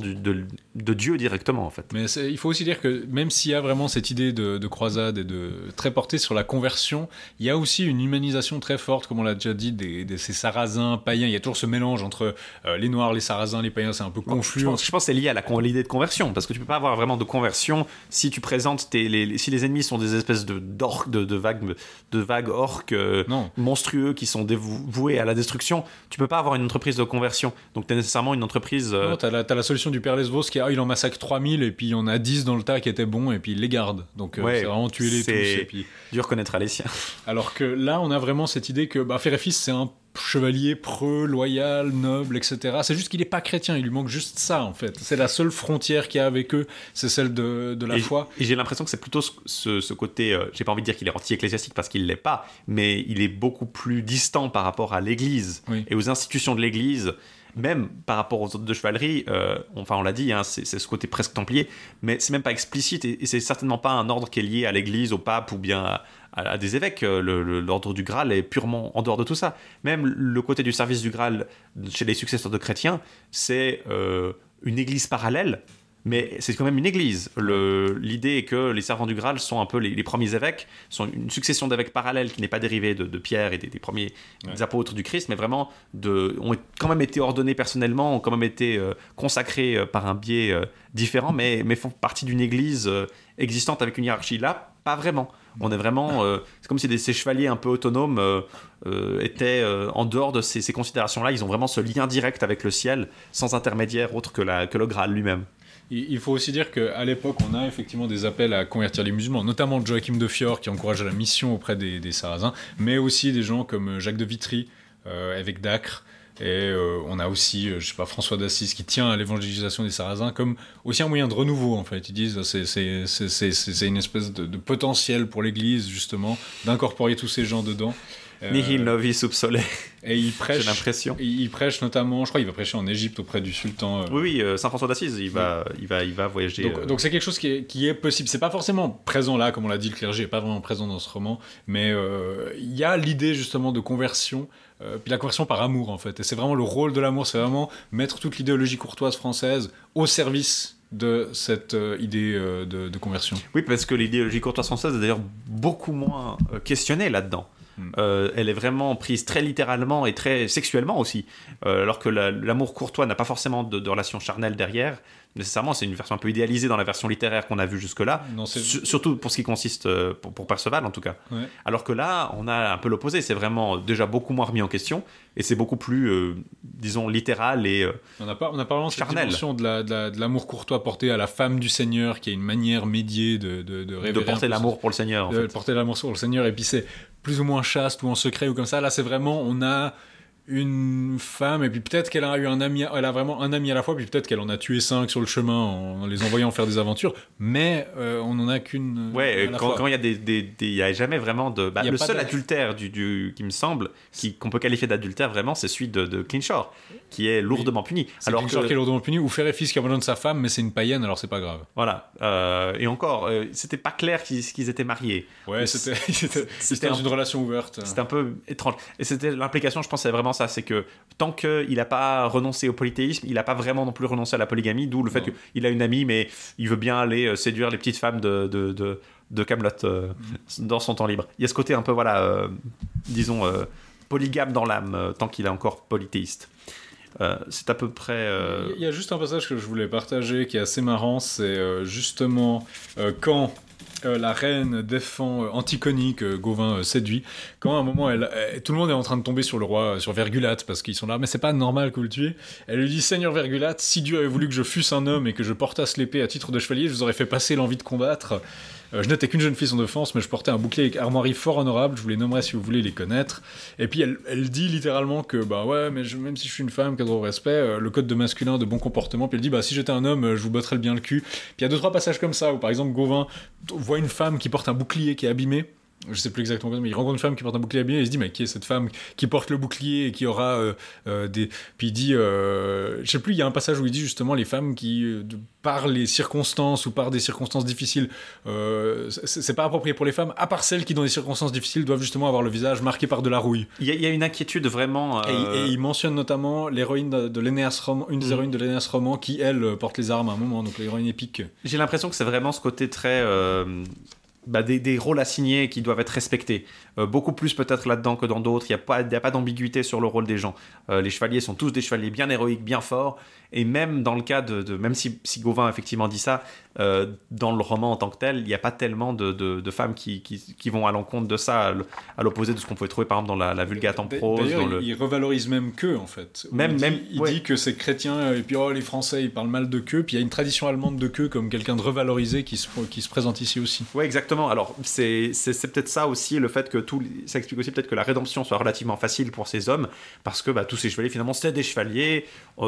de Dieu directement en fait. Mais il faut aussi dire que même s'il y a vraiment cette idée de croisade et très portée sur la conversion, il y a aussi une humanisation très forte, comme on l'a déjà dit, de ces Sarrasins païens. Il y a toujours ce mélange entre les Noirs, les Sarrasins, les païens, c'est un peu confus. Je pense que c'est lié à l'idée de conversion, parce que tu peux pas avoir vraiment de conversion si tu présentes si les ennemis sont des espèces d'orques, de vagues orques monstrueux qui sont voués à la destruction. Tu peux pas avoir une entreprise de conversion, donc t'es nécessairement une entreprise. Non, t'as la solution du père Lesvos qui il en massacre 3000 et puis il y en a 10 dans le tas qui étaient bons et puis il les garde. Donc c'est vraiment tuer les tous. Et puis dur connaîtra les siens. Alors que là, on a vraiment cette idée que Féréfis, c'est un chevalier preux, loyal, noble, etc. C'est juste qu'il n'est pas chrétien, il lui manque juste ça en fait. C'est la seule frontière qu'il y a avec eux, c'est celle de la foi. Et j'ai l'impression que c'est plutôt ce côté, j'ai pas envie de dire qu'il est anti-ecclésiastique parce qu'il l'est pas, mais il est beaucoup plus distant par rapport à l'Église et aux institutions de l'Église. Même par rapport aux ordres de chevalerie, on l'a dit, c'est ce côté presque templier, mais c'est même pas explicite et c'est certainement pas un ordre qui est lié à l'église, au pape ou bien à des évêques. L'ordre du Graal est purement en dehors de tout ça. Même le côté du service du Graal chez les successeurs de chrétiens, c'est une église parallèle, mais c'est quand même une église. L'idée est que les servants du Graal sont un peu les premiers évêques, sont une succession d'évêques parallèles qui n'est pas dérivée de Pierre et des premiers apôtres du Christ, mais vraiment ont quand même été ordonnés personnellement, ont quand même été consacrés par un biais différent, mais font partie d'une église existante avec une hiérarchie. Là, pas vraiment. On est vraiment... c'est comme si ces chevaliers un peu autonomes étaient en dehors de ces considérations-là. Ils ont vraiment ce lien direct avec le ciel, sans intermédiaire autre que le Graal lui-même. Il faut aussi dire qu'à l'époque, on a effectivement des appels à convertir les musulmans, notamment Joachim de Fiore qui encourage la mission auprès des Sarrasins, mais aussi des gens comme Jacques de Vitry, évêque d'Acre, et on a aussi, François d'Assise qui tient à l'évangélisation des Sarrasins comme aussi un moyen de renouveau en fait. Ils disent c'est une espèce de potentiel pour l'Église justement d'incorporer tous ces gens dedans. Nihil novi sub sole. Et il prêche, j'ai l'impression. Il prêche notamment, je crois, il va prêcher en Égypte auprès du sultan. Oui, Saint François d'Assise, il va voyager. Donc c'est quelque chose qui est possible. C'est pas forcément présent là, comme on l'a dit, le clergé est pas vraiment présent dans ce roman, mais il y a l'idée justement de conversion, puis la conversion par amour en fait. Et c'est vraiment le rôle de l'amour, c'est vraiment mettre toute l'idéologie courtoise française au service de cette idée de conversion. Oui, parce que l'idéologie courtoise française est d'ailleurs beaucoup moins questionnée là-dedans. Elle est vraiment prise très littéralement et très sexuellement aussi. Alors que l'amour courtois n'a pas forcément de relation charnelle derrière. Nécessairement, c'est une version un peu idéalisée dans la version littéraire qu'on a vue jusque-là. Surtout pour ce qui consiste, pour Perceval en tout cas. Ouais. Alors que là, on a un peu l'opposé. C'est vraiment déjà beaucoup moins remis en question. Et c'est beaucoup plus, disons, littéral et on a pas vraiment cette dimension de l'amour courtois porté à la femme du Seigneur, qui est une manière médiée de révérer. De porter l'amour pour le Seigneur. De porter l'amour pour le Seigneur. Et puis c'est plus ou moins chaste ou en secret ou comme ça. Là, c'est vraiment, on a une femme, et puis peut-être qu'elle a eu un ami, elle a vraiment un ami à la fois, puis peut-être qu'elle en a tué 5 sur le chemin en les envoyant faire des aventures, mais on n'en a qu'une. Ouais, quand il y a jamais vraiment de. Le seul adultère qui me semble, qu'on peut qualifier d'adultère vraiment, c'est celui de Clinshore, qui est lourdement puni. C'est Clinshore qui est lourdement puni, ou Fer et Fils qui abandonne sa femme, mais c'est une païenne, alors c'est pas grave. Voilà. Et encore, c'était pas clair qu'ils étaient mariés. Ouais, c'était une relation ouverte. C'était un peu étrange. Et c'était l'implication, je pense, c'est vraiment ça, c'est que tant qu'il n'a pas renoncé au polythéisme, il n'a pas vraiment non plus renoncé à la polygamie, d'où le fait qu'il a une amie, mais il veut bien aller séduire les petites femmes de Kaamelott dans son temps libre. Il y a ce côté un peu, disons, polygame dans l'âme, tant qu'il est encore polythéiste. C'est à peu près... Il y a juste un passage que je voulais partager qui est assez marrant, c'est justement quand... la reine défend Antigone que Gawain séduit. Quand à un moment, tout le monde est en train de tomber sur le roi, sur Vergulate, parce qu'ils sont là, mais c'est pas normal que vous le tuiez. Elle lui dit: Seigneur Vergulate, si Dieu avait voulu que je fusse un homme et que je portasse l'épée à titre de chevalier, je vous aurais fait passer l'envie de combattre. Je n'étais qu'une jeune fille sans défense, mais je portais un bouclier avec armoirie fort honorable, je vous les nommerai si vous voulez les connaître. Et puis elle dit littéralement que, ouais, mais même si je suis une femme, cadre au respect, le code de masculin, de bon comportement, puis elle dit, si j'étais un homme, je vous botterais bien le cul. Puis il y a 2-3 passages comme ça, où par exemple Gawain voit une femme qui porte un bouclier qui est abîmé, je sais plus exactement comment, mais il rencontre une femme qui porte un bouclier abîmé et il se dit, mais qui est cette femme qui porte le bouclier et qui aura des... Puis il dit, je sais plus, il y a un passage où il dit justement les femmes qui, par les circonstances ou par des circonstances difficiles, c'est pas approprié pour les femmes, à part celles qui dans des circonstances difficiles doivent justement avoir le visage marqué par de la rouille. Il y a une inquiétude vraiment... Et il mentionne notamment l'héroïne de l'Énéas roman, une des héroïnes de l'Énéas roman qui, elle, porte les armes à un moment, donc l'héroïne épique. J'ai l'impression que c'est vraiment ce côté très... des rôles assignés qui doivent être respectés. Beaucoup plus peut-être là-dedans que dans d'autres. Il n'y a pas d'ambiguïté sur le rôle des gens. Les chevaliers sont tous des chevaliers bien héroïques, bien forts. Et même dans le cas même si Gawain effectivement dit ça, dans le roman en tant que tel, il n'y a pas tellement de femmes qui vont à l'encontre de ça, à l'opposé de ce qu'on pouvait trouver par exemple dans la Vulgate en prose. D'ailleurs, il revalorise même qu'eux en fait. Il dit que c'est chrétien, et puis les Français ils parlent mal de qu'eux, puis il y a une tradition allemande de qu'eux comme quelqu'un de revalorisé qui se présente ici aussi. Ouais, exactement. Alors c'est peut-être ça aussi, le fait que ça explique aussi peut-être que la rédemption soit relativement facile pour ces hommes, parce que tous ces chevaliers finalement c'est des chevaliers.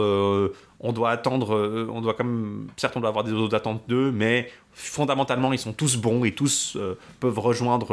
On doit attendre, certes on doit avoir des doses d'attente d'eux, mais fondamentalement ils sont tous bons et tous peuvent rejoindre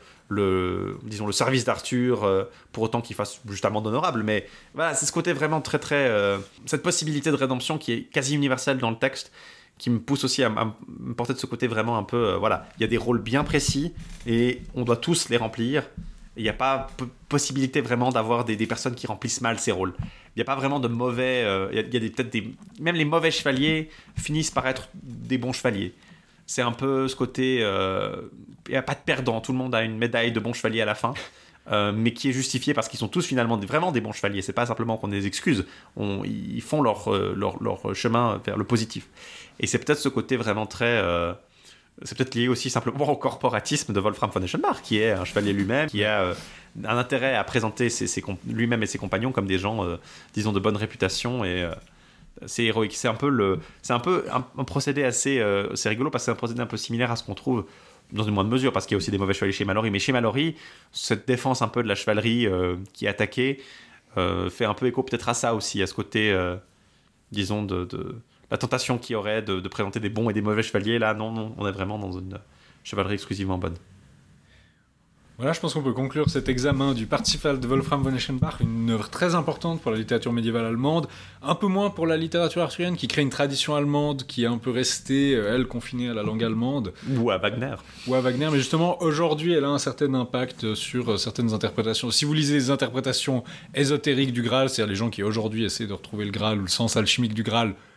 disons le service d'Arthur, pour autant qu'ils fassent juste amende honorable. Mais voilà, c'est ce côté vraiment très très cette possibilité de rédemption qui est quasi universelle dans le texte, qui me pousse aussi à me porter de ce côté vraiment un peu il y a des rôles bien précis et on doit tous les remplir. Il n'y a pas possibilité vraiment d'avoir des personnes qui remplissent mal ces rôles. Il n'y a pas vraiment de mauvais... il y a peut-être même les mauvais chevaliers finissent par être des bons chevaliers. C'est un peu ce côté... il n'y a pas de perdant. Tout le monde a une médaille de bon chevalier à la fin, mais qui est justifiée parce qu'ils sont tous finalement vraiment des bons chevaliers. C'est pas simplement qu'on les excuse. Ils font leur chemin vers le positif. Et c'est peut-être ce côté vraiment très... c'est peut-être lié aussi simplement au corporatisme de Wolfram von Eschenbach, qui est un chevalier lui-même, qui a un intérêt à présenter lui-même et ses compagnons comme des gens, disons, de bonne réputation, et c'est héroïque. C'est un peu un procédé assez... c'est rigolo parce que c'est un procédé un peu similaire à ce qu'on trouve dans une moindre mesure, parce qu'il y a aussi des mauvais chevaliers chez Malory, mais chez Malory, cette défense un peu de la chevalerie qui est attaquée fait un peu écho peut-être à ça aussi, à ce côté, disons, de la tentation qu'il y aurait de présenter des bons et des mauvais chevaliers. Là, non, on est vraiment dans une chevalerie exclusivement bonne. Voilà, je pense qu'on peut conclure cet examen du Parsifal de Wolfram von Eschenbach, une œuvre très importante pour la littérature médiévale allemande, un peu moins pour la littérature arthurienne, qui crée une tradition allemande qui est un peu restée, elle, confinée à la langue allemande. Ou à Wagner, mais justement, aujourd'hui, elle a un certain impact sur certaines interprétations. Si vous lisez les interprétations ésotériques du Graal, c'est-à-dire les gens qui aujourd'hui essaient de retrouver le Graal ou le sens alchimique du Graal,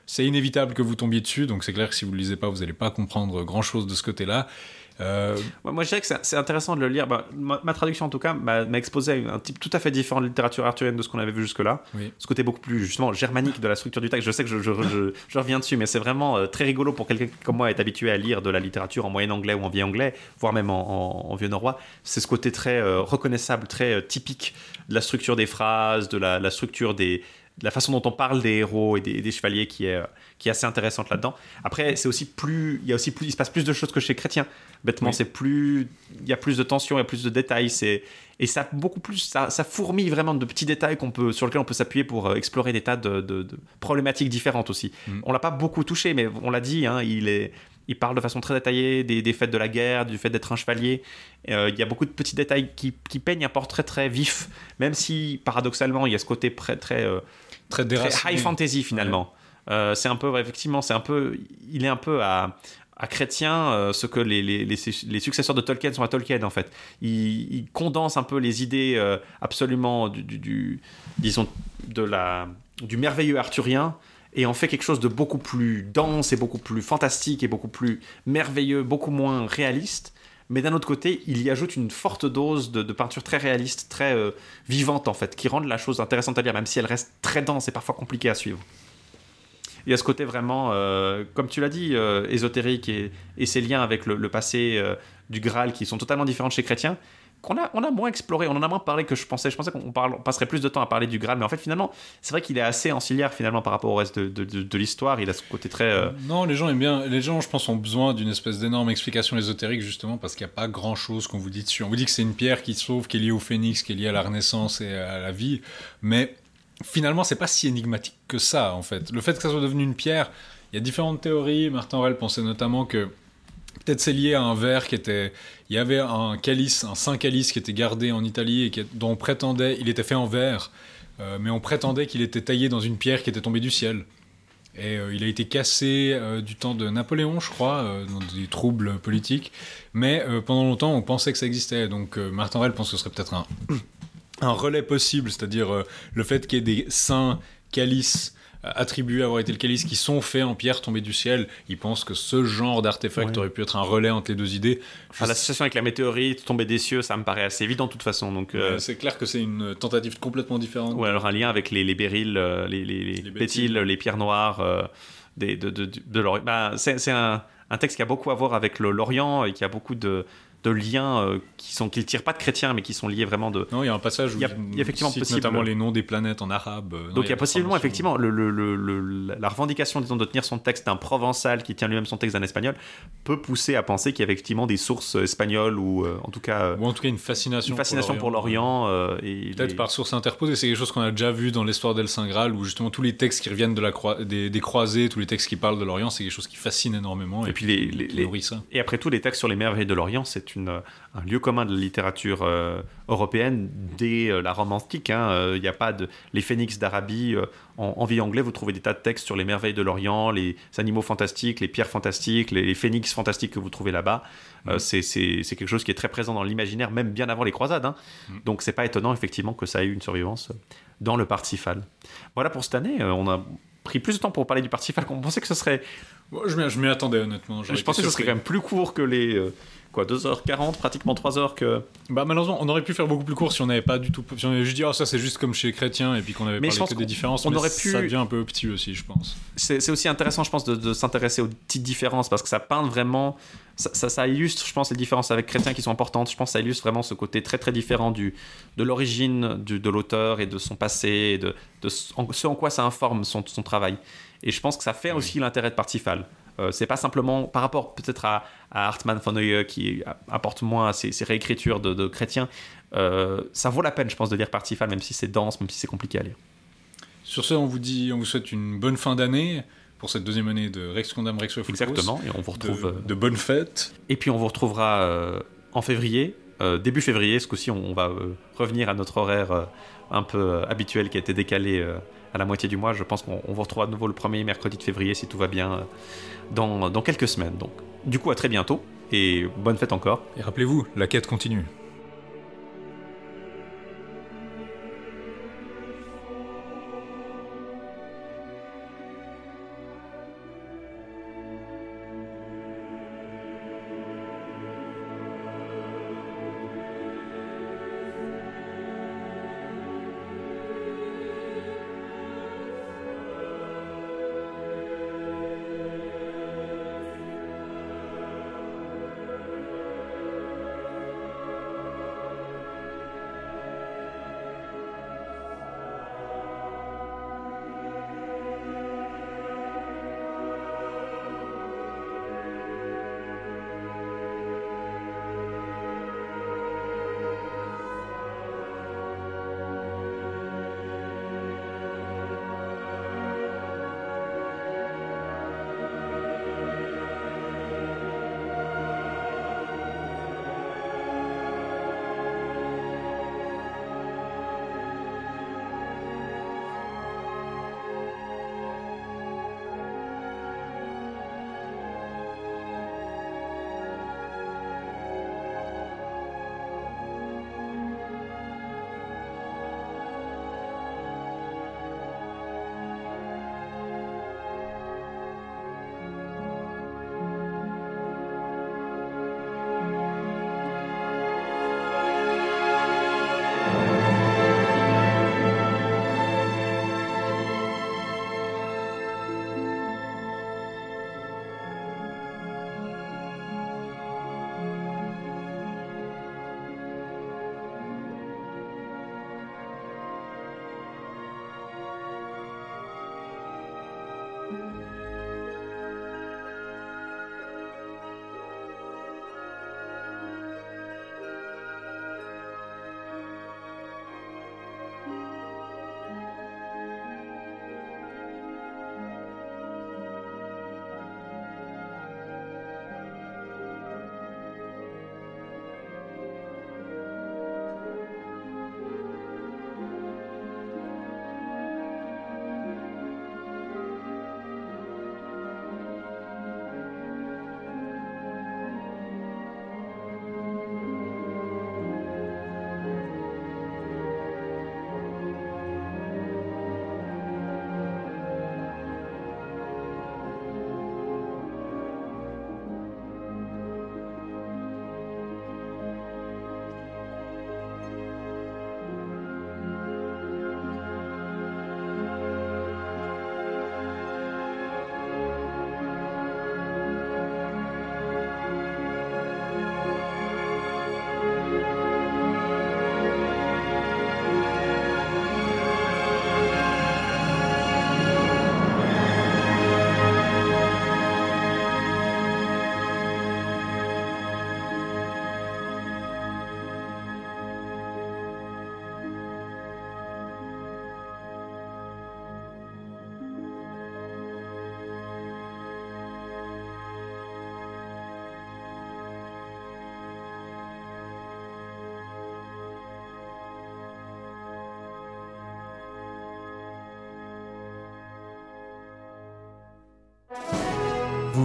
c'est inévitable que vous tombiez dessus, donc c'est clair que si vous le lisez pas, vous n'allez pas comprendre grand-chose de ce côté-là. Moi, je dirais que c'est intéressant de le lire. Ma traduction, en tout cas, m'a exposé un type tout à fait différent de littérature arthurienne de ce qu'on avait vu jusque-là. Oui. Ce côté beaucoup plus, justement, germanique de la structure du texte. Je sais que je reviens dessus, mais c'est vraiment très rigolo pour quelqu'un qui, comme moi, est habitué à lire de la littérature en moyen anglais ou en vieil anglais, voire même en vieux norrois. C'est ce côté très reconnaissable, très typique de la structure des phrases, de la structure de la façon dont on parle des héros et des chevaliers qui est assez intéressante là-dedans. Après, c'est aussi il se passe plus de choses que chez Chrétien. Bêtement, il y a plus de tension, il y a plus de détails, et ça beaucoup plus, ça fourmille vraiment de petits détails sur lesquels on peut s'appuyer pour explorer des tas de problématiques différentes aussi. On l'a pas beaucoup touché, mais on l'a dit, hein, il parle de façon très détaillée des faits de la guerre, du fait d'être un chevalier. Il y a beaucoup de petits détails qui peignent un portrait très vif, même si paradoxalement il y a ce côté très high fantasy finalement. C'est un peu, effectivement, il est un peu à Chrétien ce que les successeurs de Tolkien sont à Tolkien en fait. Il condense un peu les idées absolument disons du merveilleux arthurien et en fait quelque chose de beaucoup plus dense et beaucoup plus fantastique et beaucoup plus merveilleux, beaucoup moins réaliste. Mais d'un autre côté, il y ajoute une forte dose de peinture très réaliste, très vivante en fait, qui rend la chose intéressante à lire, même si elle reste très dense et parfois compliquée à suivre. Il y a ce côté vraiment, comme tu l'as dit, ésotérique et ses liens avec le passé du Graal qui sont totalement différents de chez Chrétien, qu'on a moins exploré, on en a moins parlé que je pensais. Je pensais qu'on passerait plus de temps à parler du Graal, mais en fait finalement, c'est vrai qu'il est assez ancillaire finalement par rapport au reste de l'histoire. Il a ce côté très... Non, les gens aiment bien. Les gens, je pense, ont besoin d'une espèce d'énorme explication ésotérique justement parce qu'il n'y a pas grand-chose qu'on vous dit dessus. On vous dit que c'est une pierre qui sauve, qui est liée au phénix, qui est liée à la Renaissance et à la vie, mais finalement, c'est pas si énigmatique que ça, en fait. Le fait que ça soit devenu une pierre, il y a différentes théories. Martin Aurèle pensait notamment que peut-être c'est lié à un verre qui était... Il y avait un calice, un saint calice qui était gardé en Italie et dont on prétendait... Il était fait en verre, mais on prétendait qu'il était taillé dans une pierre qui était tombée du ciel. Et il a été cassé du temps de Napoléon, je crois, dans des troubles politiques. Mais pendant longtemps, on pensait que ça existait. Donc Martin Aurèle pense que ce serait peut-être un relais possible, c'est-à-dire le fait qu'il y ait des saints calices attribués à avoir été le calice qui sont faits en pierre tombée du ciel. Il pense que ce genre d'artefact aurait pu être un relais entre les deux idées. Enfin, l'association avec la météorite tombée des cieux, ça me paraît assez évident de toute façon. Donc, c'est clair que c'est une tentative complètement différente. Ouais, alors un lien avec les béryls, les pétiles, les pierres noires de l'Orient. C'est un texte qui a beaucoup à voir avec l'Orient et qui a beaucoup de liens qui ne tirent pas de chrétiens mais qui sont liés vraiment de... Non, il y a un passage où il y a effectivement cite notamment les noms des planètes en arabe. Donc il y a possiblement effectivement la revendication, disons, de tenir son texte d'un provençal qui tient lui-même son texte d'un espagnol peut pousser à penser qu'il y a effectivement des sources espagnoles ou en tout cas une fascination pour l'Orient peut-être par source interposée. C'est quelque chose qu'on a déjà vu dans l'histoire d'El Saint Graal où justement tous les textes qui reviennent des croisés, tous les textes qui parlent de l'Orient, c'est quelque chose qui fascine énormément et puis qui nourrit ça. Et après tout, les textes sur les merveilles de l'Orient, c'est un lieu commun de la littérature européenne dès la Rome antique. Il y a pas les phénix d'Arabie. En vieil anglais, vous trouvez des tas de textes sur les merveilles de l'Orient, les animaux fantastiques, les pierres fantastiques, les phénix fantastiques que vous trouvez là-bas. C'est quelque chose qui est très présent dans l'imaginaire, même bien avant les croisades. Donc c'est pas étonnant effectivement que ça ait eu une survivance dans le Parsifal. Voilà pour cette année. On a pris plus de temps pour parler du Parsifal qu'on pensait que ce serait... Je m'y attendais honnêtement. Je pensais que ce serait quand même plus court que les... 2h40, pratiquement 3 heures que... malheureusement, on aurait pu faire beaucoup plus court si on n'avait pas du tout... Si on avait juste dit, ça c'est juste comme chez Chrétien, et puis qu'on avait parlé que des différences, ça devient un peu petit aussi, je pense. C'est aussi intéressant, je pense, de s'intéresser aux petites différences, parce que ça peint vraiment... Ça illustre, je pense, les différences avec Chrétien qui sont importantes. Je pense que ça illustre vraiment ce côté très très différent de l'origine de l'auteur et de son passé, et de ce en quoi ça informe son travail. Et je pense que ça fait aussi l'intérêt de Parsifal. C'est pas simplement par rapport peut-être à Hartmann von Oye qui apporte moins à ses réécritures de Chrétien. Ça vaut la peine, je pense, de lire Parsifal, même si c'est dense, même si c'est compliqué à lire. Sur ce, on vous souhaite une bonne fin d'année pour cette deuxième année de Rex Condam Rex Futuros. Exactement, et on vous retrouve de bonnes fêtes. Et puis on vous retrouvera en février, début février. Ce coup-ci, on va revenir à notre horaire un peu habituel qui a été décalé à la moitié du mois. Je pense qu'on vous retrouve à nouveau le premier mercredi de février si tout va bien dans quelques semaines. Donc, du coup, à très bientôt et bonne fête encore. Et rappelez-vous, la quête continue.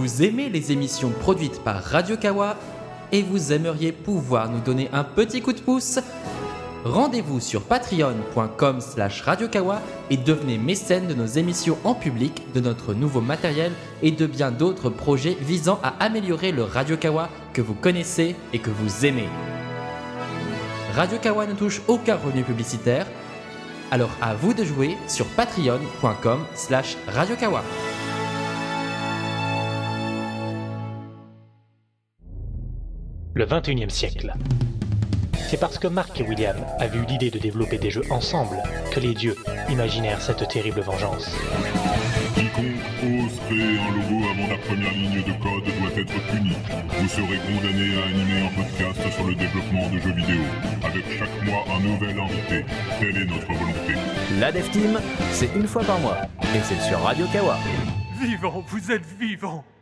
Vous aimez les émissions produites par Radio Kawa et vous aimeriez pouvoir nous donner un petit coup de pouce ? Rendez-vous sur patreon.com/radiokawa et devenez mécène de nos émissions en public, de notre nouveau matériel et de bien d'autres projets visant à améliorer le Radio Kawa que vous connaissez et que vous aimez. Radio Kawa ne touche aucun revenu publicitaire, alors à vous de jouer sur patreon.com/radiokawa. Le 21e siècle. C'est parce que Mark et William avaient eu l'idée de développer des jeux ensemble que les dieux imaginèrent cette terrible vengeance. Quiconque ose créer un logo avant la première ligne de code doit être puni. Vous serez condamné à animer un podcast sur le développement de jeux vidéo, avec chaque mois un nouvel invité. Telle est notre volonté. La Dev Team, c'est une fois par mois, et c'est sur Radio Kawa. Vivant, vous êtes vivant.